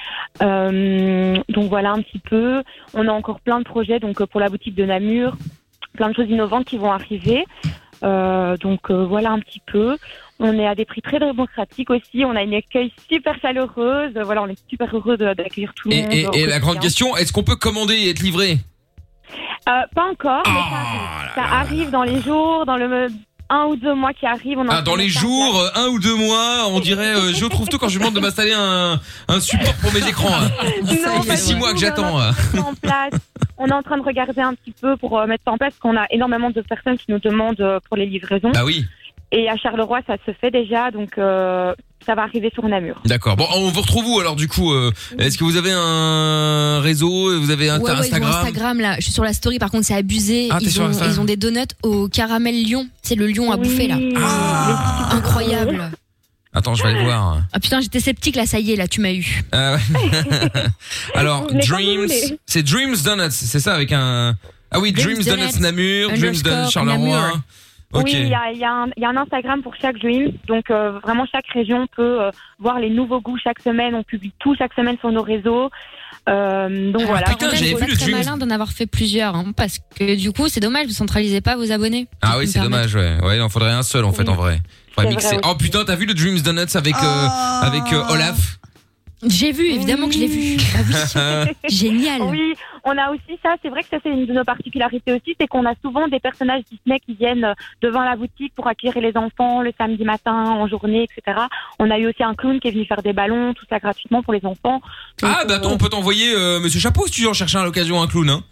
Euh, donc voilà un petit peu. On a encore plein de projets donc pour la boutique de Namur, plein de choses innovantes qui vont arriver. Euh, donc euh, voilà un petit peu. On est à des prix très démocratiques aussi. On a une accueil super chaleureuse. Voilà, on est super heureux de- d'accueillir tout le Et, monde. et, au et la grande quotidien. question, est-ce qu'on peut commander et être livré? Euh, pas encore, mais ça Ah, arrive. là Ça là arrive dans les jours, dans le un ou deux mois qui arrivent. On est en Ah, train dans de les mettre ça en jours, place. euh, un ou deux mois, on dirait, euh, je trouve tout quand je demande de m'installer un, un support pour mes écrans. Hein. Non, Ça pas fait six du mois tout, que j'attends. mais on a hein. tout ça en place. On est en train de regarder un petit peu pour euh, mettre ça en place, parce qu'on a énormément de personnes qui nous demandent euh, pour les livraisons. Bah oui. Et à Charleroi, ça se fait déjà, donc euh, ça va arriver sur Namur. D'accord. Bon, on vous retrouve où alors du coup euh, Est-ce que vous avez un réseau? Vous avez un Ouais, ouais, ils ont Instagram? Instagram là. Je suis sur la story, par contre, c'est abusé. Ah, t'es ils, sur ont, Insta. ils ont des donuts au caramel lion. C'est le lion à bouffer là. Ah. Incroyable. Attends, je vais aller voir. Ah putain, j'étais sceptique là, ça y est, là, tu m'as eu. Ah ouais. Alors, Mais comme vous Dreams, voulez. c'est Dreams Donuts, c'est ça avec un. Ah oui, Dreams, Dreams Donuts Donuts, Namur, Dreams underscore Donuts Charleroi. Namur. Ok. Oui, il y a, il y, a un- il y a un Instagram pour chaque Dream, donc euh, vraiment chaque région peut euh, voir les nouveaux goûts chaque semaine. On publie tout chaque semaine sur nos réseaux. Euh, donc voilà. putain, Par contre, j'avais c'est vu pas le très Dreams. malin d'en avoir fait plusieurs, hein, parce que du coup, c'est dommage, vous centralisez pas vos abonnés. Ah oui, c'est dommage, ouais. Ouais, il en faudrait un seul en fait, en vrai. Faudrait C'est mixer. vrai Oh putain, t'as vu le Dreams Donuts avec euh, avec euh, Olaf? J'ai vu, évidemment que je l'ai vu. Ah oui. Génial. Oui, on a aussi ça. C'est vrai que ça, c'est une de nos particularités aussi, c'est qu'on a souvent des personnages Disney qui viennent devant la boutique pour accueillir les enfants le samedi matin, en journée, et cetera. On a eu aussi un clown qui est venu faire des ballons, tout ça gratuitement pour les enfants. Donc, Ah bah attends, on peut t'envoyer euh, Monsieur Chapeau si tu en cherches un à l'occasion un clown, hein.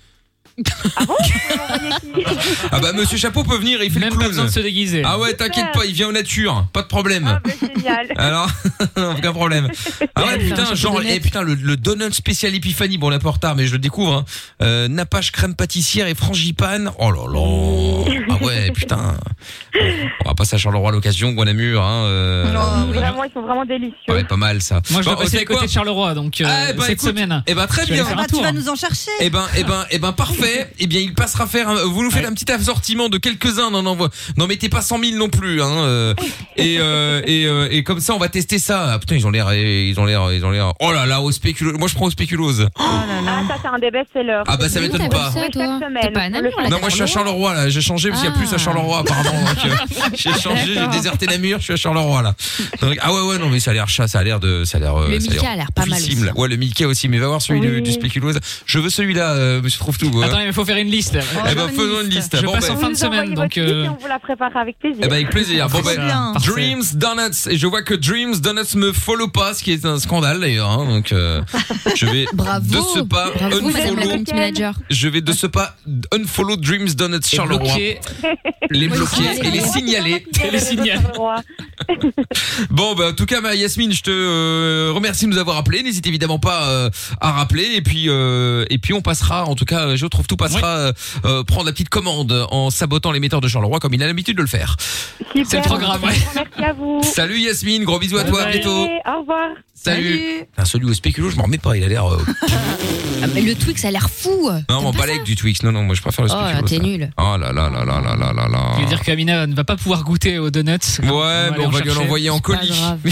Ah bah Monsieur Chapeau peut venir, il fait Même le clown. pas besoin de se déguiser. Ah ouais, t'inquiète pas, il vient en nature, pas de problème. Ah, bah, génial. Alors, aucun problème. Ah ouais, putain, genre, eh, putain, le, le donut spécial Épiphanie, bon, on est un peu en retard, mais je le découvre, hein. Euh, nappage crème pâtissière et frangipane. Oh là là. Ah ouais, putain. On va passer à Charleroi à l'occasion, ou à Namur, hein. Euh... Oui, vraiment, ils sont vraiment délicieux. Ouais, pas mal, ça. Moi, je Bon, dois passer c'est du côté quoi de Charleroi, donc euh, Ah, bah, cette écoute, semaine. Eh ben, très Je vais bien. aller faire un Bah, tu tour. vas nous en chercher. Eh ben, eh ben, eh ben, parfait. Eh bien, il passera faire. Un, vous nous faites Ouais. un petit assortiment de quelques-uns. Non, non, n'en mettez pas cent mille non plus. Hein. euh, et, euh, et, euh, et comme ça, on va tester ça. Ah, putain, ils ont l'air, ils ont l'air, ils ont l'air. Oh là là, au spéculoos. Moi, je prends au spéculoos. Oh là là. Ah, ça, c'est un des best-sellers. Ah bah, ça m'étonne pas. Ça, toi. Chaque semaine. T'es pas à Namur, là. Non, moi, je suis à Charleroi là. J'ai changé parce qu'il y a plus à Charleroi apparemment. Donc, euh, j'ai changé, j'ai D'accord. déserté Namur. Je suis à Charleroi là. Donc, ah ouais, ouais, non, mais ça a l'air chat, ça a l'air de, ça a l'air. euh, Le ça Milka a l'air pas mal oufissime, là. aussi. Ouais, le Milka aussi. Mais va voir celui du, Oui. du spéculoos. Je veux celui-là, euh, Monsieur Trouve-Tout. hein. Attends, il faut faire une liste. Eh ben, faisons une liste. Je Bon, passe ben, en fin de Vous semaine, envoyez donc. votre liste euh, et on vous la prépare avec plaisir. Eh ben avec plaisir. Bon Très ben, bien. Parfait. Dreams Donuts et je vois que Dreams Donuts me follow pas, ce qui est un scandale d'ailleurs. Hein, donc euh, je vais Bravo. de ce pas Bravo, madame la unfollow. community manager. Je vais de ce pas unfollow Dreams Donuts et Charleroi, bloqué. les Oui, bloquer c'est et les vrai. signaler. Et les signale. Bon ben en tout cas, ma Yasmine, je te euh, remercie de nous avoir appelé. N'hésite évidemment pas euh, à rappeler et puis euh, et puis on passera. En tout cas, je trouve tout passera euh, euh, prendre la petite commande en sabotant l'émetteur de Charleroi comme il a l'habitude de le faire. Super. C'est le programme, ouais. Merci à vous. Salut Yasmine, gros bisous à toi, à Bye bye. bientôt. Au revoir. Salut. Enfin, celui au spéculo, je m'en remets pas, il a l'air. Euh... Ah, mais le Twix, ça a l'air fou. Non, mon T'aimes pas balai avec du Twix. Non, non, moi je préfère le Oh spéculo. là, t'es ça. nul. Oh là là là là là là là là. Tu veux dire qu'Amina ne va pas pouvoir goûter aux donuts. Ouais, mais aller on en va lui chercher. l'envoyer en C'est pas colis. grave.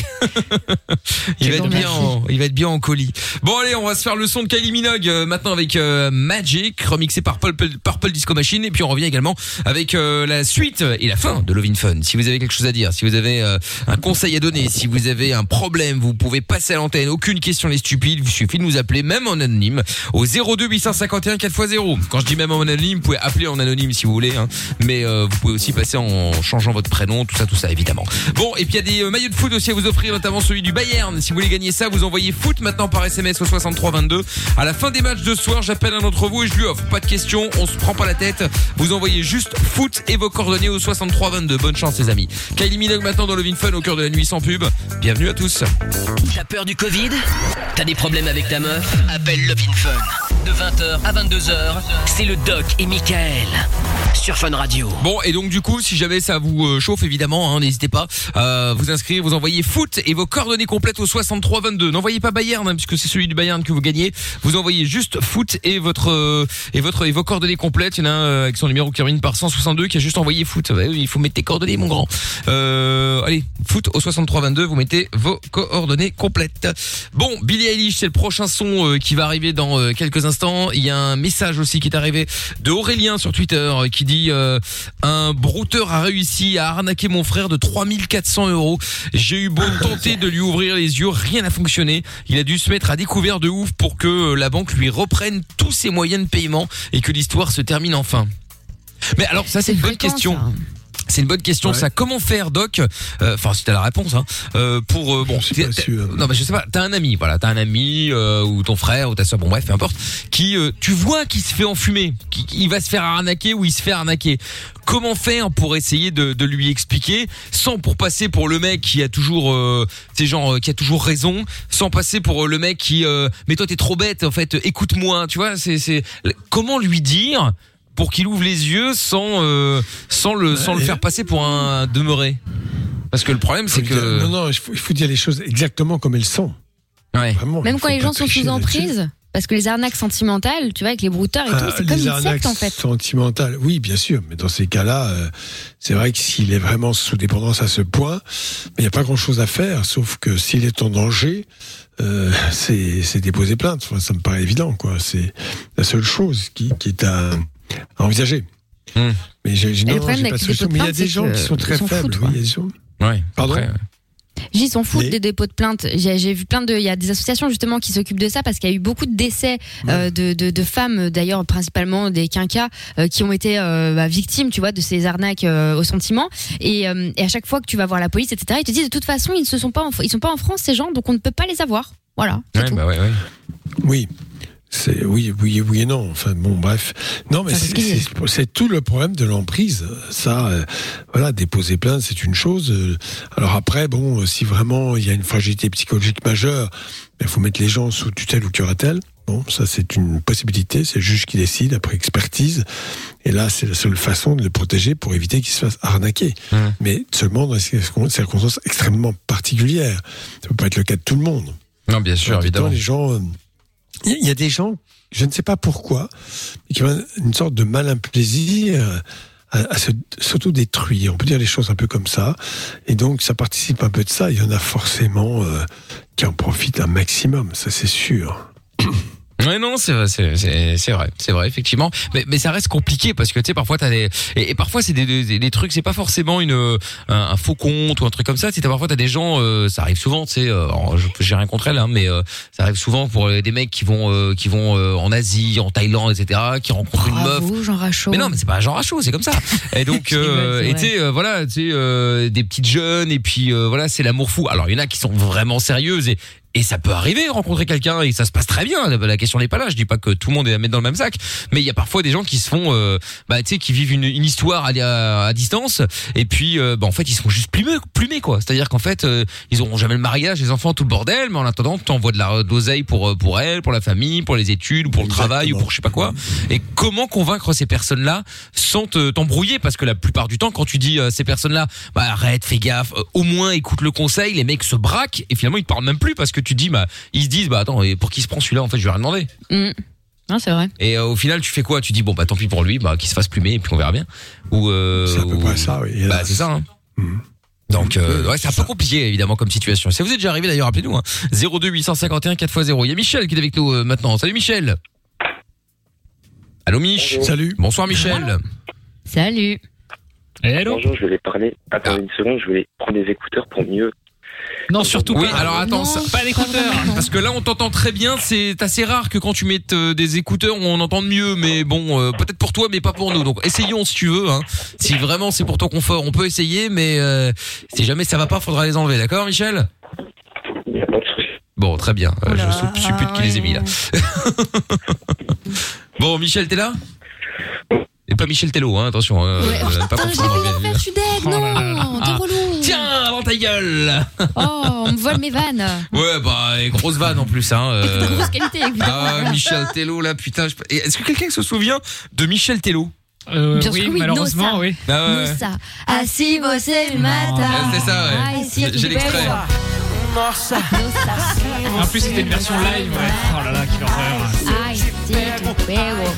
il va Je être vous bien, remercie. en, il va être bien en colis. Bon allez, on va se faire le son de Kylie Minogue euh, maintenant avec euh, Magic, remixé par Purple, Purple Disco Machine, et puis on revient également avec euh, la suite et la fin de Love in Fun. Si vous avez quelque chose à dire, si vous avez euh, un conseil à donner, si vous avez un problème, vous pouvez passer à l'antenne. Aucune question n'est stupide. Il suffit de nous appeler même en anonyme au zéro deux huit cent cinquante et un quatre fois zéro. Quand je dis même en anonyme, vous pouvez appeler en anonyme si vous voulez, hein. Mais euh, vous pouvez aussi passer en changeant votre prénom, tout ça, tout ça évidemment. Bon, et puis il y a des euh, maillots de foot aussi à vous offrir, notamment celui du Bayern. Si vous voulez gagner ça, vous envoyez foot maintenant par S M S au soixante-trois vingt-deux. À la fin des matchs de ce soir, j'appelle un d'entre vous et je lui offre. Pas de questions, on se prend pas la tête. Vous envoyez juste foot et vos coordonnées au soixante-trois vingt-deux. Bonne chance les amis. Kylie Minogue maintenant dans Love in Fun au cœur de la nuit sans pub. Bienvenue à tous. T'as peur du Covid? T'as des problèmes avec ta meuf? Appelle Love in Fun. De vingt heures à vingt-deux heures, c'est le Doc et Michael sur Fun Radio. Bon, et donc du coup, si jamais ça vous euh, chauffe, évidemment, hein, n'hésitez pas à vous inscrire, vous envoyez foot et vos coordonnées complètes au soixante-trois vingt-deux. N'envoyez pas Bayern, hein, puisque c'est celui du Bayern que vous gagnez. Vous envoyez juste foot et votre euh, et votre et vos coordonnées complètes. Il y en a un euh, avec son numéro qui termine par cent soixante-deux qui a juste envoyé foot. Ouais, oui, il faut mettre tes coordonnées, mon grand. Euh, allez, foot au soixante-trois vingt-deux. Vous mettez vos coordonnées complètes. Bon, Billie Eilish, c'est le prochain son euh, qui va arriver dans euh, quelques instants. Il y a un message aussi qui est arrivé de Aurélien sur Twitter euh, qui dit euh, un brouteur a réussi à arnaquer mon frère de trois mille quatre cents euros. J'ai eu beau tenter de lui ouvrir les yeux, rien n'a fonctionné. Il a dû se mettre à découvert de ouf pour que euh, la banque lui reprenne tous ses moyens de paiement et que l'histoire se termine enfin. Mais alors ça c'est une bonne question. Ça. C'est une bonne question, Ouais. ça. Comment faire, Doc? Enfin, si t'as la réponse, hein. Euh, pour euh, bon, Je suis t'es- pas t'es- sûr. non, mais je sais pas. T'as un ami, voilà, t'as un ami euh, ou ton frère ou ta soeur, bon bref, peu importe, qui, euh, tu vois, qui se fait enfumer, qui, qui va se faire arnaquer ou il se fait arnaquer. Comment faire pour essayer de, de lui expliquer, sans pour passer pour le mec qui a toujours, euh, c'est genre euh, qui a toujours raison, sans passer pour euh, le mec qui, euh, mais toi t'es trop bête, en fait, écoute-moi, tu vois, c'est, c'est, comment lui dire? Pour qu'il ouvre les yeux sans euh, sans le sans le faire passer pour un demeuré. Parce que le problème c'est Faut dire- que Non, non, il faut, il faut dire les choses exactement comme elles sont. ouais. Vraiment, Même il quand faut les pas gens sont tricher sous là-dessus. emprise. Parce que les arnaques sentimentales, tu vois, avec les brouteurs et tout, Ah, c'est comme les une arnaques secte en fait. sentimentales, oui, bien sûr, mais dans ces cas-là, euh, c'est vrai que s'il est vraiment sous dépendance à ce point, il n'y a pas grand-chose à faire, sauf que s'il est en danger, euh, c'est c'est déposer plainte. Enfin, ça me paraît évident, quoi. C'est la seule chose qui, qui est à, à envisager. Hum. Mais j'ai j'ai- Et le non, problème j'ai avec pas les de solution. dépôts de Mais il y a plainte, des c'est gens que qui sont très ils s'en faibles. foutent, Oui, quoi. il y a des gens- Ouais. Pardon. Après, J'y s'en foutent Les- des dépôts de plainte. J'ai j'ai vu plein de, il y a des associations justement qui s'occupent de ça parce qu'il y a eu beaucoup de décès euh, de, de, de femmes, d'ailleurs principalement des quinquas, euh, qui ont été euh, bah, victimes, tu vois, de ces arnaques euh, au sentiment. Et, euh, et à chaque fois que tu vas voir la police, et cetera, ils te disent de toute façon ils ne se sont pas, en, ils sont pas en France ces gens, donc on ne peut pas les avoir. Voilà. c'est ouais, tout. bah ouais, ouais. Oui. C'est oui, oui, oui et non. Enfin bon, bref. Non, mais c'est, c'est, c'est, c'est tout le problème de l'emprise. Ça, euh, voilà, déposer plainte, c'est une chose. Alors après, bon, si vraiment il y a une fragilité psychologique majeure, il faut mettre les gens sous tutelle ou curatelle. Bon, ça c'est une possibilité. C'est le juge qui décide après expertise. Et là, c'est la seule façon de le protéger pour éviter qu'il se fasse arnaquer. Mmh. Mais seulement dans des circonstances extrêmement particulières. Ça peut pas être le cas de tout le monde. Non, bien sûr, évidemment. Les gens. Euh, Il y a des gens, je ne sais pas pourquoi, qui ont une sorte de malin plaisir à, à se, s'auto-détruire. On peut dire les choses un peu comme ça. Et donc, ça participe un peu de ça. Il y en a forcément euh, qui en profitent un maximum, ça c'est sûr. Ouais, non, c'est vrai, c'est, c'est, c'est vrai, c'est vrai, effectivement. Mais, mais ça reste compliqué parce que tu sais, parfois t'as des, et, et parfois c'est des, des, des trucs, c'est pas forcément une, un, un faux compte ou un truc comme ça. Tu sais, t'as, parfois t'as des gens, euh, ça arrive souvent, tu sais, euh, j'ai rien contre elle, hein, mais euh, ça arrive souvent pour des mecs qui vont, euh, qui vont euh, en Asie, en Thaïlande, et cetera, qui rencontrent Bravo, une meuf. Jean Rachaud. Mais non, mais c'est pas un Jean Rachaud, c'est comme ça. Et donc, euh, et tu sais, euh, voilà, tu sais, euh, des petites jeunes, et puis euh, voilà, c'est l'amour fou. Alors il y en a qui sont vraiment sérieuses et Et ça peut arriver, rencontrer quelqu'un, et ça se passe très bien. La question n'est pas là. Je dis pas que tout le monde est à mettre dans le même sac, mais il y a parfois des gens qui se font, euh, bah, tu sais, qui vivent une, une histoire à, à, à distance, et puis, euh, bah, en fait, ils sont juste plumés, plumés quoi. C'est-à-dire qu'en fait, euh, ils auront jamais le mariage, les enfants, tout le bordel, mais en attendant, tu envoies de la de l'oseille pour pour elle, pour la famille, pour les études, ou pour le Exactement. travail, ou pour je sais pas quoi. Et comment convaincre ces personnes-là sans te, t'embrouiller, parce que la plupart du temps, quand tu dis euh, ces personnes-là, bah arrête, fais gaffe, euh, au moins écoute le conseil, les mecs se braquent, et finalement ils te parlent même plus parce que tu dis, bah ils se disent, bah attends, et pour qui se prend celui-là, en fait, je lui ai rien demandé. Mmh. Non, c'est vrai. Et euh, au final, tu fais quoi? Tu dis, bon, bah tant pis pour lui, bah qu'il se fasse plumer, et puis on verra bien. Ou, euh, c'est à peu ou... près ça, oui. Bah c'est ça, hein. Mmh. Donc, euh, ouais, c'est un peu compliqué, évidemment, comme situation. Si vous êtes déjà arrivé, d'ailleurs, appelez-nous, hein. zéro deux huit cent cinquante et un quatre fois zéro. Il y a Michel qui est avec nous euh, maintenant. Salut Michel. Allô Mich. Bonjour. Salut. Bonsoir Michel. Bonjour. Salut. Hello. Bonjour, je voulais parler. Attends une seconde, je voulais prendre des écouteurs pour mieux. Non, surtout oui, pas. alors attends, Non, ça, pas d'écouteurs. parce que là on t'entend très bien, c'est assez rare que quand tu mettes euh, des écouteurs on entende mieux, mais bon, euh, peut-être pour toi mais pas pour nous, donc essayons si tu veux, hein. Si vraiment c'est pour ton confort, on peut essayer, mais euh, si jamais ça va pas, faudra les enlever, d'accord Michel? Il n'y a pas de souci. Bon, très bien, euh, Oula, je suppute qu'il les ait mis là. Bon, Michel, t'es là? Et pas Michel Tello, hein, attention. Euh, Ouais. euh, pas Putain, je l'avais en faire, je suis deg, Oh non, là là là. t'es Ah. relou. Tiens, dans ta gueule. Oh, on me vole mes vannes. Ouais, bah, et grosse vanne en plus, hein. Et euh. de grosse qualité, évidemment. Ah, Michel Tello, là, putain. je- Et Est-ce que quelqu'un se souvient de Michel Tello? Euh, Bien sûr oui, que oui, malheureusement, Nossa. oui. Ah ouais. Nous ça. Ah si, vous c'est le matin. Ah, c'est ça, ouais. Ah, ici, J'ai- tu j'ai peux l'extrait. voir. Nossa. En plus, c'était une version live, ouais. Oh là là, quelle horreur. Ai, si tu pego.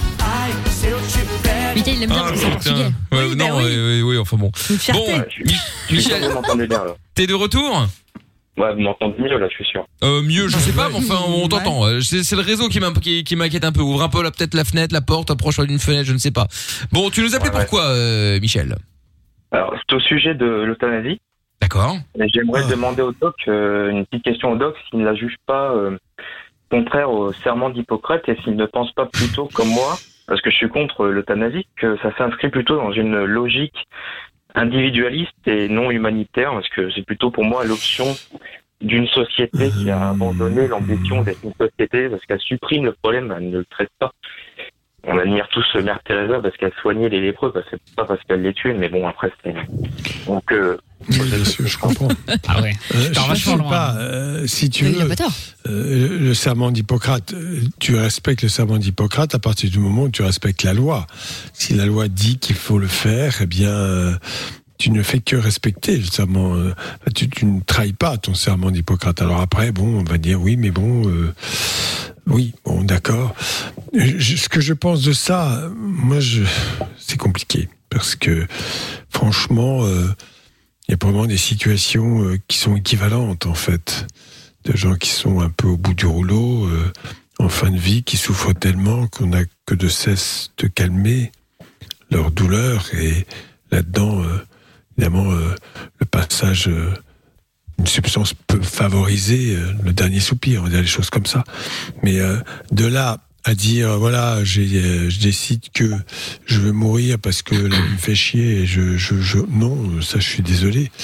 Putain, il aime bien Ah, parce que c'est en putain. portugais. Ouais, Oui, non, bah oui. ouais, ouais, ouais, enfin bon. Une fierté. Bon, Mi- Michel, Vous m'entendez bien là? t'es de retour? Ouais, vous m'entendez mieux là, je suis sûr. Euh, mieux, je sais pas, mais enfin, on Ouais. t'entend. Euh, C'est, c'est le réseau qui, m'in- qui, qui m'inquiète un peu. Ouvre un peu là, peut-être la fenêtre, la porte, approche d'une fenêtre, je ne sais pas. Bon, tu nous appelais Ouais, ouais. pourquoi, euh, Michel? Alors, c'est au sujet de l'euthanasie. D'accord. Et j'aimerais Ah. demander au doc, euh, une petite question au doc, s'il ne la juge pas euh, contraire au serment d'Hippocrate et s'il ne pense pas plutôt comme moi, parce que je suis contre l'euthanasie, que ça s'inscrit plutôt dans une logique individualiste et non humanitaire, parce que c'est plutôt pour moi l'option d'une société qui a abandonné l'ambition d'être une société, parce qu'elle supprime le problème, elle ne le traite pas. On admire tous Mère Teresa parce qu'elle soignait les lépreux, parce que c'est pas parce qu'elle les tuait, mais bon, après, c'est... Donc, euh, Oui, bien sûr, je comprends. Ah ouais. Euh, T'as je vachement sais loin. pas, euh, si tu Mais il a veux, pas tort. euh, le serment d'Hippocrate, euh, tu respectes le serment d'Hippocrate à partir du moment où tu respectes la loi. Si la loi dit qu'il faut le faire, eh bien, euh, tu ne fais que respecter le serment. euh, tu, tu ne trahis pas ton serment d'Hippocrate. Alors après, bon, on va dire oui, mais bon, euh, oui, bon, d'accord. Je- Ce que je pense de ça, moi, je, c'est compliqué parce que, franchement. Euh, Il y a probablement des situations euh, qui sont équivalentes, en fait, de gens qui sont un peu au bout du rouleau, euh, en fin de vie, qui souffrent tellement qu'on n'a que de cesse de calmer leur douleur. Et là-dedans, euh, évidemment, euh, le passage, euh, une substance peut favoriser euh, le dernier soupir, on va dire les choses comme ça. Mais euh, de là à dire, voilà, j'ai, euh, je décide que je veux mourir parce que la vie me fait chier et je, je, je, non, ça je suis désolé.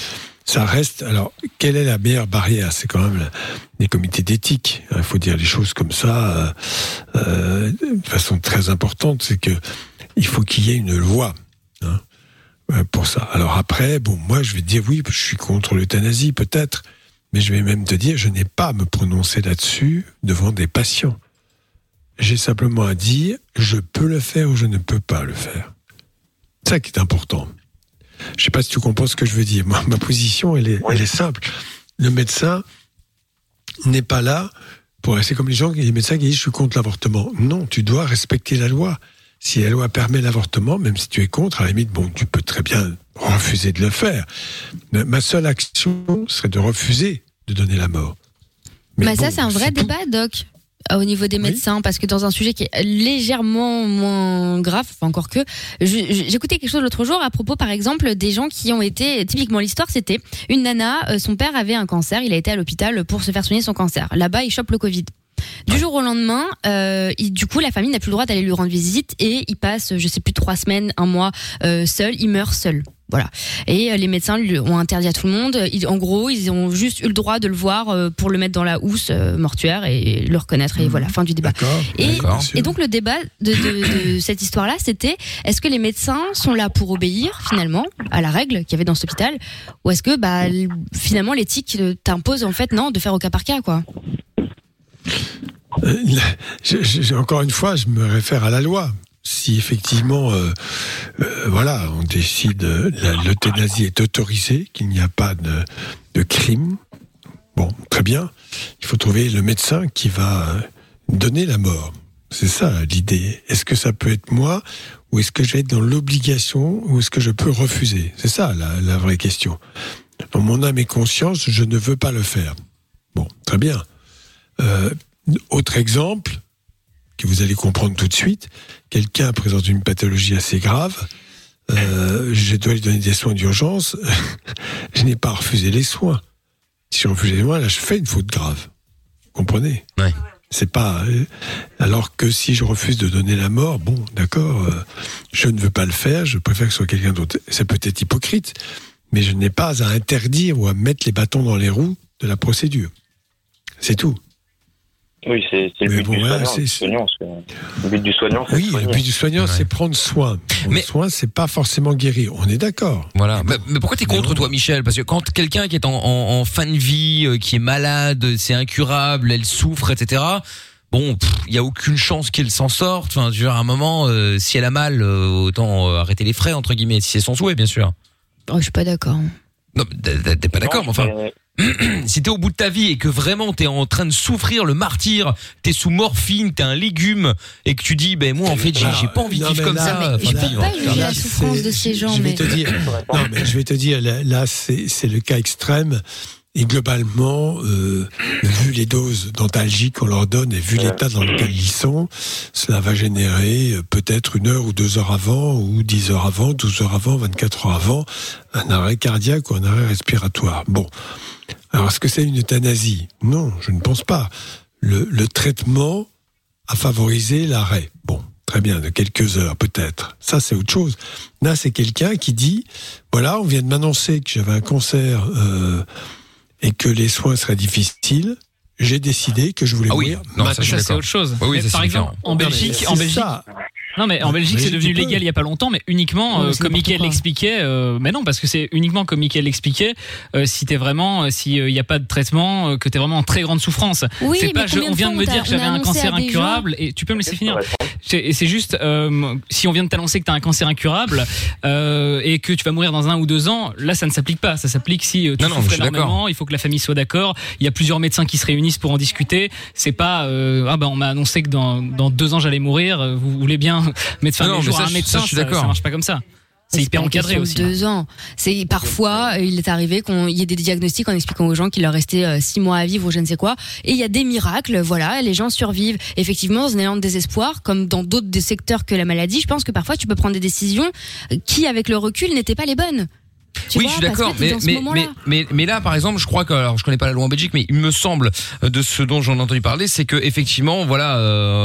ça reste. Alors, quelle est la meilleure barrière? C'est quand même les comités d'éthique. Il faut dire les choses comme ça, euh, euh, de façon très importante. C'est que il faut qu'il y ait une loi hein, pour ça. Alors après, bon, moi, je vais te dire oui, je suis contre l'euthanasie, peut-être, mais je vais même te dire, je n'ai pas à me prononcer là-dessus devant des patients. J'ai simplement à dire, je peux le faire ou je ne peux pas le faire. C'est ça qui est important. Je ne sais pas si tu comprends ce que je veux dire. Moi, ma position, elle est, elle est simple. Le médecin n'est pas là pour... C'est comme les gens, les médecins qui disent « je suis contre l'avortement ». Non, tu dois respecter la loi. Si la loi permet l'avortement, même si tu es contre, à la limite, bon, tu peux très bien refuser de le faire. Mais ma seule action serait de refuser de donner la mort. Mais bah bon, ça, c'est un vrai c'est débat, tout. Doc. Au niveau des médecins, oui. Parce que dans un sujet qui est légèrement moins grave, enfin encore que, j'écoutais quelque chose l'autre jour à propos, par exemple, des gens qui ont été, typiquement l'histoire, c'était une nana, son père avait un cancer, il a été à l'hôpital pour se faire soigner son cancer. Là-bas, il chope le Covid. Du jour au lendemain, euh, il, du coup, la famille n'a plus le droit d'aller lui rendre visite et il passe, je sais plus, trois semaines, un mois euh, seul, il meurt seul. Voilà. Et euh, les médecins lui ont interdit à tout le monde. Ils, en gros, ils ont juste eu le droit de le voir euh, pour le mettre dans la housse euh, mortuaire et le reconnaître. Et mmh. voilà, fin du débat. D'accord, et, d'accord. et donc le débat de, de, de cette histoire-là, c'était est-ce que les médecins sont là pour obéir finalement à la règle qu'il y avait dans cet hôpital, ou est-ce que bah finalement l'éthique t'impose en fait non de faire au cas par cas quoi. Euh, je, je, encore une fois, je me réfère à la loi. Si effectivement, euh, euh, voilà, on décide, euh, la, l'euthanasie est autorisée, qu'il n'y a pas de, de crime, bon, très bien. Il faut trouver le médecin qui va donner la mort. C'est ça l'idée. Est-ce que ça peut être moi, ou est-ce que je vais être dans l'obligation, ou est-ce que je peux refuser? C'est ça la, la vraie question. Dans mon âme et conscience, je ne veux pas le faire. Bon, très bien. Euh, autre exemple que vous allez comprendre tout de suite, quelqu'un présente une pathologie assez grave, euh, je dois lui donner des soins d'urgence, je n'ai pas refusé les soins. Si je refuse les soins, là je fais une faute grave. Vous comprenez ? Ouais. C'est pas... Euh, alors que si je refuse de donner la mort, bon, d'accord, euh, je ne veux pas le faire, je préfère que ce soit quelqu'un d'autre. Ça peut être hypocrite, mais je n'ai pas à interdire ou à mettre les bâtons dans les roues de la procédure. C'est tout. Oui, c'est, c'est le but bon, du soignant. C'est, c'est... soignant le but du soignant, c'est oui, le but du soignant, ouais. c'est prendre soin. Prendre mais soin, c'est pas forcément guérir. On est d'accord. Voilà. Mais, mais pourquoi t'es contre, toi, Michel ? Parce que quand quelqu'un qui est en, en, en fin de vie, euh, qui est malade, c'est incurable, elle souffre, et cetera. Bon, il y a aucune chance qu'elle s'en sorte. Enfin, je veux dire, à un moment, euh, si elle a mal, euh, autant euh, arrêter les frais entre guillemets, si c'est son souhait, bien sûr. Oh, je suis pas d'accord. Non, t'es pas d'accord, mais enfin. Si t'es au bout de ta vie et que vraiment t'es en train de souffrir le martyre, t'es sous morphine, t'es un légume et que tu dis ben moi en fait j'ai, j'ai pas envie de vivre comme ça. Je peux pas juger la souffrance de ces gens. Je vais mais... te dire, non mais je vais te dire là, là c'est, c'est le cas extrême. Et globalement, euh, vu les doses d'antalgiques qu'on leur donne et vu l'état dans lequel ils sont, cela va générer peut-être une heure ou deux heures avant, ou dix heures avant, douze heures avant, vingt-quatre heures avant, un arrêt cardiaque ou un arrêt respiratoire. Bon. Alors, est-ce que c'est une euthanasie ? Non, je ne pense pas. Le, le traitement a favorisé l'arrêt. Bon, très bien, de quelques heures peut-être. Ça, c'est autre chose. Là, c'est quelqu'un qui dit, voilà, on vient de m'annoncer que j'avais un cancer... Euh, et que les soins seraient difficiles, j'ai décidé que je voulais ah oui. mourir. Non, ça, ça c'est autre chose. Oui, oui, ça, par exemple, en Belgique, en Belgique, ça. non mais en Belgique, c'est devenu légal il y a pas longtemps, mais uniquement euh, comme Mickaël l'expliquait. Euh, mais non, parce que c'est uniquement comme Mickaël l'expliquait. Euh, si t'es vraiment, euh, si il euh, y a pas de traitement, euh, que t'es vraiment en très grande souffrance. Oui, c'est mais pas. Je, on vient de me dire que j'avais un cancer incurable, gens... et tu peux me laisser finir. C'est, c'est juste, euh, si on vient de t'annoncer que t'as un cancer incurable euh, et que tu vas mourir dans un ou deux ans, là, ça ne s'applique pas. Ça s'applique si euh, tu non, souffres non, énormément. D'accord. Il faut que la famille soit d'accord. Il y a plusieurs médecins qui se réunissent pour en discuter. C'est pas, euh, ah ben, on m'a annoncé que dans dans deux ans j'allais mourir. Vous voulez bien mettre fin à jour à un médecin, ça, je suis d'accord. Ça, ça marche pas comme ça. C'est, c'est hyper encadré aussi. Deux ans. C'est parfois, il est arrivé qu'il y ait des diagnostics en expliquant aux gens qu'il leur restait euh, six mois à vivre ou je ne sais quoi. Et il y a des miracles, voilà, les gens survivent. Effectivement, dans un élan de désespoir, comme dans d'autres des secteurs que la maladie, je pense que parfois tu peux prendre des décisions qui, avec le recul, n'étaient pas les bonnes. Tu oui, vois, je suis d'accord, mais mais, mais mais mais là, par exemple, je crois que, alors, je connais pas la loi en Belgique, mais il me semble de ce dont j'en ai entendu parler, c'est que effectivement, voilà, euh,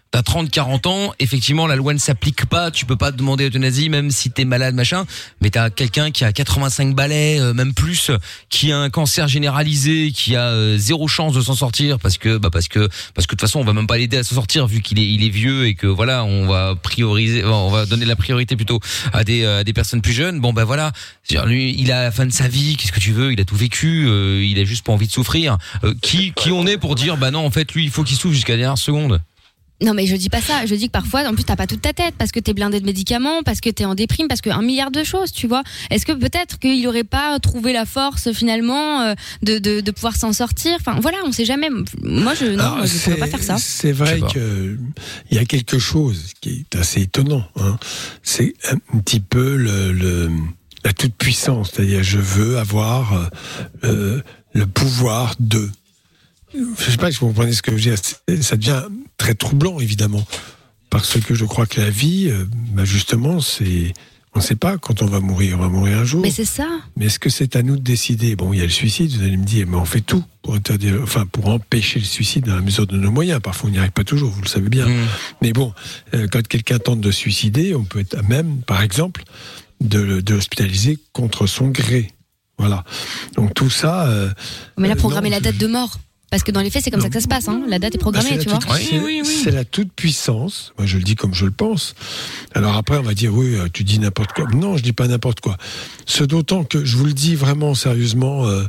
t'as trente, quarante ans, effectivement, la loi ne s'applique pas, tu peux pas demander l'euthanasie, même si t'es malade, machin, mais t'as quelqu'un qui a quatre-vingt-cinq balais, euh, même plus, qui a un cancer généralisé, qui a euh, zéro chance de s'en sortir, parce que, bah, parce que, parce que de toute façon, on va même pas l'aider à s'en sortir, vu qu'il est, il est vieux, et que voilà, on va prioriser, on va donner la priorité plutôt à des, à des personnes plus jeunes. Bon, bah voilà, c'est-à-dire, lui, il a la fin de sa vie, qu'est-ce que tu veux, il a tout vécu, euh, il a juste pas envie de souffrir. Euh, qui, qui on est pour dire, bah non, en fait, lui, il faut qu'il souffre jusqu'à la dernière seconde. Non mais je dis pas ça, je dis que parfois en plus t'as pas toute ta tête parce que t'es blindé de médicaments, parce que t'es en déprime, parce que un milliard de choses, tu vois. Est-ce que peut-être qu'il aurait pas trouvé la force finalement euh, de, de de pouvoir s'en sortir. Enfin voilà, on sait jamais. Moi je non, Alors, je pourrais pas faire ça. C'est vrai que il y a quelque chose qui est assez étonnant. Hein. C'est un petit peu le, le la toute puissance, c'est-à-dire je veux avoir euh, le pouvoir de. Je sais pas si vous comprenez ce que je veux dire. Ça devient très troublant, évidemment, parce que je crois que la vie, bah justement, c'est, on ne sait pas quand on va mourir. On va mourir un jour. Mais c'est ça. Mais est-ce que c'est à nous de décider ? Bon, il y a le suicide. Vous allez me dire, mais on fait tout pour interdire, enfin, pour empêcher le suicide dans la mesure de nos moyens. Parfois, on n'y arrive pas toujours. Vous le savez bien. Mmh. Mais bon, euh, quand quelqu'un tente de suicider, on peut être à même, par exemple, de, de l'hospitaliser contre son gré. Voilà. Donc tout ça. Euh, mais là, programmer euh, non, la date de mort. Parce que dans les faits, c'est comme non. ça que ça se passe. Hein. La date est programmée, bah, tu vois. C'est, oui, oui, oui. c'est la toute puissance. Moi, je le dis comme je le pense. Alors après, on va dire, oui, tu dis n'importe quoi. Non, je dis pas n'importe quoi. Ce d'autant que, je vous le dis vraiment sérieusement, euh,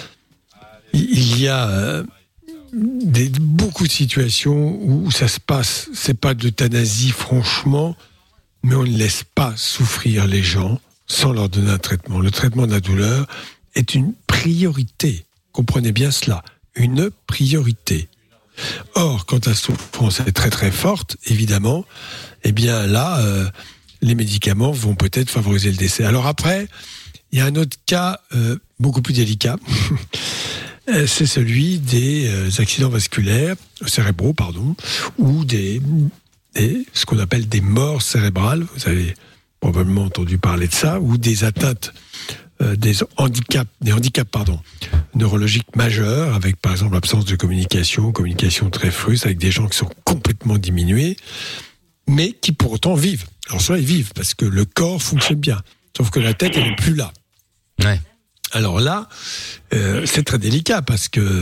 il y a euh, des, beaucoup de situations où ça se passe. C'est pas d'euthanasie, franchement, mais on ne laisse pas souffrir les gens sans leur donner un traitement. Le traitement de la douleur est une priorité. Comprenez bien cela. Une priorité. Or, quand la souffrance est très très forte, évidemment, eh bien là, euh, les médicaments vont peut-être favoriser le décès. Alors après, il y a un autre cas euh, beaucoup plus délicat. C'est celui des euh, accidents vasculaires, cérébraux, pardon, ou des, des ce qu'on appelle des morts cérébrales. Vous avez probablement entendu parler de ça, ou des atteintes. Euh, des handicaps, des handicaps pardon, neurologiques majeurs, avec par exemple l'absence de communication, communication très fruste, avec des gens qui sont complètement diminués, mais qui pour autant vivent. Alors soit ils vivent parce que le corps fonctionne bien, sauf que la tête elle n'est plus là. Ouais. Alors là, euh, c'est très délicat parce que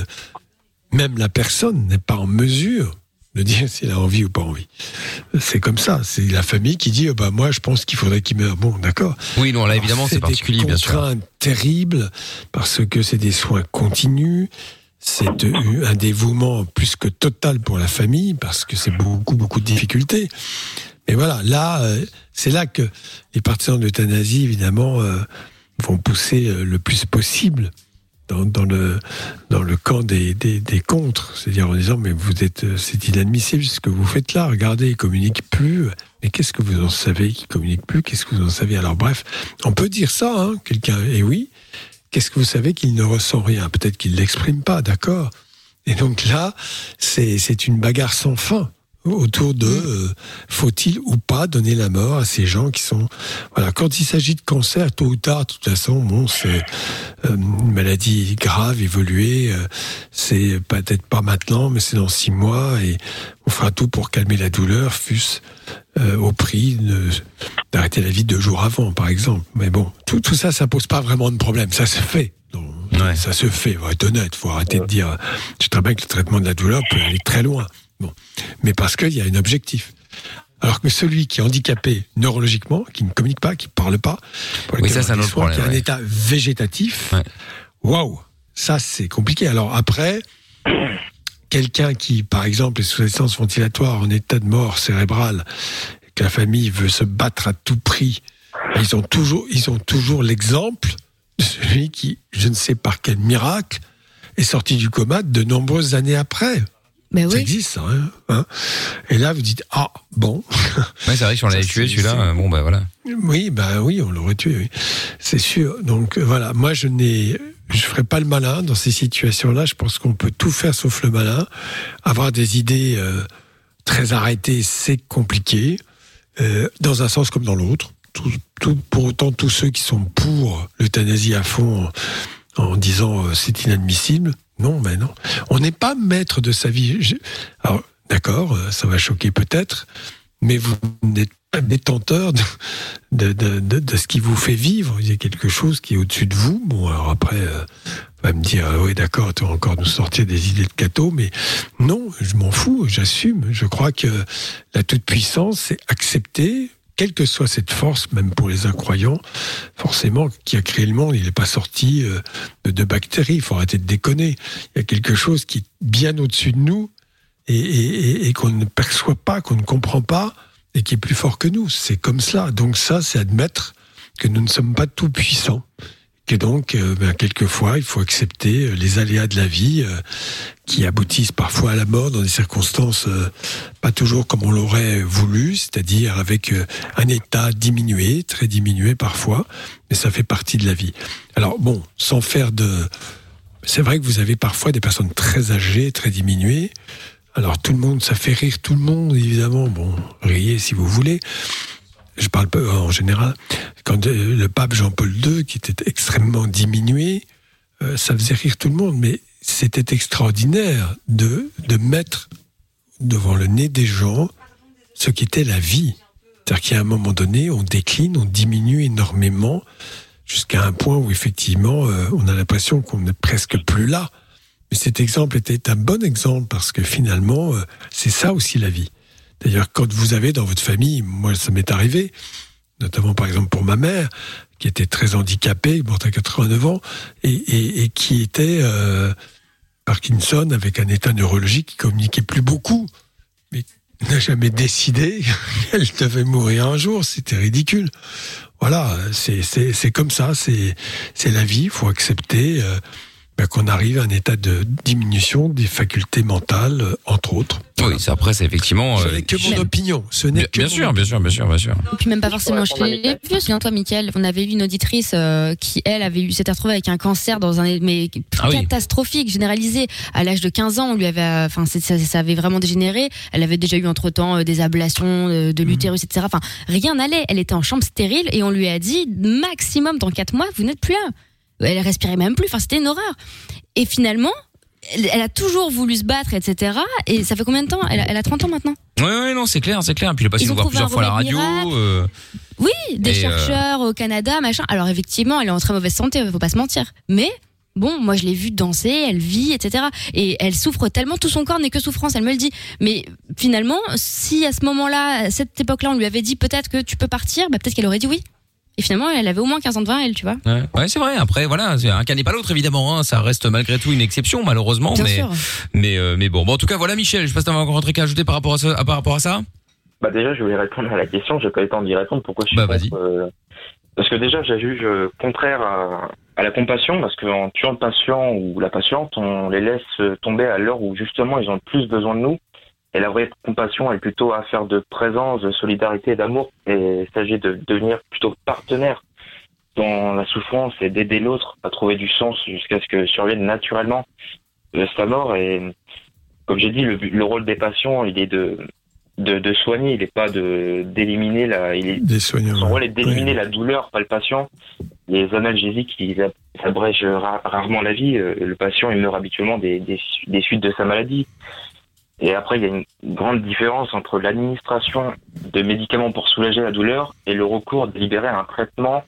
même la personne n'est pas en mesure de dire s'il a envie ou pas envie. C'est comme ça. C'est la famille qui dit, oh bah moi je pense qu'il faudrait qu'il meure. Bon, d'accord. Oui, non, là évidemment c'est particulier, bien sûr. C'est des contraintes terribles parce que c'est des soins continus. C'est un dévouement plus que total pour la famille parce que c'est beaucoup, beaucoup de difficultés. Mais voilà, là, c'est là que les partisans de l'euthanasie, évidemment, vont pousser le plus possible Dans, dans le dans le camp des des, des contres, c'est-à-dire en disant mais vous êtes c'est inadmissible ce que vous faites là, regardez, ils communiquent plus, mais qu'est-ce que vous en savez qu'ils communiquent plus, qu'est-ce que vous en savez? Alors bref, on peut dire ça, hein, quelqu'un, et oui, qu'est-ce que vous savez qu'il ne ressent rien, peut-être qu'il l'exprime pas, d'accord, et donc là c'est c'est une bagarre sans fin autour de euh, faut-il ou pas donner la mort à ces gens qui sont voilà, quand il s'agit de cancer, tôt ou tard, de toute façon, bon, c'est euh, une maladie grave, évoluée, euh, c'est peut-être pas maintenant, mais c'est dans six mois et on fera tout pour calmer la douleur, fût-ce euh, au prix de, d'arrêter la vie deux jours avant, par exemple. Mais bon, tout, tout ça, ça pose pas vraiment de problème, ça se fait. Donc, ouais. Ça se fait, faut être honnête, faut arrêter de dire, je sais très bien que le traitement de la douleur peut aller très loin. Bon, mais parce qu'il y a un objectif. Alors que celui qui est handicapé neurologiquement, qui ne communique pas, qui ne parle pas, pour oui, ça, c'est un autre problème, qui a un ouais. état végétatif, waouh, wow, ça c'est compliqué. Alors après, quelqu'un qui, par exemple, est sous assistance ventilatoire en état de mort cérébrale, et que la famille veut se battre à tout prix, ils ont toujours, ils ont toujours l'exemple de celui qui, je ne sais par quel miracle, est sorti du coma de nombreuses années après. Mais oui. Ça existe, ça, hein, hein. Et là, vous dites, ah, bon. Ouais, c'est vrai que si on l'avait tué, celui-là, bon, ben voilà. Oui, ben oui, on l'aurait tué, oui. C'est sûr. Donc, voilà. Moi, je n'ai, je ferai pas le malin dans ces situations-là. Je pense qu'on peut tout faire sauf le malin. Avoir des idées, euh, très arrêtées, c'est compliqué. Euh, dans un sens comme dans l'autre. Tout, tout, pour autant, tous ceux qui sont pour l'euthanasie à fond, en, en disant, euh, c'est inadmissible. Non, mais non. On n'est pas maître de sa vie. Je... Alors, d'accord, ça va choquer peut-être, mais vous n'êtes pas détenteur de, de, de, de, de ce qui vous fait vivre. Il y a quelque chose qui est au-dessus de vous. Bon, alors après, euh, on va me dire, oui, d'accord, tu vas encore nous sortir des idées de cateau, mais non, je m'en fous, j'assume. Je crois que la toute-puissance, c'est accepter, quelle que soit cette force, même pour les incroyants, forcément, qui a créé le monde, il n'est pas sorti euh, de, de bactéries, il faut arrêter de déconner. Il y a quelque chose qui est bien au-dessus de nous et, et, et qu'on ne perçoit pas, qu'on ne comprend pas, et qui est plus fort que nous. C'est comme cela. Donc ça, c'est admettre que nous ne sommes pas tout puissants. Que donc, euh, ben, quelquefois, il faut accepter les aléas de la vie euh, qui aboutissent parfois à la mort dans des circonstances euh, pas toujours comme on l'aurait voulu, c'est-à-dire avec euh, un état diminué, très diminué parfois, mais ça fait partie de la vie. Alors bon, sans faire de... C'est vrai que vous avez parfois des personnes très âgées, très diminuées. Alors tout le monde, ça fait rire tout le monde, évidemment. Bon, riez si vous voulez. Je parle pas en général. Quand le pape Jean-Paul deux, qui était extrêmement diminué, euh, ça faisait rire tout le monde. Mais c'était extraordinaire de, de mettre devant le nez des gens ce qu'était la vie. C'est-à-dire qu'à un moment donné, on décline, on diminue énormément, jusqu'à un point où effectivement, euh, on a l'impression qu'on n'est presque plus là. Mais cet exemple était un bon exemple parce que finalement, euh, c'est ça aussi la vie. D'ailleurs, quand vous avez dans votre famille, moi ça m'est arrivé, notamment par exemple pour ma mère, qui était très handicapée, morte à quatre-vingt-neuf ans, et, et, et qui était euh, Parkinson avec un état neurologique qui communiquait plus beaucoup, mais n'a jamais décidé qu'elle devait mourir un jour. C'était ridicule. Voilà, c'est, c'est, c'est comme ça, c'est, c'est la vie, il faut accepter... Euh, Ben, qu'on arrive à un état de diminution des facultés mentales, euh, entre autres. Oui, c'est, après, c'est effectivement... Ce n'est que mon opinion. Ce n'est bien, que bien, mon sûr, opinion. bien sûr, bien sûr, bien sûr. Et puis même pas forcément chez les vieux. Souviens-toi, Mickaël, on avait eu une auditrice euh, qui, elle, avait eu, s'était retrouvée avec un cancer dans un, mais Ah oui. catastrophique, généralisé. À l'âge de quinze ans, on lui avait, enfin, c'est- ça, ça avait vraiment dégénéré. Elle avait déjà eu entre-temps euh, des ablations euh, de l'utérus, et cetera. Enfin, rien n'allait. Elle était en chambre stérile et on lui a dit, maximum dans quatre mois, vous n'êtes plus là. Elle respirait même plus. Enfin, c'était une horreur. Et finalement, elle, elle a toujours voulu se battre, et cetera. Et ça fait combien de temps elle a, elle a trente ans maintenant. Ouais, ouais, non, c'est clair, c'est clair. Puis il est passé Ils nous ont voir trouvé plusieurs un fois à la remède radio. miracle. euh, Oui, des Et, chercheurs au Canada, machin. Alors effectivement, elle est en très mauvaise santé, faut pas se mentir. Mais bon, moi je l'ai vue danser, elle vit, et cetera. Et elle souffre tellement, tout son corps n'est que souffrance, elle me le dit. Mais finalement, si à ce moment-là, à cette époque-là, on lui avait dit peut-être que tu peux partir, bah peut-être qu'elle aurait dit oui. Et finalement, elle avait au moins quinze ans de vingt, elle, tu vois. Ouais, ouais, c'est vrai. Après, voilà, c'est un cas n'est pas l'autre, évidemment. Hein. Ça reste malgré tout une exception, malheureusement. Bien mais, sûr. mais, euh, mais bon. Bon, en tout cas, voilà, Michel. Je sais pas si t'avais encore un truc à ajouter par rapport à ça. Par rapport à ça. Bah déjà, je voulais répondre à la question. J'ai pas eu le temps d'y répondre. Pourquoi je suis Bah, contre, vas-y. euh, Parce que déjà, je la juge euh, contraire à, à la compassion, parce qu'en tuant le patient ou la patiente, on les laisse tomber à l'heure où justement ils ont le plus besoin de nous. Et la vraie compassion est plutôt affaire de présence, de solidarité et d'amour. Et il s'agit de devenir plutôt partenaire dans la souffrance et d'aider l'autre à trouver du sens jusqu'à ce que survienne naturellement euh, sa mort. Et comme j'ai dit, le, le rôle des patients, il est de, de, de soigner, il n'est pas de d'éliminer la. Il est, Des soignants. son rôle est d'éliminer Oui. la douleur, pas le patient. Les analgésiques, ils ab- abrègent ra- rarement la vie. Euh, Le patient, il meurt habituellement des, des, su- des suites de sa maladie. Et après, il y a une grande différence entre l'administration de médicaments pour soulager la douleur et le recours délibéré à un traitement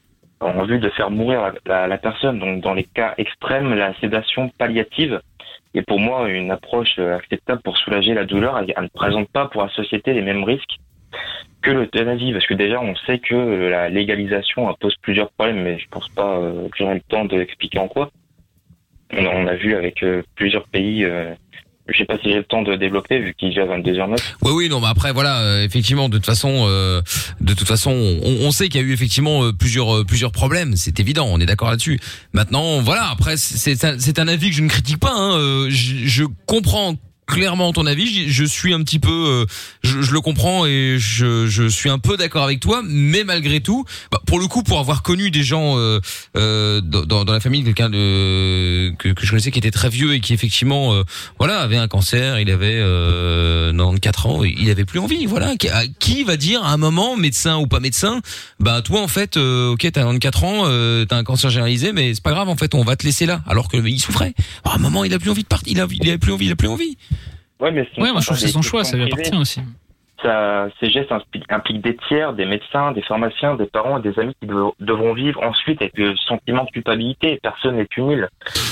en vue de faire mourir la, la, la personne. Donc, dans les cas extrêmes, la sédation palliative est pour moi une approche acceptable pour soulager la douleur. Elle, elle ne présente pas pour la société les mêmes risques que l'euthanasie, parce que déjà, on sait que la légalisation pose plusieurs problèmes, mais je pense pas euh, que j'aurai le temps d'expliquer en quoi. On a, on a vu avec euh, plusieurs pays... Euh, je sais pas si j'ai le temps de développer vu qu'il est déjà vingt-deux heures neuf. Oui, oui, non, mais après, voilà, euh, effectivement, de toute façon, euh, de toute façon, on, on sait qu'il y a eu effectivement euh, plusieurs, euh, plusieurs problèmes. C'est évident, on est d'accord là-dessus. Maintenant, voilà, après, c'est, c'est, un, c'est un avis que je ne critique pas. Hein, euh, je, je comprends clairement ton avis. Je, je suis un petit peu, euh, je, je le comprends et je, je suis un peu d'accord avec toi. Mais malgré tout, bah, pour le coup, pour avoir connu des gens euh, euh, dans, dans la famille, quelqu'un de que, que je connaissais qui était très vieux et qui effectivement, euh, voilà, avait un cancer. Il avait euh, quatre-vingt-quatorze ans. Il avait plus envie. Voilà. Qui, à- qui va dire à un moment, médecin ou pas médecin, bah toi en fait, euh, ok, t'as quatre ans, euh, t'as un cancer généralisé, mais c'est pas grave. En fait, on va te laisser là. Alors que il souffrait. À un moment, il a plus envie de partir. Il a, il a plus envie. Il a plus envie. Ouais, mais ouais, moi je trouve que c'est son choix, ça lui appartient aussi. Ça, ces gestes impliquent des tiers, des médecins, des pharmaciens, des parents et des amis qui de- devront vivre ensuite avec le sentiment de culpabilité. Personne n'est puni.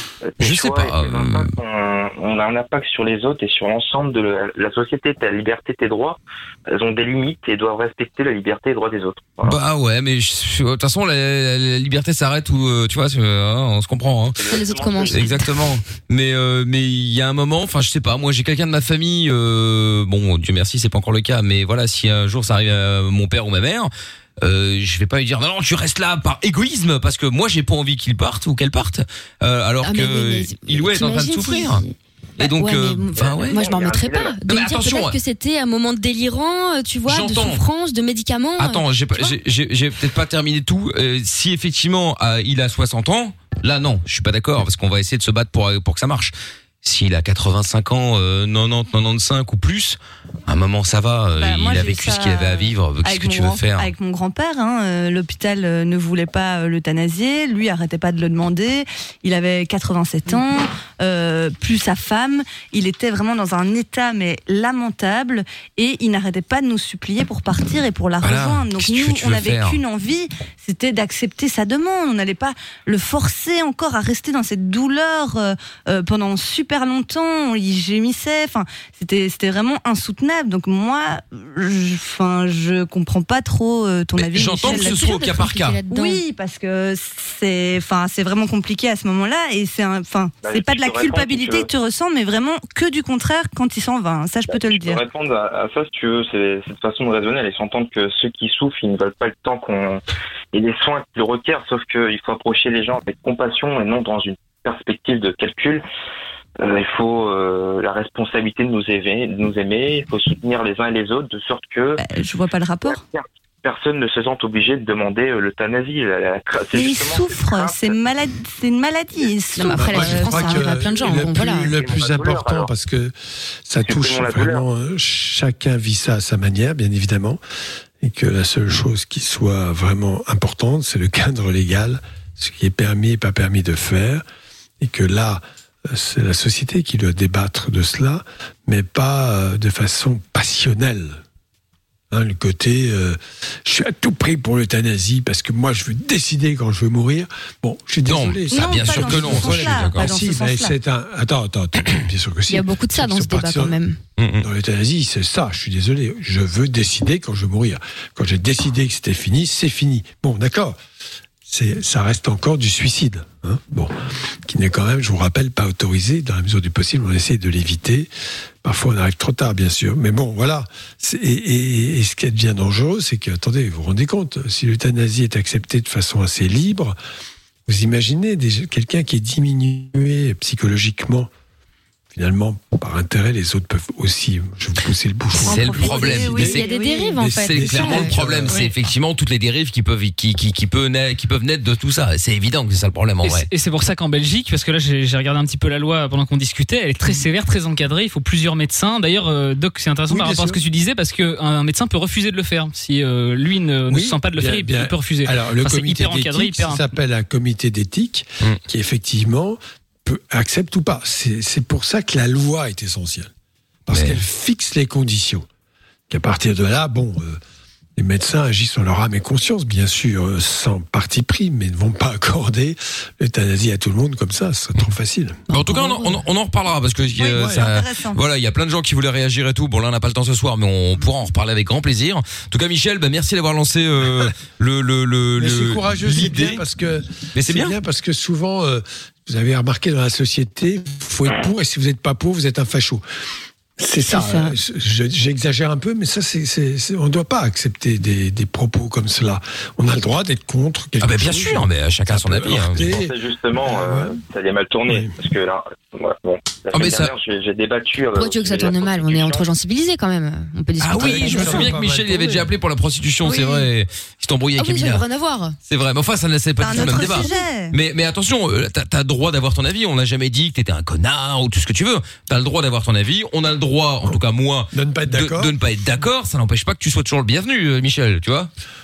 Je sais pas. Euh... On, on a un impact sur les autres et sur l'ensemble de la, la société. Ta liberté, tes droits, elles ont des limites et doivent respecter la liberté et les droits des autres. Voilà. Bah ouais, mais je- de toute façon, la, la- la liberté s'arrête où, euh, tu vois, c'est, euh, on se comprend. Hein. Les autres commencent. Exactement. Mais euh, mais il y a un moment, enfin je sais pas, moi j'ai quelqu'un de ma famille, euh, bon Dieu merci c'est pas encore le cas, mais voilà, si un jour ça arrive à mon père ou ma mère, euh, je vais pas lui dire non non tu restes là par égoïsme parce que moi j'ai pas envie qu'il parte ou qu'elle parte, euh, alors Ah, mais que oui, mais il ou elle est en train de t'imagines souffrir. si- Et donc, Ouais, euh, mais, enfin, ouais. moi je m'en mettrais pas. De Non, mais me dire attention, peut-être que c'était un moment délirant, euh, tu vois, de J'entends. souffrance, de médicaments. euh, Attends, j'ai, pas- tu vois. j'ai, j'ai, j'ai peut-être pas terminé tout. Euh, si effectivement euh, il a soixante ans, là non, je suis pas d'accord parce qu'on va essayer de se battre pour pour que ça marche. S'il a quatre-vingt-cinq ans, euh, quatre-vingt-dix, quatre-vingt-quinze ou plus, à un moment ça va. euh, Bah, moi, il a j'ai vécu ça ce qu'il avait à vivre. Qu'est-ce avec que mon tu veux grand- faire? Avec mon grand-père, hein, euh, l'hôpital euh, ne voulait pas euh, l'euthanasier, lui arrêtait pas de le demander. Il avait quatre-vingt-sept ans, euh, plus sa femme. Il était vraiment dans un état mais lamentable et il n'arrêtait pas de nous supplier pour partir et pour la Voilà. rejoindre. Donc Qu'est-ce que nous, tu on veux n'avait faire qu'une envie, c'était d'accepter sa demande. On n'allait pas le forcer encore à rester dans cette douleur euh, euh, pendant super longtemps. Il gémissait. Enfin, c'était c'était vraiment insoutenable. Donc moi, je, enfin, je comprends pas trop euh, ton avis. j'entends Michel, que ce là-dessus. soit au cas par cas. Oui, parce que c'est, enfin, c'est vraiment compliqué à ce moment-là, et c'est, un- enfin, Bah, c'est pas je de la te réponds, culpabilité si tu que tu ressens, mais vraiment que du contraire quand il s'en va. hein. Ça, je peux te le dire. Pour répondre à, à ça, si tu veux, c'est cette façon de raisonner, elle est s'entendre que ceux qui souffrent, ils ne veulent pas le temps qu'on et les soins qu'ils requièrent, sauf qu'il faut approcher les gens avec compassion et non dans une perspective de calcul. Euh, il faut euh, la responsabilité de nous aimer, de nous aimer. Il faut soutenir les uns et les autres de sorte que. Bah, je vois pas le rapport. Personne ne se sente obligé de demander euh, l'euthanasie. La- la- c'est Mais il justement souffre, c'est malade, c'est une maladie. Il souffre. après, la Moi, je souffrance, crois ça que arrive à plein de gens, Le donc plus, voilà. le plus la douleur, important, alors. parce que ça Supprimons touche la douleur. vraiment, euh, chacun vit ça à sa manière, bien évidemment, et que la seule chose qui soit vraiment importante, c'est le cadre légal, ce qui est permis et pas permis de faire, et que là, euh, c'est la société qui doit débattre de cela, mais pas euh, de façon passionnelle. Hein, le côté, euh, je suis à tout prix pour l'euthanasie parce que moi je veux décider quand je veux mourir. Bon, je suis Non, désolé. ça, Non, bien pas sûr dans que ce non, ça, je suis sens-là, d'accord. pas dans Si, ce mais sens-là. c'est un. Attends, attends, attends, bien sûr que si. Il y a beaucoup de ça dans ce débat quand même. Mm, Dans l'euthanasie, c'est ça. Je suis désolé. Je veux décider quand je veux mourir. Quand j'ai décidé que c'était fini, c'est fini. Bon, d'accord. C'est, ça reste encore du suicide, hein, bon, qui n'est quand même, je vous rappelle, pas autorisé dans la mesure du possible. On essaie de l'éviter. Parfois, on arrive trop tard, bien sûr. Mais bon, voilà. C'est, et, et, et ce qui devient dangereux, c'est que, attendez, vous vous rendez compte, si l'euthanasie est acceptée de façon assez libre, vous imaginez déjà quelqu'un qui est diminué psychologiquement. Finalement, par intérêt, les autres peuvent aussi. Je vais vous pousser le bouchon. C'est le problème. Oui, Mais il y a des dérives en mais fait. c'est clairement le problème. C'est effectivement toutes les dérives qui peuvent, qui, qui, qui peuvent naître, qui peuvent naître de tout ça. C'est évident que c'est ça le problème en Et vrai. c'est- Et c'est pour ça qu'en Belgique, parce que là j'ai j'ai regardé un petit peu la loi pendant qu'on discutait, elle est très sévère, très encadrée. Il faut plusieurs médecins. D'ailleurs, euh, Doc, c'est intéressant Oui, par bien rapport à ce que sûr. tu disais, parce que un, un médecin peut refuser de le faire. Si euh, lui ne, ne Oui, se sent pas de le bien, faire, il, bien. il peut refuser. Alors, le Enfin, c'est comité hyper encadré, d'éthique, hyper. ça s'appelle un comité d'éthique Mm. qui, effectivement, peut, accepte ou pas. C'est, c'est pour ça que la loi est essentielle. Parce Mais- qu'elle fixe les conditions. Qu'à partir de là, bon, euh, les médecins agissent en leur âme et conscience, bien sûr, euh, sans parti pris, mais ne vont pas accorder l'euthanasie à tout le monde comme ça. Ce serait trop facile. Mais en tout cas, on, en- on, en- on en reparlera parce que euh, c'est ça- intéressant. voilà, il y a plein de gens qui voulaient réagir et tout. Bon, là, on n'a pas le temps ce soir, mais on pourra en reparler avec grand plaisir. En tout cas, Michel, bah, merci d'avoir lancé euh, le le le, Mais le- c'est courageux, c'est l'idée. bien parce que Mais c'est bien. parce que souvent, euh, vous avez remarqué dans la société, faut être pour et si vous n'êtes pas pour, vous êtes un facho. C'est ça. ça. euh, je- J'exagère un peu, mais ça, c'est, c'est, c'est- on ne doit pas accepter des, des propos comme cela. On a le droit d'être contre quelque Ah bah bien chose. sûr, mais chacun a son peut avis. hein. heurter. Je pensais justement, euh, ça allait mal tourner. Oui. Parce que là, ouais, bon, la Ah, mais semaine ça- dernière, j'ai, j'ai débattu. euh, Pourquoi tu veux que ça de la tourne mal On est Constitution. entre gens civilisés quand même. On peut discuter. Ah oui, Ah, je me ça souviens va que pas Michel mal il avait tourner. déjà appelé pour la prostitution, Oui. c'est vrai. Il s'est embrouillé Ah avec oui, ça n'a Emina. rien à voir. C'est vrai, mais enfin, ça ne c'est pas C'est du un tout le même autre débat. sujet. Mais, mais attention, euh, t'as, t'as le droit d'avoir ton avis. On n'a jamais dit que t'étais un connard ou tout ce que tu veux. T'as le droit d'avoir ton avis. On a le droit, en tout cas moi, De ne pas être de, d'accord. de ne pas être d'accord. Ça n'empêche pas que tu sois toujours le bienvenu, euh, Michel, tu vois.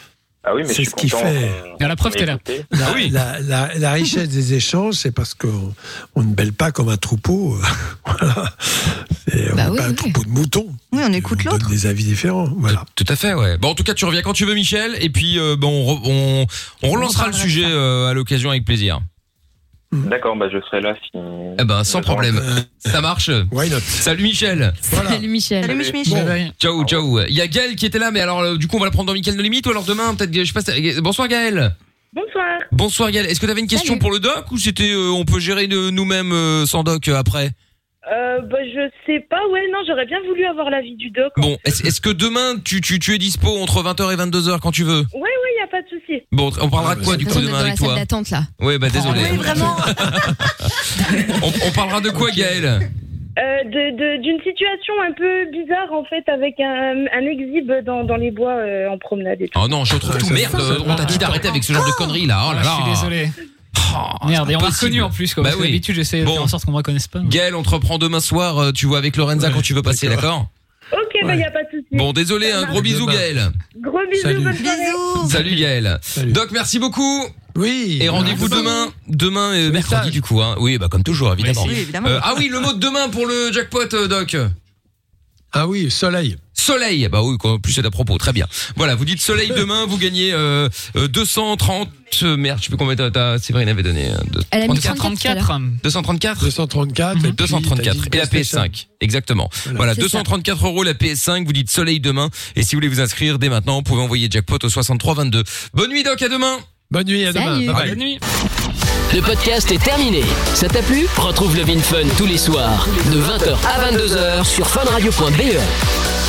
Ah oui, mais c'est je suis ce qui content fait. qu'on- À la preuve, qu'on t'es ait là. écouté. La, Ah oui. la, la, la richesse des échanges, c'est parce qu'on on ne bêle pas comme un troupeau. Voilà. C'est, on Bah n'est oui, pas un oui. troupeau de moutons. Oui, on écoute On l'autre. donne des avis différents. Voilà. Tout à fait, ouais. Bon, en tout cas, tu reviens quand tu veux, Michel, et puis euh, bon, on, re- on, on relancera le parlera sujet de ça. euh, à l'occasion avec plaisir. D'accord, bah je serai là si. Eh ben, sans problème. Euh, Ça marche. Why not? Salut Michel. Voilà. Salut Michel. Salut Mich Mich. Bon. Ciao, ciao. Il y a Gaël qui était là, mais alors euh, du coup, on va la prendre dans Mickaël No Limite ou alors demain, peut-être. Je sais pas. c'est- Bonsoir Gaël. Bonsoir. Bonsoir Gaël. Est-ce que tu avais une question Salut. pour le doc ou c'était euh, on peut gérer de- nous-mêmes euh, sans doc euh, après? Euh, bah, je sais pas, ouais, non, j'aurais bien voulu avoir l'avis du doc. Bon, est-ce est-ce que demain tu, tu, tu es dispo entre vingt heures et vingt-deux heures quand tu veux? Ouais, ouais, y a pas de souci. Bon, on parlera Ah, de bah, quoi c'est du De coup toute façon, demain dans la avec salle toi? d'attente là. Ouais, bah désolé. Oui, vraiment. on, on parlera de quoi Gaël? Euh, de, de, d'une situation un peu bizarre, en fait, avec un, un exhibe dans, dans les bois euh, en promenade et tout. Oh non, je trouve Ouais, tout ça, merde. ça, ça, On t'a dit d'arrêter avec ce genre de conneries là. Oh là Ah, là. je suis désolé. Oh, Merde, c'est et on pas m'a reconnu possible. en plus, quoi. Bah Parce que oui. d'habitude, j'essaie de Bon. faire en sorte qu'on me reconnaisse pas. Gaël, on te reprend demain soir. euh, Tu vois avec Lorenza Ouais, quand tu veux passer, d'accord. d'accord? Ok, bah, Ouais. y a pas de souci. Bon, désolé, un gros bisou Demain. Gaël. Gros bisous, Salut. bonne soirée. Bisous. Salut Gaël. Salut. Doc, merci beaucoup. Oui. Et rendez-vous Demain. demain, demain euh, Ce mercredi message. du coup. Hein. Oui, bah comme toujours évidemment. Oui, évidemment. Euh, ah oui, le mot de demain pour le jackpot, euh, Doc. Ah oui, soleil. Soleil, bah oui, quoi, en plus c'est à propos, très bien. Voilà, vous dites soleil demain, vous gagnez euh, euh, deux cent trente, euh, merde, je sais plus combien t'as, t'as Séverine avait donné. euh, deux- Elle a mis trente-quatre. trente-quatre. deux cent trente-quatre deux cent trente-quatre. et puis, deux cent t'as trente-quatre dit et la P S cinq, exactement. Voilà. Voilà, C'est deux cent trente-quatre euros la P S cinq, vous dites soleil demain, et si vous voulez vous inscrire dès maintenant, vous pouvez envoyer jackpot au soixante-trois vingt-deux. Bonne nuit Doc, à demain. Bonne nuit, à demain. Salut. Bye bye. Bonne nuit. Le podcast est terminé. Ça t'a plu? Retrouve Love in Fun tous les soirs de vingt heures à vingt-deux heures sur funradio point be.